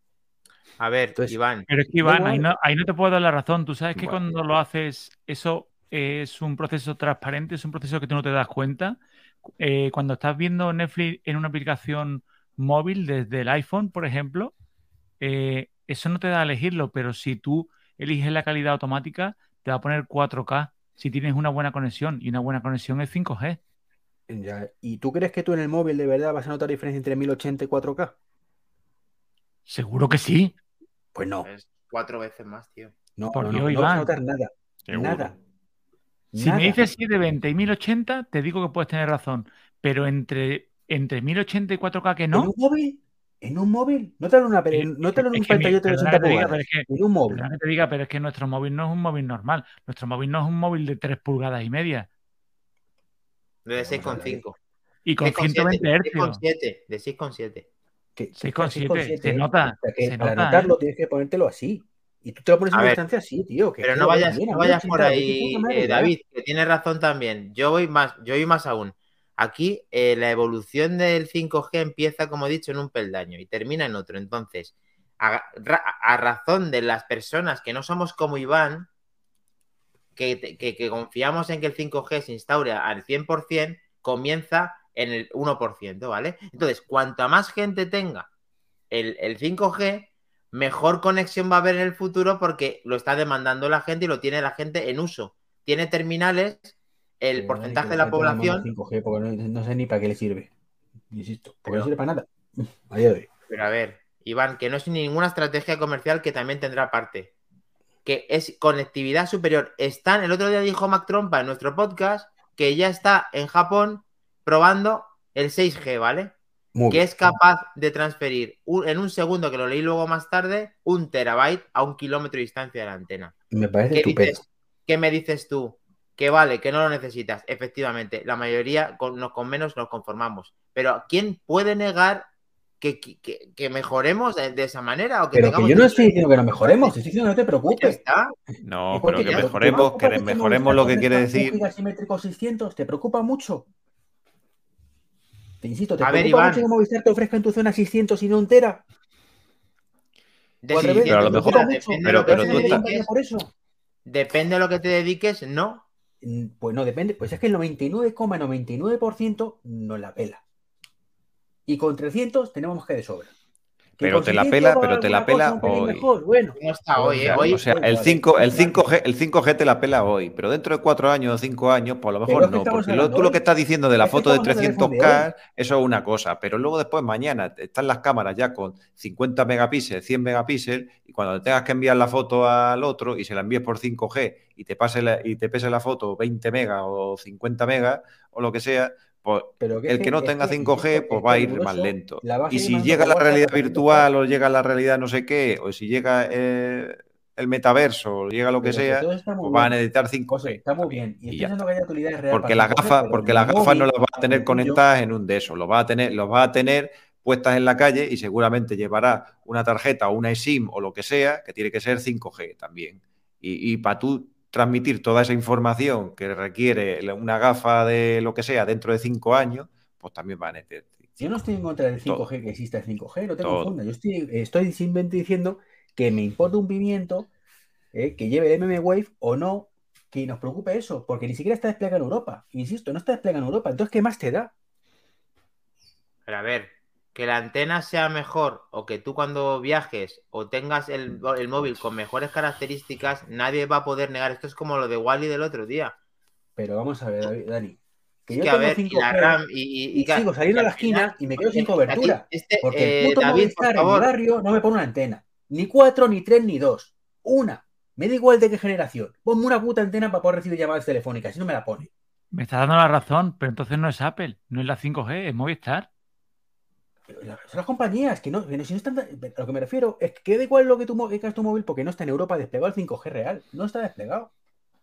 Speaker 2: A ver,
Speaker 1: Entonces,
Speaker 2: Iván,
Speaker 4: Pero es que
Speaker 1: da
Speaker 4: Iván, ahí
Speaker 1: igual.
Speaker 4: no, ahí no te puedo dar la razón. Tú sabes que
Speaker 3: Bueno,
Speaker 4: cuando lo haces, eso es un proceso transparente, es un proceso que tú no te das cuenta. Eh, cuando estás viendo Netflix en una aplicación móvil desde el iPhone, por ejemplo, eh, eso no te da a elegirlo, pero si tú eliges la calidad automática, te va a poner cuatro K si tienes una buena conexión y una buena conexión es cinco G.
Speaker 1: Ya, ¿y tú crees que tú en el móvil de verdad vas a notar diferencia entre mil ochenta y cuatro K?
Speaker 4: Seguro que sí.
Speaker 1: Pues no,
Speaker 2: es cuatro veces más, tío.
Speaker 1: no,
Speaker 4: Por
Speaker 1: no, no,
Speaker 4: Dios,
Speaker 1: no vas a
Speaker 4: Iván.
Speaker 1: notar nada,
Speaker 3: seguro.
Speaker 1: nada,
Speaker 4: Si me
Speaker 1: nada.
Speaker 4: dices siete veinte y mil ochenta, te digo que puedes tener razón. Pero entre, entre mil ochenta y cuatro K que
Speaker 1: ¿En un
Speaker 4: no.
Speaker 1: móvil? ¿En un móvil? No te hablo, una,
Speaker 4: Eh,
Speaker 1: no te hablo en
Speaker 4: Es
Speaker 1: un
Speaker 4: que, mi-
Speaker 1: pantallote de
Speaker 4: perdona
Speaker 1: ochenta
Speaker 4: que te diga, pero es
Speaker 1: pulgadas,
Speaker 4: que,
Speaker 1: en un móvil.
Speaker 4: perdona que te diga, pero es que nuestro móvil no es un móvil normal. Nuestro móvil no es un móvil de tres pulgadas y media
Speaker 2: De
Speaker 1: Pero
Speaker 2: seis
Speaker 1: vamos a
Speaker 2: coma
Speaker 1: ver, David,
Speaker 2: cinco.
Speaker 4: y con
Speaker 2: seis coma
Speaker 4: ciento
Speaker 2: siete.
Speaker 4: veinte
Speaker 2: seis coma
Speaker 4: hercios.
Speaker 2: siete. De seis coma siete.
Speaker 1: que, que
Speaker 4: seis
Speaker 1: es que a
Speaker 4: coma siete. Se
Speaker 1: seis coma siete,
Speaker 4: nota,
Speaker 1: o sea, que
Speaker 4: se
Speaker 1: para
Speaker 4: nota, ¿eh?
Speaker 1: notarlo tienes que ponértelo así. Y tú te lo pones en
Speaker 2: A
Speaker 1: una
Speaker 2: ver,
Speaker 1: distancia así, tío, que es
Speaker 2: pero
Speaker 1: que
Speaker 2: no
Speaker 1: lo ves
Speaker 2: vayas,
Speaker 1: bien, a
Speaker 2: no vayas por
Speaker 1: mil ochenta, de tu puta
Speaker 2: ahí,
Speaker 1: madre
Speaker 2: eh,
Speaker 1: ya.
Speaker 2: David, que tienes razón también. Yo voy más, yo voy más aún. Aquí eh, la evolución del cinco G empieza, como he dicho, en un peldaño y termina en otro. Entonces, a, ra- a razón de las personas que no somos como Iván, que, que- que confiamos en que el cinco G se instaure al cien por ciento, comienza en el uno por ciento, ¿vale? Entonces, cuanta más gente tenga el, el cinco G, mejor conexión va a haber en el futuro porque lo está demandando la gente y lo tiene la gente en uso. Tiene terminales, el
Speaker 1: Que no sé que
Speaker 2: porcentaje
Speaker 1: la
Speaker 2: de la
Speaker 1: gente va demanda
Speaker 2: población.
Speaker 1: cinco G, porque no, no sé ni para qué le sirve. Insisto, porque no
Speaker 2: Pero,
Speaker 1: sirve para nada. A día de hoy.
Speaker 2: pero a ver, Iván, que no es ninguna estrategia comercial que también tendrá parte. Que es conectividad superior. Están, el otro día dijo Mac Trompa en nuestro podcast que ya está en Japón probando el seis G, ¿vale?
Speaker 1: Muy
Speaker 2: Que
Speaker 1: bien.
Speaker 2: es capaz de transferir un, en un segundo, que lo leí luego más tarde, un terabyte a un kilómetro de distancia de la antena.
Speaker 1: Me parece
Speaker 2: ¿Qué
Speaker 1: estupendo.
Speaker 2: dices? ¿Qué me dices tú? Que vale, que no lo necesitas. Efectivamente, la mayoría con, no, con menos nos conformamos. Pero ¿quién puede negar que, que, que mejoremos de, de, esa manera? O que
Speaker 1: Pero que
Speaker 2: tengamos
Speaker 1: yo no estoy diciendo que no mejoremos, estoy diciendo que no te
Speaker 2: Pues ya
Speaker 1: preocupes.
Speaker 2: está.
Speaker 3: No,
Speaker 1: ¿Por
Speaker 3: pero
Speaker 1: qué
Speaker 3: que
Speaker 1: te,
Speaker 2: Ya
Speaker 1: pre- te
Speaker 3: mejoremos,
Speaker 1: preocupa
Speaker 3: que
Speaker 1: que este
Speaker 3: mejoremos
Speaker 1: Movistar
Speaker 3: lo
Speaker 1: te
Speaker 3: que quiere
Speaker 1: ofrezca un
Speaker 3: decir.
Speaker 1: gigasimétrico seiscientos? ¿Te preocupa mucho? Te insisto, ¿te
Speaker 2: A ver,
Speaker 1: preocupa mucho
Speaker 2: Iván,
Speaker 1: que Movistar te ofrezca en tu zona seiscientos y no un tera?
Speaker 2: de
Speaker 1: O al
Speaker 3: Sí,
Speaker 1: revés,
Speaker 3: pero a
Speaker 1: ¿te
Speaker 3: lo
Speaker 2: seiscientos
Speaker 3: mejor,
Speaker 1: preocupa
Speaker 2: enteras,
Speaker 1: mucho
Speaker 2: depende de
Speaker 3: pero,
Speaker 2: lo
Speaker 1: que
Speaker 2: que
Speaker 1: vas
Speaker 3: pero
Speaker 1: a
Speaker 2: te
Speaker 3: tú
Speaker 1: cambiar de
Speaker 3: estás,
Speaker 1: compañía
Speaker 2: dediques.
Speaker 1: por eso?
Speaker 2: Depende de lo que te dediques, no.
Speaker 1: Mm, Pues no, depende. Pues es que el noventa y nueve coma noventa y nueve por ciento nos la pela. Y con trescientos tenemos que de sobra. Que
Speaker 3: pero
Speaker 1: con
Speaker 3: te la
Speaker 1: seiscientos
Speaker 3: pela,
Speaker 1: va
Speaker 3: pero te la
Speaker 1: alguna cosa
Speaker 3: pela
Speaker 1: un pelín
Speaker 3: hoy.
Speaker 1: mejor, bueno.
Speaker 2: No está
Speaker 1: Pero
Speaker 2: hoy, ¿eh?
Speaker 3: Claro, o
Speaker 2: Hoy,
Speaker 3: sea,
Speaker 1: da
Speaker 3: el
Speaker 1: igual,
Speaker 3: cinco,
Speaker 1: da
Speaker 3: el
Speaker 1: igual.
Speaker 3: cinco G, el cinco G te la pela hoy, pero dentro de cuatro años o cinco años, pues a lo mejor
Speaker 1: Pero es que
Speaker 3: no,
Speaker 1: estamos
Speaker 3: porque lo,
Speaker 1: hablando
Speaker 3: tú lo que
Speaker 1: hoy.
Speaker 3: estás diciendo de la
Speaker 1: Es que
Speaker 3: foto de
Speaker 1: estamos hablando del iPhone de hoy.
Speaker 3: trescientos K, eso es una cosa, pero luego después mañana están las cámaras ya con cincuenta megapíxeles, cien megapíxeles, y cuando te tengas que enviar la foto al otro y se la envíes por cinco G y te pase la, y te pese la foto veinte megas o cincuenta megas o lo que sea, pues
Speaker 1: Pero que es
Speaker 3: el que
Speaker 1: que,
Speaker 3: no
Speaker 1: es
Speaker 3: tenga
Speaker 1: que,
Speaker 3: cinco G,
Speaker 1: insisto,
Speaker 3: pues
Speaker 1: es
Speaker 3: va
Speaker 1: que
Speaker 3: a
Speaker 1: el
Speaker 3: ir más
Speaker 1: grueso
Speaker 3: lento.
Speaker 1: la va a
Speaker 3: Y
Speaker 1: seguir
Speaker 3: si
Speaker 1: mandando
Speaker 3: llega
Speaker 1: por
Speaker 3: la
Speaker 1: WhatsApp
Speaker 3: realidad
Speaker 1: a trescientos K.
Speaker 3: virtual o llega la realidad no sé qué, o si llega eh, el metaverso, llega lo que
Speaker 1: Pero que
Speaker 3: sea,
Speaker 1: todo está muy
Speaker 3: pues va a
Speaker 1: bien.
Speaker 3: necesitar cinco G.
Speaker 1: José, está muy
Speaker 3: también,
Speaker 1: bien. Y
Speaker 3: y
Speaker 1: estoy
Speaker 3: ya
Speaker 1: diciendo
Speaker 3: está.
Speaker 1: que hay utilidades reales
Speaker 3: Porque
Speaker 1: para
Speaker 3: las
Speaker 1: cinco G,
Speaker 3: gafas,
Speaker 1: pero
Speaker 3: porque
Speaker 1: en
Speaker 3: las
Speaker 1: el
Speaker 3: gafas no
Speaker 1: móvil,
Speaker 3: las va a tener
Speaker 1: el tuyo,
Speaker 3: conectadas en un de esos, los va a tener, los va a tener puestas en la calle y seguramente llevará una tarjeta o una eSIM o lo que sea, que tiene que ser cinco G también. Y, y para tú transmitir toda esa información que requiere una gafa de lo que sea dentro de cinco años, pues también va a necesitar.
Speaker 1: yo no estoy en contra del cinco G,
Speaker 3: Todo,
Speaker 1: que exista el cinco G, no te
Speaker 3: todo.
Speaker 1: confundas. Yo estoy, estoy simplemente diciendo que me importa un pimiento eh, que lleve el M M Wave o no, que nos preocupe eso, porque ni siquiera está desplegado en Europa. Insisto, no está desplegado en Europa. Entonces, ¿qué más te da?
Speaker 2: Pero a ver, que la antena sea mejor o que tú cuando viajes o tengas el, el móvil con mejores características, nadie va a poder negar. Esto es como lo de Wally del otro día.
Speaker 1: Pero vamos a ver, David- Dani, que
Speaker 2: Es
Speaker 1: yo
Speaker 2: que, a
Speaker 1: tengo
Speaker 2: ver, y la
Speaker 1: cinco G
Speaker 2: RAM y, y,
Speaker 1: y
Speaker 2: y que,
Speaker 1: sigo
Speaker 2: y que
Speaker 1: saliendo a
Speaker 2: al
Speaker 1: la
Speaker 2: final,
Speaker 1: esquina y me quedo sin
Speaker 2: es que aquí,
Speaker 1: cobertura,
Speaker 2: este,
Speaker 1: porque el
Speaker 2: eh,
Speaker 1: puto
Speaker 2: David, por
Speaker 1: Movistar en mi
Speaker 2: favor,
Speaker 1: barrio no me pone una antena. Ni cuatro, ni tres, ni dos. Una. Me da igual de qué generación. Ponme una puta antena para poder recibir llamadas telefónicas, si no me la pone.
Speaker 4: Me está dando la razón, pero entonces no es Apple, no es la cinco G, es Movistar.
Speaker 1: Son las compañías que no, que no- si no están. A lo que me refiero es que da igual lo que tú mo- que hagas tu móvil porque no está en Europa desplegado el cinco G real. No está desplegado.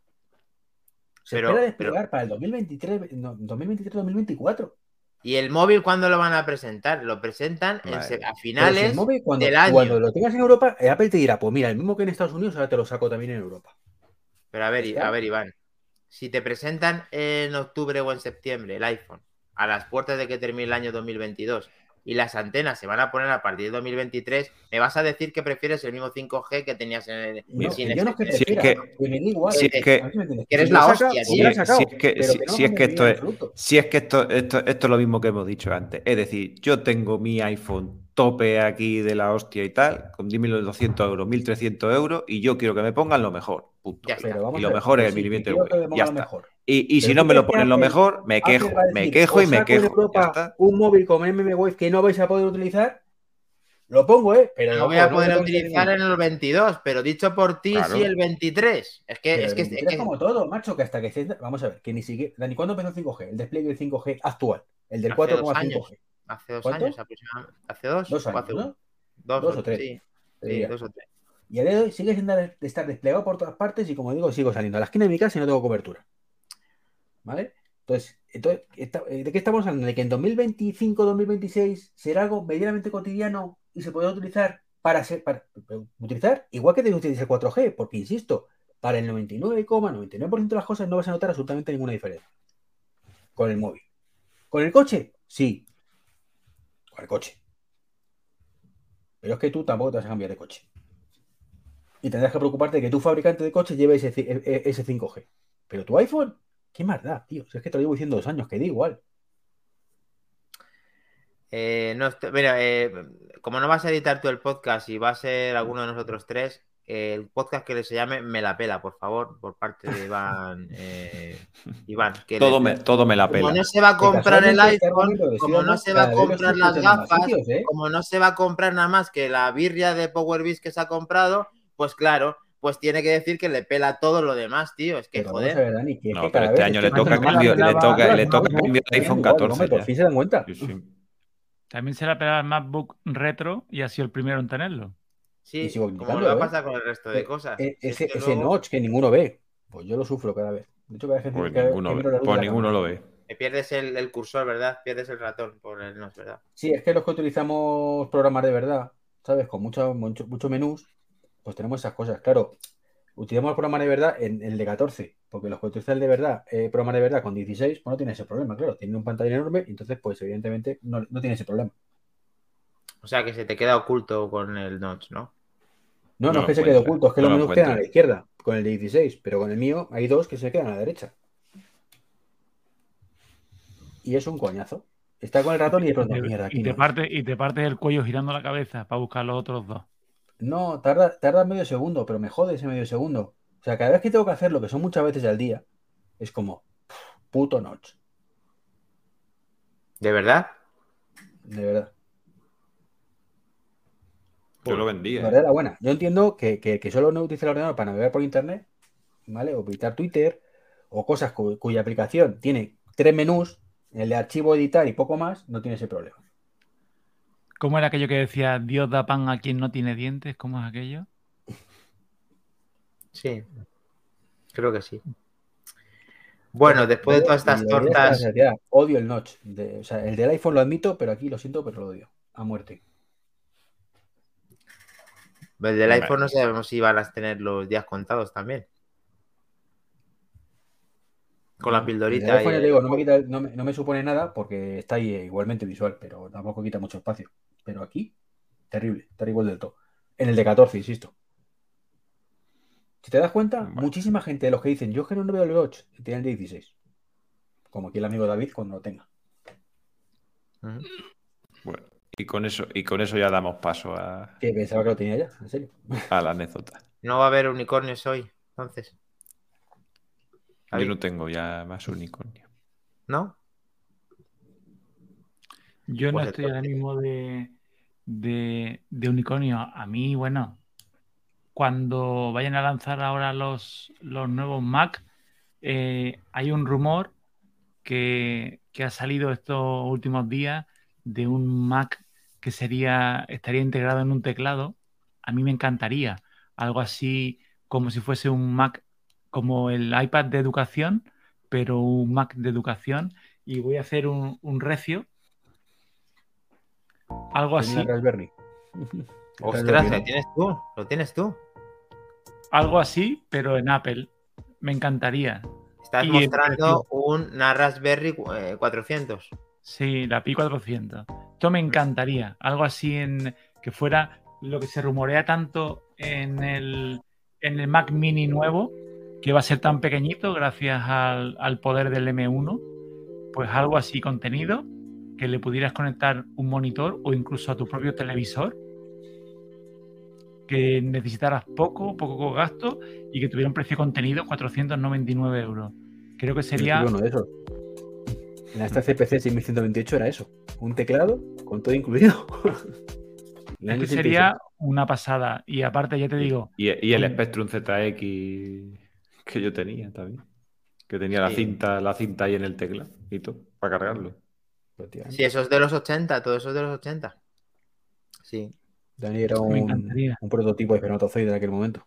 Speaker 1: Se espera
Speaker 2: pero, pero,
Speaker 1: desplegar para el dos mil veintitrés, no, dos mil veintitrés dos mil veinticuatro.
Speaker 2: ¿y el móvil cuándo lo van a presentar? Lo presentan en,
Speaker 3: Madre
Speaker 2: se- a
Speaker 3: mía.
Speaker 1: Pero si el
Speaker 2: finales
Speaker 1: móvil,
Speaker 2: del
Speaker 1: cuando, cuando
Speaker 2: año.
Speaker 1: lo tengas en Europa, eh, Apple te dirá, pues mira, el mismo que en Estados Unidos, ahora te lo saco también en Europa.
Speaker 2: Pero a
Speaker 1: Ya
Speaker 2: ver, I- a
Speaker 1: está.
Speaker 2: ver, Iván, si te presentan en octubre o en septiembre el iPhone a las puertas de que termine el año dos mil veintidós y las antenas se van a poner a partir de dos mil veintitrés, me vas a decir que prefieres el mismo cinco G que tenías en el,
Speaker 3: Mira,
Speaker 1: No,
Speaker 2: sin
Speaker 1: que yo no es que
Speaker 2: ese.
Speaker 3: si es
Speaker 1: prefiera,
Speaker 3: que,
Speaker 1: que me da igual.
Speaker 3: si
Speaker 2: Que,
Speaker 3: es
Speaker 2: que-
Speaker 1: A ver
Speaker 3: que
Speaker 1: si me entiendes.
Speaker 2: que
Speaker 1: Que si
Speaker 2: eres
Speaker 1: me lo
Speaker 2: la
Speaker 1: saca,
Speaker 2: hostia,
Speaker 1: pues me lo
Speaker 2: tío.
Speaker 1: ha
Speaker 3: Si, si
Speaker 1: sacado.
Speaker 3: es que,
Speaker 1: Pero
Speaker 3: si,
Speaker 1: que no
Speaker 3: si
Speaker 1: me
Speaker 3: es que
Speaker 1: cambia mi
Speaker 3: esto
Speaker 1: vida en
Speaker 3: es,
Speaker 1: absoluto.
Speaker 3: si es que esto, esto, esto es lo mismo que hemos dicho antes. Es decir, yo tengo mi iPhone tope aquí de la hostia y tal, con mil doscientos euros, mil trescientos euros, y yo quiero que me pongan lo mejor. Punto.
Speaker 2: Ya
Speaker 3: Y,
Speaker 2: está.
Speaker 1: Pero
Speaker 3: tal. Y
Speaker 1: vamos a
Speaker 3: lo
Speaker 1: ver,
Speaker 3: mejor
Speaker 1: que
Speaker 3: es el
Speaker 1: sí, que
Speaker 3: milímetro
Speaker 1: quiero que
Speaker 3: wave.
Speaker 1: me ponga
Speaker 3: Ya
Speaker 1: lo
Speaker 3: está.
Speaker 1: mejor.
Speaker 3: Y, y si
Speaker 1: Pero
Speaker 3: no
Speaker 1: ¿tú
Speaker 3: me lo
Speaker 1: crees que
Speaker 3: ponen lo
Speaker 1: Apple,
Speaker 3: mejor, me
Speaker 1: Apple va
Speaker 3: quejo,
Speaker 1: a
Speaker 3: me
Speaker 1: decir,
Speaker 3: quejo y
Speaker 1: os
Speaker 3: me
Speaker 1: saco en
Speaker 3: quejo. Ya
Speaker 1: Europa
Speaker 3: está.
Speaker 1: un móvil con M M Wave que no vais a poder utilizar? Lo pongo, ¿eh? Pero
Speaker 2: No voy
Speaker 1: ojo,
Speaker 2: a
Speaker 1: no me
Speaker 2: poder
Speaker 1: pones en
Speaker 2: utilizar
Speaker 1: ningún.
Speaker 2: en el veintidós, pero dicho por ti, sí, el
Speaker 3: Claro.
Speaker 2: veintitrés. Es que,
Speaker 1: Pero
Speaker 2: es
Speaker 1: el
Speaker 2: que, es
Speaker 1: veintitrés
Speaker 2: que
Speaker 1: como todo, macho, que hasta que se... Vamos a ver, que ni siquiera... Dani, ¿cuándo empezó el cinco G? El despliegue del cinco G actual, el del
Speaker 2: hace
Speaker 1: cuatro
Speaker 2: dos
Speaker 1: coma cinco
Speaker 2: años.
Speaker 1: G.
Speaker 2: Hace dos años
Speaker 1: ¿Cuánto?
Speaker 2: aproximadamente. ¿Hace dos
Speaker 1: Dos
Speaker 2: o
Speaker 1: años,
Speaker 2: hace uno?
Speaker 1: ¿no?
Speaker 2: Dos,
Speaker 1: Dos o
Speaker 2: o-
Speaker 1: tres,
Speaker 2: sí,
Speaker 1: te
Speaker 2: sí,
Speaker 1: diría.
Speaker 2: dos o tres.
Speaker 1: Y a día de hoy sigue sin dar- de estar desplegado por todas partes y como digo, sigo saliendo a la esquina de mi casa y no tengo cobertura. ¿Vale? Entonces, entonces esta- ¿de qué estamos hablando? ¿De que en dos mil veinticinco dos mil veintiséis será algo medianamente cotidiano y se podrá utilizar para, ser, para, para utilizar igual que te utiliza el cuatro G? Porque, insisto, para el noventa y nueve coma noventa y nueve por ciento de las cosas no vas a notar absolutamente ninguna diferencia con el móvil. ¿Con el coche? Sí, con el coche. Pero es que tú tampoco te vas a cambiar de coche. Y tendrás que preocuparte de que tu fabricante de coche lleve ese, ci- e- e- ese cinco G. Pero tu iPhone, ¿qué más da, tío? Si es que te lo llevo diciendo dos años, que da igual.
Speaker 2: Eh, no, est- mira, eh, como no vas a editar tú el podcast y va a ser alguno de nosotros tres, eh, el podcast que se llame Me la pela, por favor, por parte de Iván. eh, Iván, que le-
Speaker 3: Todo me, todo me la
Speaker 2: como no
Speaker 3: pela.
Speaker 2: se va a
Speaker 1: Que
Speaker 2: comprar el
Speaker 1: casualmente este
Speaker 2: iPhone,
Speaker 1: argumento que estoy
Speaker 2: como no
Speaker 1: dando,
Speaker 2: se va a
Speaker 1: cada vez lo estoy
Speaker 2: comprar las
Speaker 1: escuchando en más
Speaker 2: gafas,
Speaker 1: sitios, ¿eh?
Speaker 2: como no se va a comprar nada más que la birria de Powerbeast que se ha comprado, pues claro, pues tiene que decir que le pela todo lo demás, tío. Es que
Speaker 1: Pero vamos a
Speaker 2: joder.
Speaker 1: ver, Dani, que es
Speaker 3: No,
Speaker 1: que
Speaker 3: pero
Speaker 1: cada
Speaker 3: este
Speaker 1: vez
Speaker 3: año
Speaker 1: estoy
Speaker 3: le toca
Speaker 1: escuchando
Speaker 4: También
Speaker 1: más
Speaker 4: se la
Speaker 3: cambio, le
Speaker 4: pelaba,
Speaker 3: toca,
Speaker 1: alternativas
Speaker 3: le
Speaker 1: de
Speaker 3: toca
Speaker 1: móvil, ¿eh?
Speaker 3: cambio
Speaker 1: Me
Speaker 3: de
Speaker 1: dan
Speaker 3: iPhone
Speaker 1: igual, digo,
Speaker 3: catorce
Speaker 1: hombre, por
Speaker 3: ya.
Speaker 1: fin se dan cuenta.
Speaker 3: Sí, sí.
Speaker 4: también se la pelaba el MacBook Retro y ha sido el primero en tenerlo.
Speaker 1: Y
Speaker 2: Sí,
Speaker 1: sigo
Speaker 2: como le va a
Speaker 1: criticándolo, ¿eh?
Speaker 2: pasar con el resto de
Speaker 1: E-
Speaker 2: cosas.
Speaker 1: e-
Speaker 2: Si es
Speaker 1: Ese,
Speaker 2: que
Speaker 1: ese
Speaker 2: luego
Speaker 1: notch que ninguno ve, pues yo lo sufro cada vez. De hecho, cada vez que,
Speaker 3: Pues
Speaker 1: cada vez que
Speaker 3: ninguno,
Speaker 1: miro la luz de
Speaker 3: pues
Speaker 1: la
Speaker 3: ninguno
Speaker 1: cámara.
Speaker 3: lo ve.
Speaker 2: te pierdes el, el cursor, ¿verdad? Pierdes el ratón por el no es verdad.
Speaker 1: Sí, es que los que utilizamos programas de verdad, ¿sabes? Con muchos mucho, muchos menús, pues tenemos esas cosas. Claro, utilizamos el programa de verdad en el de catorce, porque los que utilizan el de verdad, eh, programa de verdad con dieciséis, pues no tiene ese problema, claro. Tiene un pantalla enorme, entonces, pues evidentemente no, no tiene ese problema.
Speaker 2: O sea que se te queda oculto con el notch, ¿no?
Speaker 1: No, no
Speaker 3: No
Speaker 1: es
Speaker 3: lo
Speaker 1: que se quede
Speaker 3: encuentra,
Speaker 1: oculto, es que
Speaker 3: no
Speaker 1: los
Speaker 3: lo
Speaker 1: menús quedan a la
Speaker 3: encuentra.
Speaker 1: izquierda con el de dieciséis, pero con el mío hay dos que se quedan a la derecha. Y es un coñazo. Está con el ratón y de
Speaker 4: Y
Speaker 1: pronto,
Speaker 4: te,
Speaker 1: mierda,
Speaker 4: y
Speaker 1: aquí
Speaker 4: te
Speaker 1: no es.
Speaker 4: parte, y te partes el cuello girando la cabeza para buscar los otros dos.
Speaker 1: No, tarda, tarda medio segundo, pero me jode ese medio segundo. O sea, cada vez que tengo que hacerlo, que son muchas veces al día, es como, puto notch,
Speaker 2: ¿De verdad?
Speaker 1: de verdad.
Speaker 3: Yo lo
Speaker 1: La
Speaker 3: vendía,
Speaker 1: verdad
Speaker 3: ¿eh?
Speaker 1: era buena. Yo entiendo que, que, que solo no utilice el ordenador para navegar por internet, ¿vale? O visitar Twitter, o cosas cu- cuya aplicación tiene tres menús, el de archivo, editar y poco más, no tiene ese problema.
Speaker 4: ¿Cómo era aquello que decía Dios da pan a quien no tiene dientes? ¿Cómo es aquello?
Speaker 2: Sí, creo que sí. Bueno, después de todas estas tortas...
Speaker 1: Odio el notch. De, o sea, el del iPhone lo admito, pero aquí lo siento, pero lo odio. A muerte.
Speaker 2: El del iPhone no sabemos si van a tener los días contados también. Con la pildorita.
Speaker 1: El iPhone, y... digo, no, me quita, no, me, no me supone nada porque está ahí igualmente visual, pero tampoco quita mucho espacio. Pero aquí, terrible, terrible del todo. En el de catorce, insisto. Si te das cuenta, vale. Muchísima gente de los que dicen yo que no veo el ocho, tiene el de dieciséis. Como aquí el amigo David cuando lo tenga.
Speaker 3: Uh-huh. Bueno, y con eso, y con eso ya damos paso a.
Speaker 1: Que pensaba que lo tenía ya, en serio.
Speaker 3: A la anécdota.
Speaker 2: No va a haber unicornios hoy, entonces.
Speaker 3: Yo no tengo ya más unicornio.
Speaker 2: ¿No?
Speaker 4: Yo pues no estoy ahora mismo de, de, de unicornio. A mí, bueno, cuando vayan a lanzar ahora los, los nuevos Mac, eh, hay un rumor que, que ha salido estos últimos días de un Mac que sería, estaría integrado en un teclado. A mí me encantaría algo así como si fuese un Mac como el iPad de educación, pero un Mac de educación, y voy a hacer un, un recio. Algo así.
Speaker 1: Raspberry.
Speaker 2: Ostras, lo tienes tú, lo tienes tú.
Speaker 4: Algo así, pero en Apple. Me encantaría.
Speaker 2: Estás y mostrando una Raspberry cuatrocientos.
Speaker 4: Sí, la Pi cuatrocientos. Esto me encantaría. Algo así en que fuera lo que se rumorea tanto en el, en el Mac Mini nuevo, que va a ser tan pequeñito gracias al, al poder del M uno. Pues algo así, contenido, que le pudieras conectar un monitor o incluso a tu propio televisor, que necesitaras poco, poco gasto y que tuviera un precio de contenido cuatrocientos noventa y nueve euros. Creo que sería...
Speaker 1: Uno de esos. En esta C P C seis mil ciento veintiocho era eso. Un teclado con todo incluido.
Speaker 4: Es que sería una pasada. Y aparte, ya te digo...
Speaker 3: Y, y el Spectrum Z X que yo tenía también. Que tenía sí. la cinta la cinta ahí en el teclado y todo, para cargarlo.
Speaker 2: Sí, eso es de los ochenta, todo eso es de los ochenta. Sí.
Speaker 1: Dani era un, un prototipo de espermatozoide en aquel momento.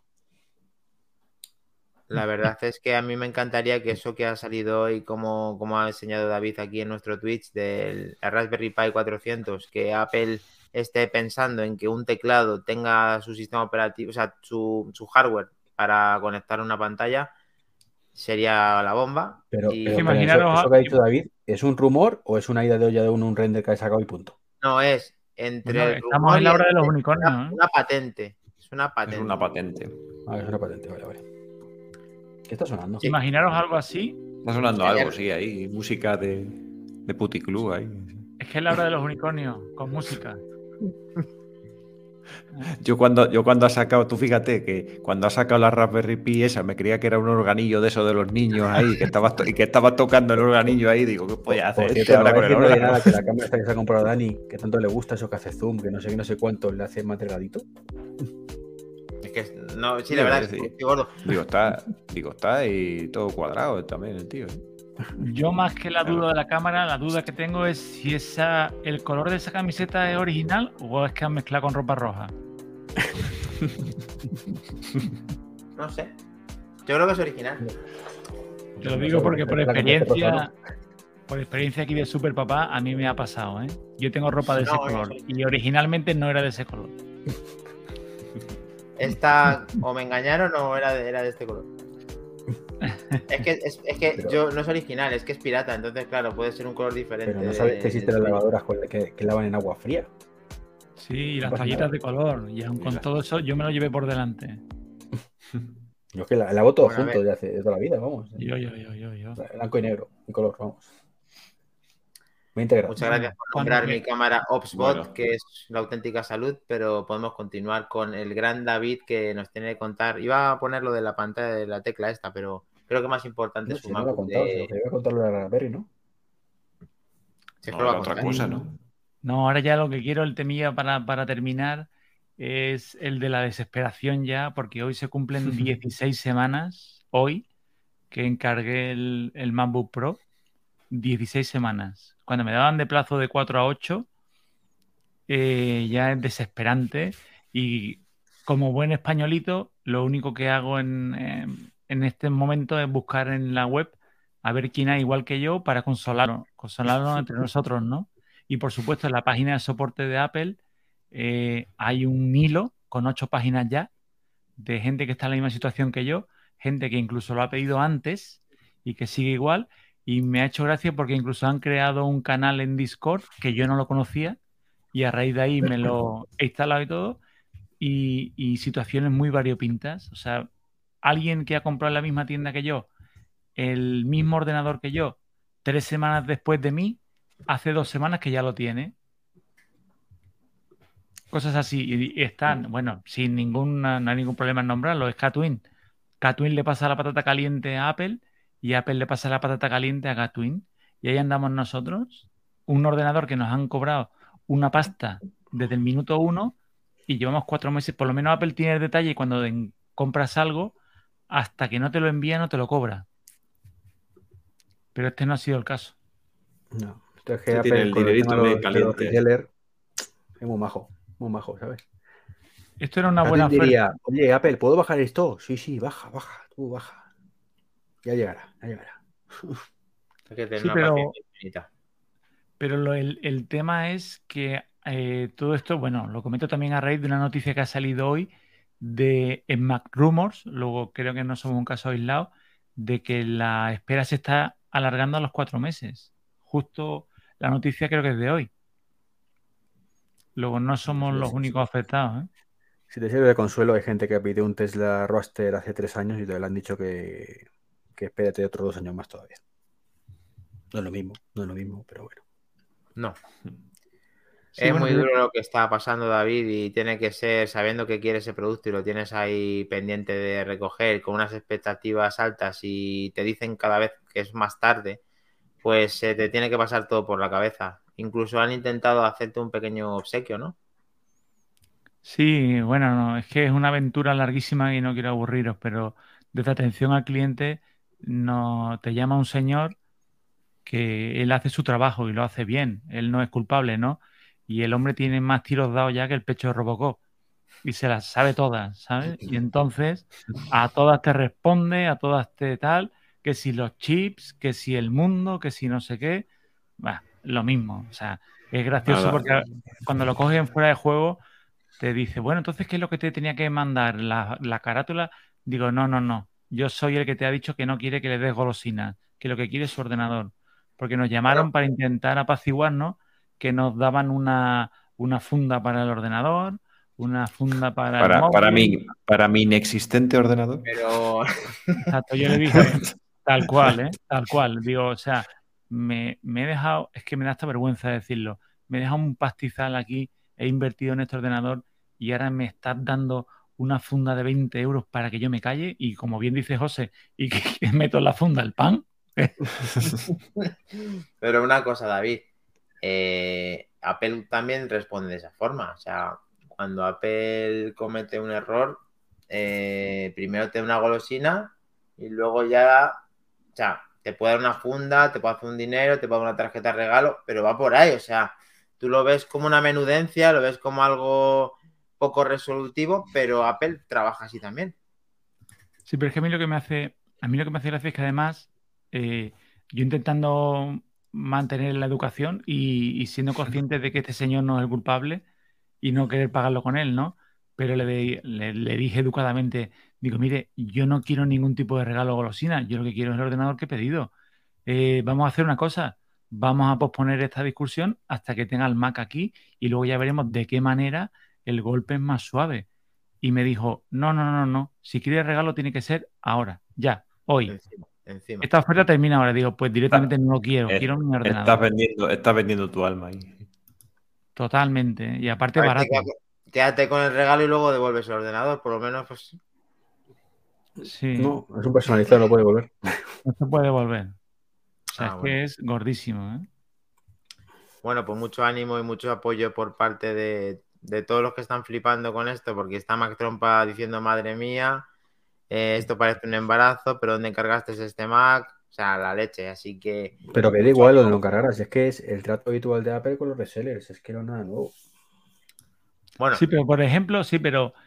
Speaker 2: La verdad es que a mí me encantaría que eso que ha salido hoy, como, como ha enseñado David aquí en nuestro Twitch, del Raspberry Pi cuatrocientos, que Apple esté pensando en que un teclado tenga su sistema operativo, o sea, su, su hardware para conectar una pantalla, sería la bomba.
Speaker 1: Pero,
Speaker 2: y...
Speaker 1: pero imaginaros, eso, eso que ha dicho David, ¿es un rumor o es una ida de olla de un, un render que ha sacado y punto?
Speaker 2: No, es entre
Speaker 4: bueno, el estamos en la hora de los unicornios.
Speaker 2: Una, ¿eh? una patente. Es una patente.
Speaker 3: Es una patente.
Speaker 1: Ah, es una patente, vale, vale. ¿Qué está sonando?
Speaker 4: Sí. Imaginaros algo así.
Speaker 3: Está sonando algo, sí, ahí. Música de, de puticlub ahí.
Speaker 4: Es que es la hora de los unicornios, con música.
Speaker 3: Yo cuando, yo cuando ha sacado, tú fíjate que cuando ha sacado la Raspberry Pi esa, me creía que era un organillo de esos de los niños ahí, que estaba, y que estaba tocando el organillo ahí, digo, ¿qué podía hacer?
Speaker 1: Por cierto, ahora con el órgano. Nada, que la cámara esta que se ha comprado Dani, que tanto le gusta eso que hace zoom, que no sé qué, no sé cuánto, le hace más delgadito.
Speaker 2: Es que, no, sí, la verdad es que estoy gordo.
Speaker 3: Digo, está, digo, está y todo cuadrado también el tío. ¿eh?
Speaker 4: Yo más que la duda de la cámara, la duda que tengo es si esa, el color de esa camiseta es original o es que han mezclado con ropa roja.
Speaker 2: No sé. Yo creo que es original.
Speaker 4: Te lo digo porque por experiencia, por experiencia aquí de Super Papá, a mí me ha pasado, ¿eh? Yo tengo ropa de ese no, color no y originalmente no era de ese color.
Speaker 2: Esta, o me engañaron o era de, era de este color. Es que, es, es que pero, yo no es original, es que es pirata, entonces claro, puede ser un color diferente.
Speaker 1: Pero no sabes que existen las lavadoras que, que lavan en agua fría.
Speaker 4: Sí, y las toallitas de color, y aun con todo eso yo me lo llevé por delante.
Speaker 1: Yo es que la, lavo todo bueno, junto de hace de toda la vida, vamos.
Speaker 4: Yo, yo, yo, yo, yo.
Speaker 1: Blanco y negro, en color, vamos. Muy integrado.
Speaker 2: Muchas gracias por nombrar mi cámara OpsBot, bueno. que es la auténtica salud, pero podemos continuar con el gran David que nos tiene que contar. Iba a poner lo de la pantalla de la tecla esta, pero creo que más importante
Speaker 1: no,
Speaker 2: es su
Speaker 1: si
Speaker 2: MacBook.
Speaker 1: No de... Se iba a contar lo de la Raspberry, ¿no?
Speaker 2: Sí,
Speaker 3: no, era otra cosa, ¿no?
Speaker 4: No, ahora ya lo que quiero, el temilla para, para terminar, es el de la desesperación ya, porque hoy se cumplen dieciséis semanas, hoy, que encargué el, el MacBook Pro. dieciséis semanas. Cuando me daban de plazo de cuatro a ocho, eh, ya es desesperante y como buen españolito, lo único que hago en, en, en este momento es buscar en la web a ver quién hay igual que yo para consolarnos, consolarnos entre nosotros, ¿no? Y por supuesto, en la página de soporte de Apple eh, hay un hilo con ocho páginas ya de gente que está en la misma situación que yo, gente que incluso lo ha pedido antes y que sigue igual. Y me ha hecho gracia porque incluso han creado un canal en Discord que yo no lo conocía y a raíz de ahí me lo he instalado y todo. Y, y situaciones muy variopintas. O sea, alguien que ha comprado en la misma tienda que yo el mismo ordenador que yo tres semanas después de mí, hace dos semanas que ya lo tiene. Cosas así. Y, y están, bueno, sin ninguna, no hay ningún problema en nombrarlo, es Catwin. Catwin le pasa la patata caliente a Apple y Apple le pasa la patata caliente a Catwin. Y ahí andamos nosotros, un ordenador que nos han cobrado una pasta desde el minuto uno y llevamos cuatro meses. Por lo menos Apple tiene el detalle y cuando en- compras algo, hasta que no te lo envía, no te lo cobra. Pero este no ha sido el caso.
Speaker 1: No, esto es que
Speaker 3: Este tiene
Speaker 1: Apple
Speaker 3: el
Speaker 1: con el tema
Speaker 3: dinerito
Speaker 1: de
Speaker 3: ahí
Speaker 1: los, de los
Speaker 3: caliente.
Speaker 1: resellers es muy majo, muy majo, ¿sabes?
Speaker 4: Esto era una
Speaker 1: Alguien
Speaker 4: buena oferta.
Speaker 1: diría, oye, Apple, ¿puedo bajar esto? Sí, sí, baja, baja, tú baja. Ya llegará, ya llegará.
Speaker 2: Hay que tener
Speaker 4: Sí,
Speaker 2: una
Speaker 4: pero,
Speaker 2: paciencia infinita.
Speaker 4: pero lo- el, el tema es que eh, todo esto, bueno, lo comento también a raíz de una noticia que ha salido hoy de en Mac Rumors, luego creo que no somos un caso aislado, de que la espera se está alargando a los cuatro meses. Justo la noticia creo que es de hoy. Luego no somos los únicos afectados, ¿eh?
Speaker 1: Si te sirve de consuelo, hay gente que pidió un Tesla Roadster hace tres años y te le han dicho que, que espérate otros dos años más todavía. No es lo mismo, no es lo mismo, pero bueno.
Speaker 2: No.
Speaker 4: Sí,
Speaker 2: Es
Speaker 4: bueno,
Speaker 2: muy
Speaker 4: pero-
Speaker 2: duro lo que está pasando, David, y tiene que ser sabiendo que quieres ese producto y lo tienes ahí pendiente de recoger con unas expectativas altas y te dicen cada vez que es más tarde, pues se te tiene que pasar todo por la cabeza. Incluso han intentado hacerte un pequeño obsequio, ¿no?
Speaker 4: sí, bueno, no, es que es una aventura larguísima y no quiero aburriros, pero desde atención al cliente no te llama un señor que él hace su trabajo y lo hace bien, él no es culpable, ¿no? Y el hombre tiene más tiros dados ya que el pecho de Robocop y se las sabe todas, ¿sabes? Y entonces a todas te responde, a todas te tal, que si los chips, que si el mundo, que si no sé qué, bah, lo mismo, o sea, es gracioso
Speaker 3: Nada.
Speaker 4: porque cuando lo cogen fuera de juego te dice, bueno, entonces, ¿qué es lo que te tenía que mandar? La, la carátula. Digo, no, no, no. Yo soy el que te ha dicho que no quiere que le des golosinas, que lo que quiere es su ordenador. Porque nos
Speaker 2: Bueno,
Speaker 4: llamaron para intentar apaciguarnos, que nos daban una, una funda para el ordenador, una funda para el
Speaker 3: Para, para
Speaker 4: móvil.
Speaker 3: mí, para mi inexistente ordenador.
Speaker 2: pero
Speaker 4: Exacto, yo le dije, tal cual, ¿eh? Tal cual. Digo, o sea, me, me he dejado, es que me da esta vergüenza decirlo, me he dejado un pastizal aquí, he invertido en este ordenador y ahora me estás dando una funda de veinte euros para que yo me calle y como bien dice José, y que, que meto en la funda el pan.
Speaker 2: Pero una cosa, David, eh, Apple también responde de esa forma. O sea, cuando Apple comete un error, eh, primero te da una golosina y luego ya, o sea, te puede dar una funda, te puede hacer un dinero, te puede dar una tarjeta de regalo, pero va por ahí. O sea, tú lo ves como una menudencia, lo ves como algo poco resolutivo, pero Apple trabaja así también.
Speaker 4: Sí, pero es que a mí lo que me hace, a mí lo que me hace gracia es que además, eh, yo intentando mantener la educación y, y siendo consciente de que este señor no es el culpable y no querer pagarlo con él, ¿no? Pero le, de- le, le dije educadamente, digo, mire, yo no quiero ningún tipo de regalo o golosina, yo lo que quiero es el ordenador que he pedido. Eh, vamos a hacer una cosa, vamos a posponer esta discusión hasta que tenga el Mac aquí y luego ya veremos de qué manera el golpe es más suave. Y me dijo, no, no, no, no, no. Si quieres regalo tiene que ser ahora, ya, hoy.
Speaker 2: Encima, encima.
Speaker 4: Esta oferta termina ahora. Digo, pues directamente no lo quiero,
Speaker 3: Es-
Speaker 4: quiero mi
Speaker 3: Estás
Speaker 4: ordenador.
Speaker 3: vendiendo, estás vendiendo tu alma ahí.
Speaker 4: Totalmente. ¿Eh? Y aparte
Speaker 2: A ver, te
Speaker 4: barato.
Speaker 2: queda- quédate con el regalo y luego devuelves el ordenador, por lo menos, pues.
Speaker 4: Sí,
Speaker 1: No, es un personalizado, no puede volver.
Speaker 4: no se puede volver. O sea,
Speaker 2: Ah,
Speaker 4: es
Speaker 2: bueno.
Speaker 4: que es gordísimo, ¿eh?
Speaker 2: Bueno, pues mucho ánimo y mucho apoyo por parte de, de todos los que están flipando con esto, porque está Mac Trompa diciendo, madre mía, eh, esto parece un embarazo, pero ¿dónde encargaste este Mac? O sea, la leche, así que
Speaker 1: Pero que da
Speaker 2: mucho
Speaker 1: igual lo de
Speaker 2: ánimo.
Speaker 1: lo cargaras, es que es el trato habitual de Apple con los resellers, es que no es nada nuevo.
Speaker 2: Bueno,
Speaker 4: Sí, pero por ejemplo, sí, pero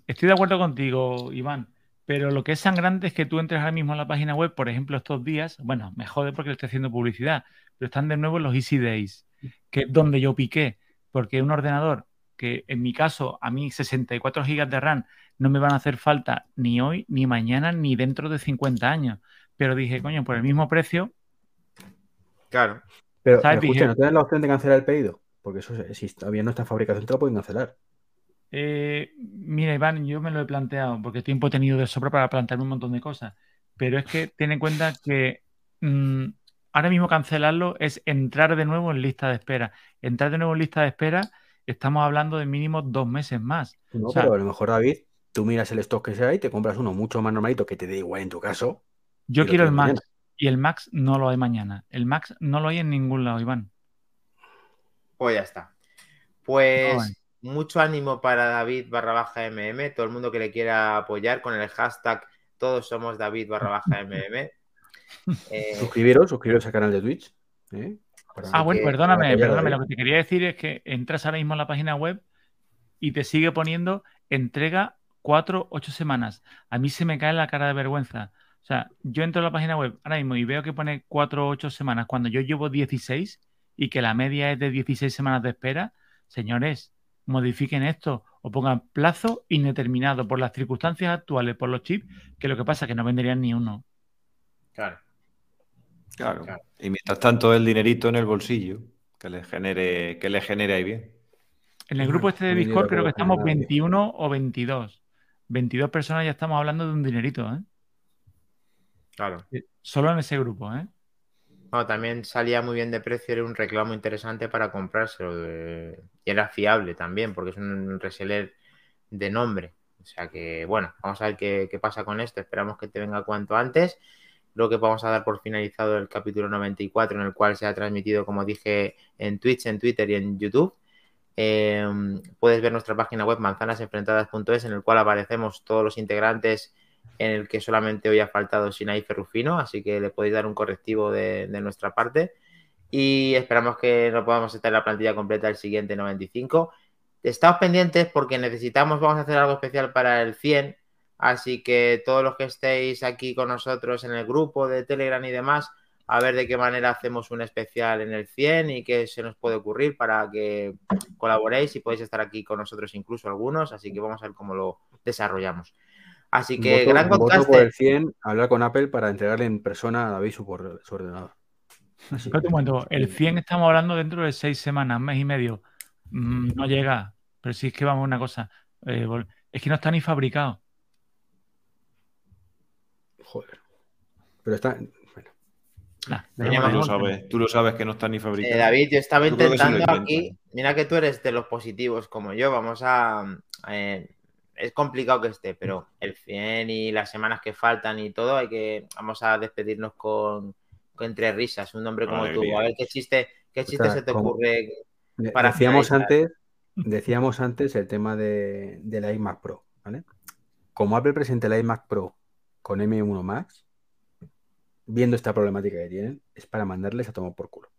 Speaker 4: estoy de acuerdo contigo, Iván, pero lo que es sangrante es que tú entres ahora mismo en la página web, por ejemplo, estos días, bueno, me jode porque le estoy haciendo publicidad, pero están de nuevo los Easy Days, que es donde yo piqué, porque un ordenador que en mi caso, a mí sesenta y cuatro gigas de RAM no me van a hacer falta ni hoy, ni mañana, ni dentro de cincuenta años. Pero dije, coño, por el mismo precio,
Speaker 2: Claro.
Speaker 1: Pero,
Speaker 4: ¿sabes?
Speaker 1: pero escucha,
Speaker 4: Dije,
Speaker 1: ¿no tienes la opción de cancelar el pedido? Porque eso, si todavía no está en fabricación, te lo pueden cancelar.
Speaker 4: Eh, mira, Iván, yo me lo he planteado porque tiempo he tenido de sobra para plantearme un montón de cosas, pero es que ten en cuenta que mm, ahora mismo cancelarlo es entrar de nuevo en lista de espera. Entrar de nuevo en lista de espera, estamos hablando de mínimo dos meses más. O
Speaker 1: No, pero
Speaker 4: sea,
Speaker 1: a lo mejor, David, tú miras el stock que sea y te compras uno mucho más normalito que te dé igual en tu caso y
Speaker 4: yo
Speaker 1: lo
Speaker 4: quiero el
Speaker 1: tienes mañana.
Speaker 4: Max y el Max no lo hay mañana. El Max no lo hay en ningún lado, Iván.
Speaker 2: Pues ya está.
Speaker 4: No lo hay.
Speaker 2: Pues mucho ánimo para David barra baja MM, todo el mundo que le quiera apoyar con el hashtag todos somos David barra baja MM. Eh,
Speaker 1: Suscribiros, suscribiros al canal de Twitch. ¿eh? Para,
Speaker 4: Ah,
Speaker 2: así
Speaker 4: bueno,
Speaker 2: que
Speaker 1: para
Speaker 4: perdóname,
Speaker 1: apoyar a
Speaker 4: perdóname.
Speaker 1: David.
Speaker 4: Lo que te quería decir es que entras ahora mismo en la página web y te sigue poniendo entrega cuatro, ocho semanas. A mí se me cae la cara de vergüenza. O sea, yo entro a la página web ahora mismo y veo que pone cuatro, ocho semanas cuando yo llevo dieciséis y que la media es de dieciséis semanas de espera. Señores, modifiquen esto o pongan plazo indeterminado por las circunstancias actuales, por los chips, que lo que pasa es que no venderían ni uno.
Speaker 2: claro,
Speaker 3: Claro.
Speaker 2: claro.
Speaker 3: Y mientras tanto el dinerito en el bolsillo, que le genere, que le genere ahí bien.
Speaker 4: En el grupo
Speaker 1: Bueno,
Speaker 4: este de
Speaker 1: un
Speaker 4: Discord
Speaker 1: dinero que
Speaker 4: creo que
Speaker 1: no tiene
Speaker 4: estamos
Speaker 1: nadie.
Speaker 4: veintiuno o veintidós. veintidós personas ya estamos hablando de un dinerito, ¿eh?
Speaker 2: Claro.
Speaker 4: Solo en ese grupo, ¿eh?
Speaker 2: No, también salía muy bien de precio, era un reclamo interesante para comprárselo. de- Y era fiable también, porque es un reseller de nombre. O sea que, bueno, vamos a ver qué, qué pasa con esto. Esperamos que te venga cuanto antes. Creo que vamos a dar por finalizado el capítulo noventa y cuatro, en el cual se ha transmitido, como dije, en Twitch, en Twitter y en YouTube. Eh, puedes ver nuestra página web manzanasenfrentadas punto es, en el cual aparecemos todos los integrantes, en el que solamente hoy ha faltado Sinai Ferrufino, así que le podéis dar un correctivo de, de nuestra parte y esperamos que nos podamos estar en la plantilla completa el siguiente noventa y cinco. Estamos pendientes porque necesitamos, vamos a hacer algo especial para el cien, así que todos los que estéis aquí con nosotros en el grupo de Telegram y demás, a ver de qué manera hacemos un especial en el cien y qué se nos puede ocurrir para que colaboréis y podéis estar aquí con nosotros incluso algunos, así que vamos a ver cómo lo desarrollamos. Así que,
Speaker 1: Voto,
Speaker 2: gran
Speaker 1: voto por
Speaker 2: contraste.
Speaker 1: el cien, hablar con Apple para entregarle en persona a David su, por- su ordenador. Así.
Speaker 4: Espérate un momento, el cien estamos hablando dentro de seis semanas, mes y medio. Mm, no llega, pero sí es que vamos a una cosa. eh, vol- es que no está ni fabricado.
Speaker 1: Joder. Pero está. Bueno,
Speaker 4: Nah,
Speaker 1: venga,
Speaker 4: dejémoslo,
Speaker 3: Tú lo
Speaker 2: Tenemos,
Speaker 4: dejémoslo.
Speaker 3: sabes, tú lo sabes que no está ni
Speaker 2: eh,
Speaker 3: fabricado.
Speaker 2: David, yo estaba
Speaker 3: Yo creo que sí lo
Speaker 2: intentando
Speaker 3: intentan.
Speaker 2: aquí, mira que tú eres de los positivos como yo, vamos a... eh, es complicado que esté, pero el cien y las semanas que faltan y todo, hay que, vamos a despedirnos con, con entre risas, un nombre
Speaker 3: Con
Speaker 2: como tú. A
Speaker 3: alegría.
Speaker 2: ver qué chiste, qué chiste se
Speaker 1: escucha,
Speaker 2: te
Speaker 1: como
Speaker 2: ocurre
Speaker 1: de-
Speaker 2: para
Speaker 1: decíamos
Speaker 2: finalizar.
Speaker 1: antes, decíamos antes el tema de, de la iMac Pro, ¿vale? Como Apple presenta la iMac Pro con M uno Max, viendo esta problemática que tienen, es para mandarles a tomar por culo.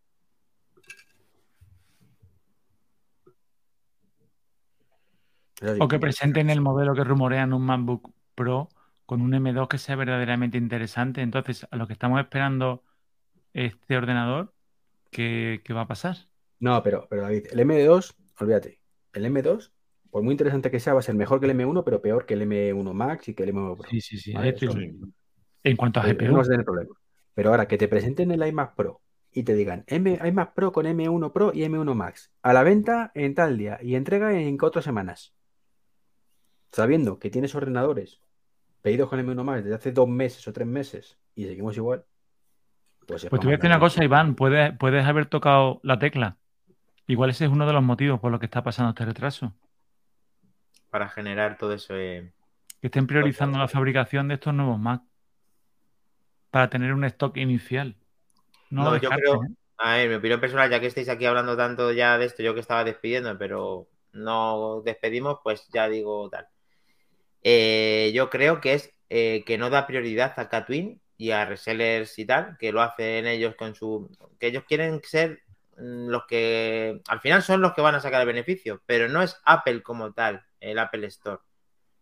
Speaker 1: Es así.
Speaker 4: O que presenten el modelo que rumorean un MacBook Pro con un M dos que sea verdaderamente interesante. Entonces, a lo que estamos esperando este ordenador, ¿qué, qué va a pasar?
Speaker 1: No, pero, pero David, el M dos, olvídate. El M dos, por muy interesante que sea, va a ser mejor que el M uno, pero peor que el M uno Max y que el M uno Pro.
Speaker 4: Sí, sí, sí.
Speaker 1: ¿Vale?
Speaker 4: estoy
Speaker 1: Eso,
Speaker 4: contigo. En cuanto a
Speaker 1: eso no
Speaker 4: G P U,
Speaker 1: vas a tener problema. Pero ahora que te presenten el iMac Pro y te digan M, iMac Pro con M uno Pro y M uno Max a la venta en tal día y entrega en cuatro semanas, sabiendo que tienes ordenadores pedidos con M uno Max desde hace dos meses o tres meses y seguimos igual, pues es
Speaker 4: pues
Speaker 1: para
Speaker 4: te voy a decir una
Speaker 1: mandarle el
Speaker 4: cosa,
Speaker 1: culo.
Speaker 4: Iván, puedes, puedes haber tocado la tecla. Igual ese es uno de los motivos por los que está pasando este retraso.
Speaker 2: Para generar todo eso. Eh,
Speaker 4: Que estén priorizando la fabricación de estos nuevos Mac para tener un stock inicial. No lo
Speaker 2: No, yo
Speaker 4: descartes,
Speaker 2: creo,
Speaker 4: ¿eh?
Speaker 2: a ver, mi opinión personal, ya que estáis aquí hablando tanto ya de esto, yo que estaba despidiendo, pero no despedimos, pues ya digo tal. Eh, yo creo que es eh, que no da prioridad a Catwin y a resellers y tal, que lo hacen ellos con su... que ellos quieren ser mm, los que... al final son los que van a sacar el beneficio, pero no es Apple como tal, el Apple Store.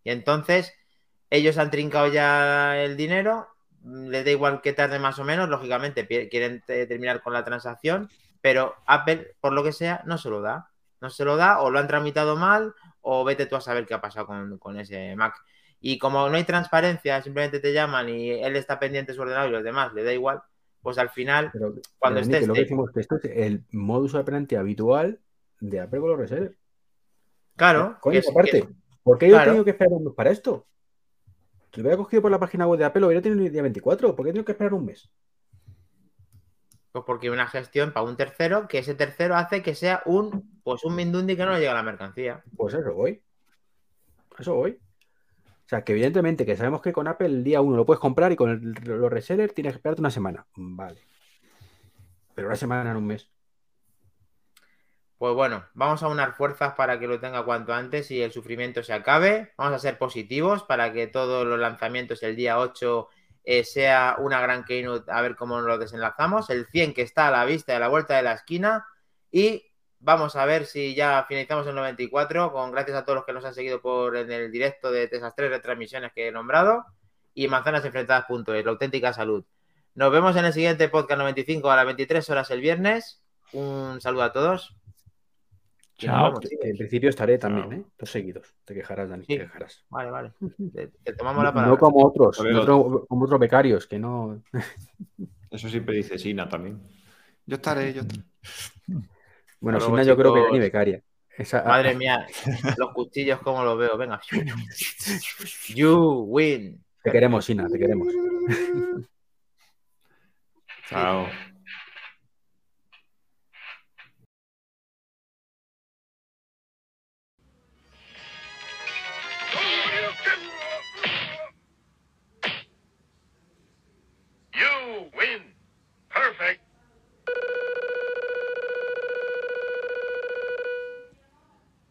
Speaker 2: Y entonces ellos han trincado ya el dinero, les da igual que tarde más o menos, lógicamente quieren terminar con la transacción, pero Apple, por lo que sea, no se lo da. No se lo da, o lo han tramitado mal, o vete tú a saber qué ha pasado con, con ese Mac. Y como no hay transparencia, simplemente te llaman y él está pendiente de su ordenador y los demás le da igual, pues al final,
Speaker 1: Pero,
Speaker 2: cuando
Speaker 1: pero Dani,
Speaker 2: estés...
Speaker 1: que lo que decimos que esto es el modus operandi habitual de Apple con los resellers.
Speaker 2: Claro.
Speaker 1: Coño,
Speaker 2: es,
Speaker 1: aparte,
Speaker 2: es,
Speaker 1: ¿por qué
Speaker 2: claro.
Speaker 1: yo he tenido que esperar un mes para esto? Si lo hubiera cogido por la página web de Apple, lo hubiera tenido el día veinticuatro. ¿Por qué he tenido que esperar un mes?
Speaker 2: Pues porque hay una gestión para un tercero, que ese tercero hace que sea un, pues un Mindundi que no le llega la mercancía.
Speaker 1: Pues eso voy. Eso voy. O sea, que evidentemente que sabemos que con Apple el día uno lo puedes comprar y con el, los resellers tienes que esperarte una semana. Vale. Pero una semana en un mes.
Speaker 2: Pues bueno, vamos a unar fuerzas para que lo tenga cuanto antes y el sufrimiento se acabe. Vamos a ser positivos para que todos los lanzamientos el día ocho eh, sea una gran keynote, a ver cómo lo desenlazamos. El cien que está a la vista, a la vuelta de la esquina. Y vamos a ver si ya finalizamos el noventa y cuatro, con gracias a todos los que nos han seguido por en el directo de esas tres retransmisiones que he nombrado. Y manzanas enfrentadas punto es, la auténtica salud. Nos vemos en el siguiente podcast noventa y cinco a las veintitrés horas el viernes. Un saludo a todos.
Speaker 4: Chao.
Speaker 1: Que, que en principio estaré también,
Speaker 3: Chao.
Speaker 1: ¿eh? Dos seguidos. Te quejarás, Dani,
Speaker 2: Sí.
Speaker 1: te quejarás.
Speaker 2: Vale, vale. Te, te tomamos
Speaker 1: No,
Speaker 2: la palabra.
Speaker 1: no como otros,
Speaker 3: A ver,
Speaker 1: no otro- como otros becarios, que no.
Speaker 3: Eso siempre dice Sina también. Yo estaré, yo estaré.
Speaker 1: Bueno,
Speaker 2: Hasta
Speaker 1: Sina
Speaker 2: luego,
Speaker 1: yo creo que ya
Speaker 2: chicos.
Speaker 1: ni becaria. Esa-
Speaker 2: Madre mía, los cuchillos, cómo los veo. Venga. You win.
Speaker 1: Te queremos, Sina, te queremos.
Speaker 3: Chao.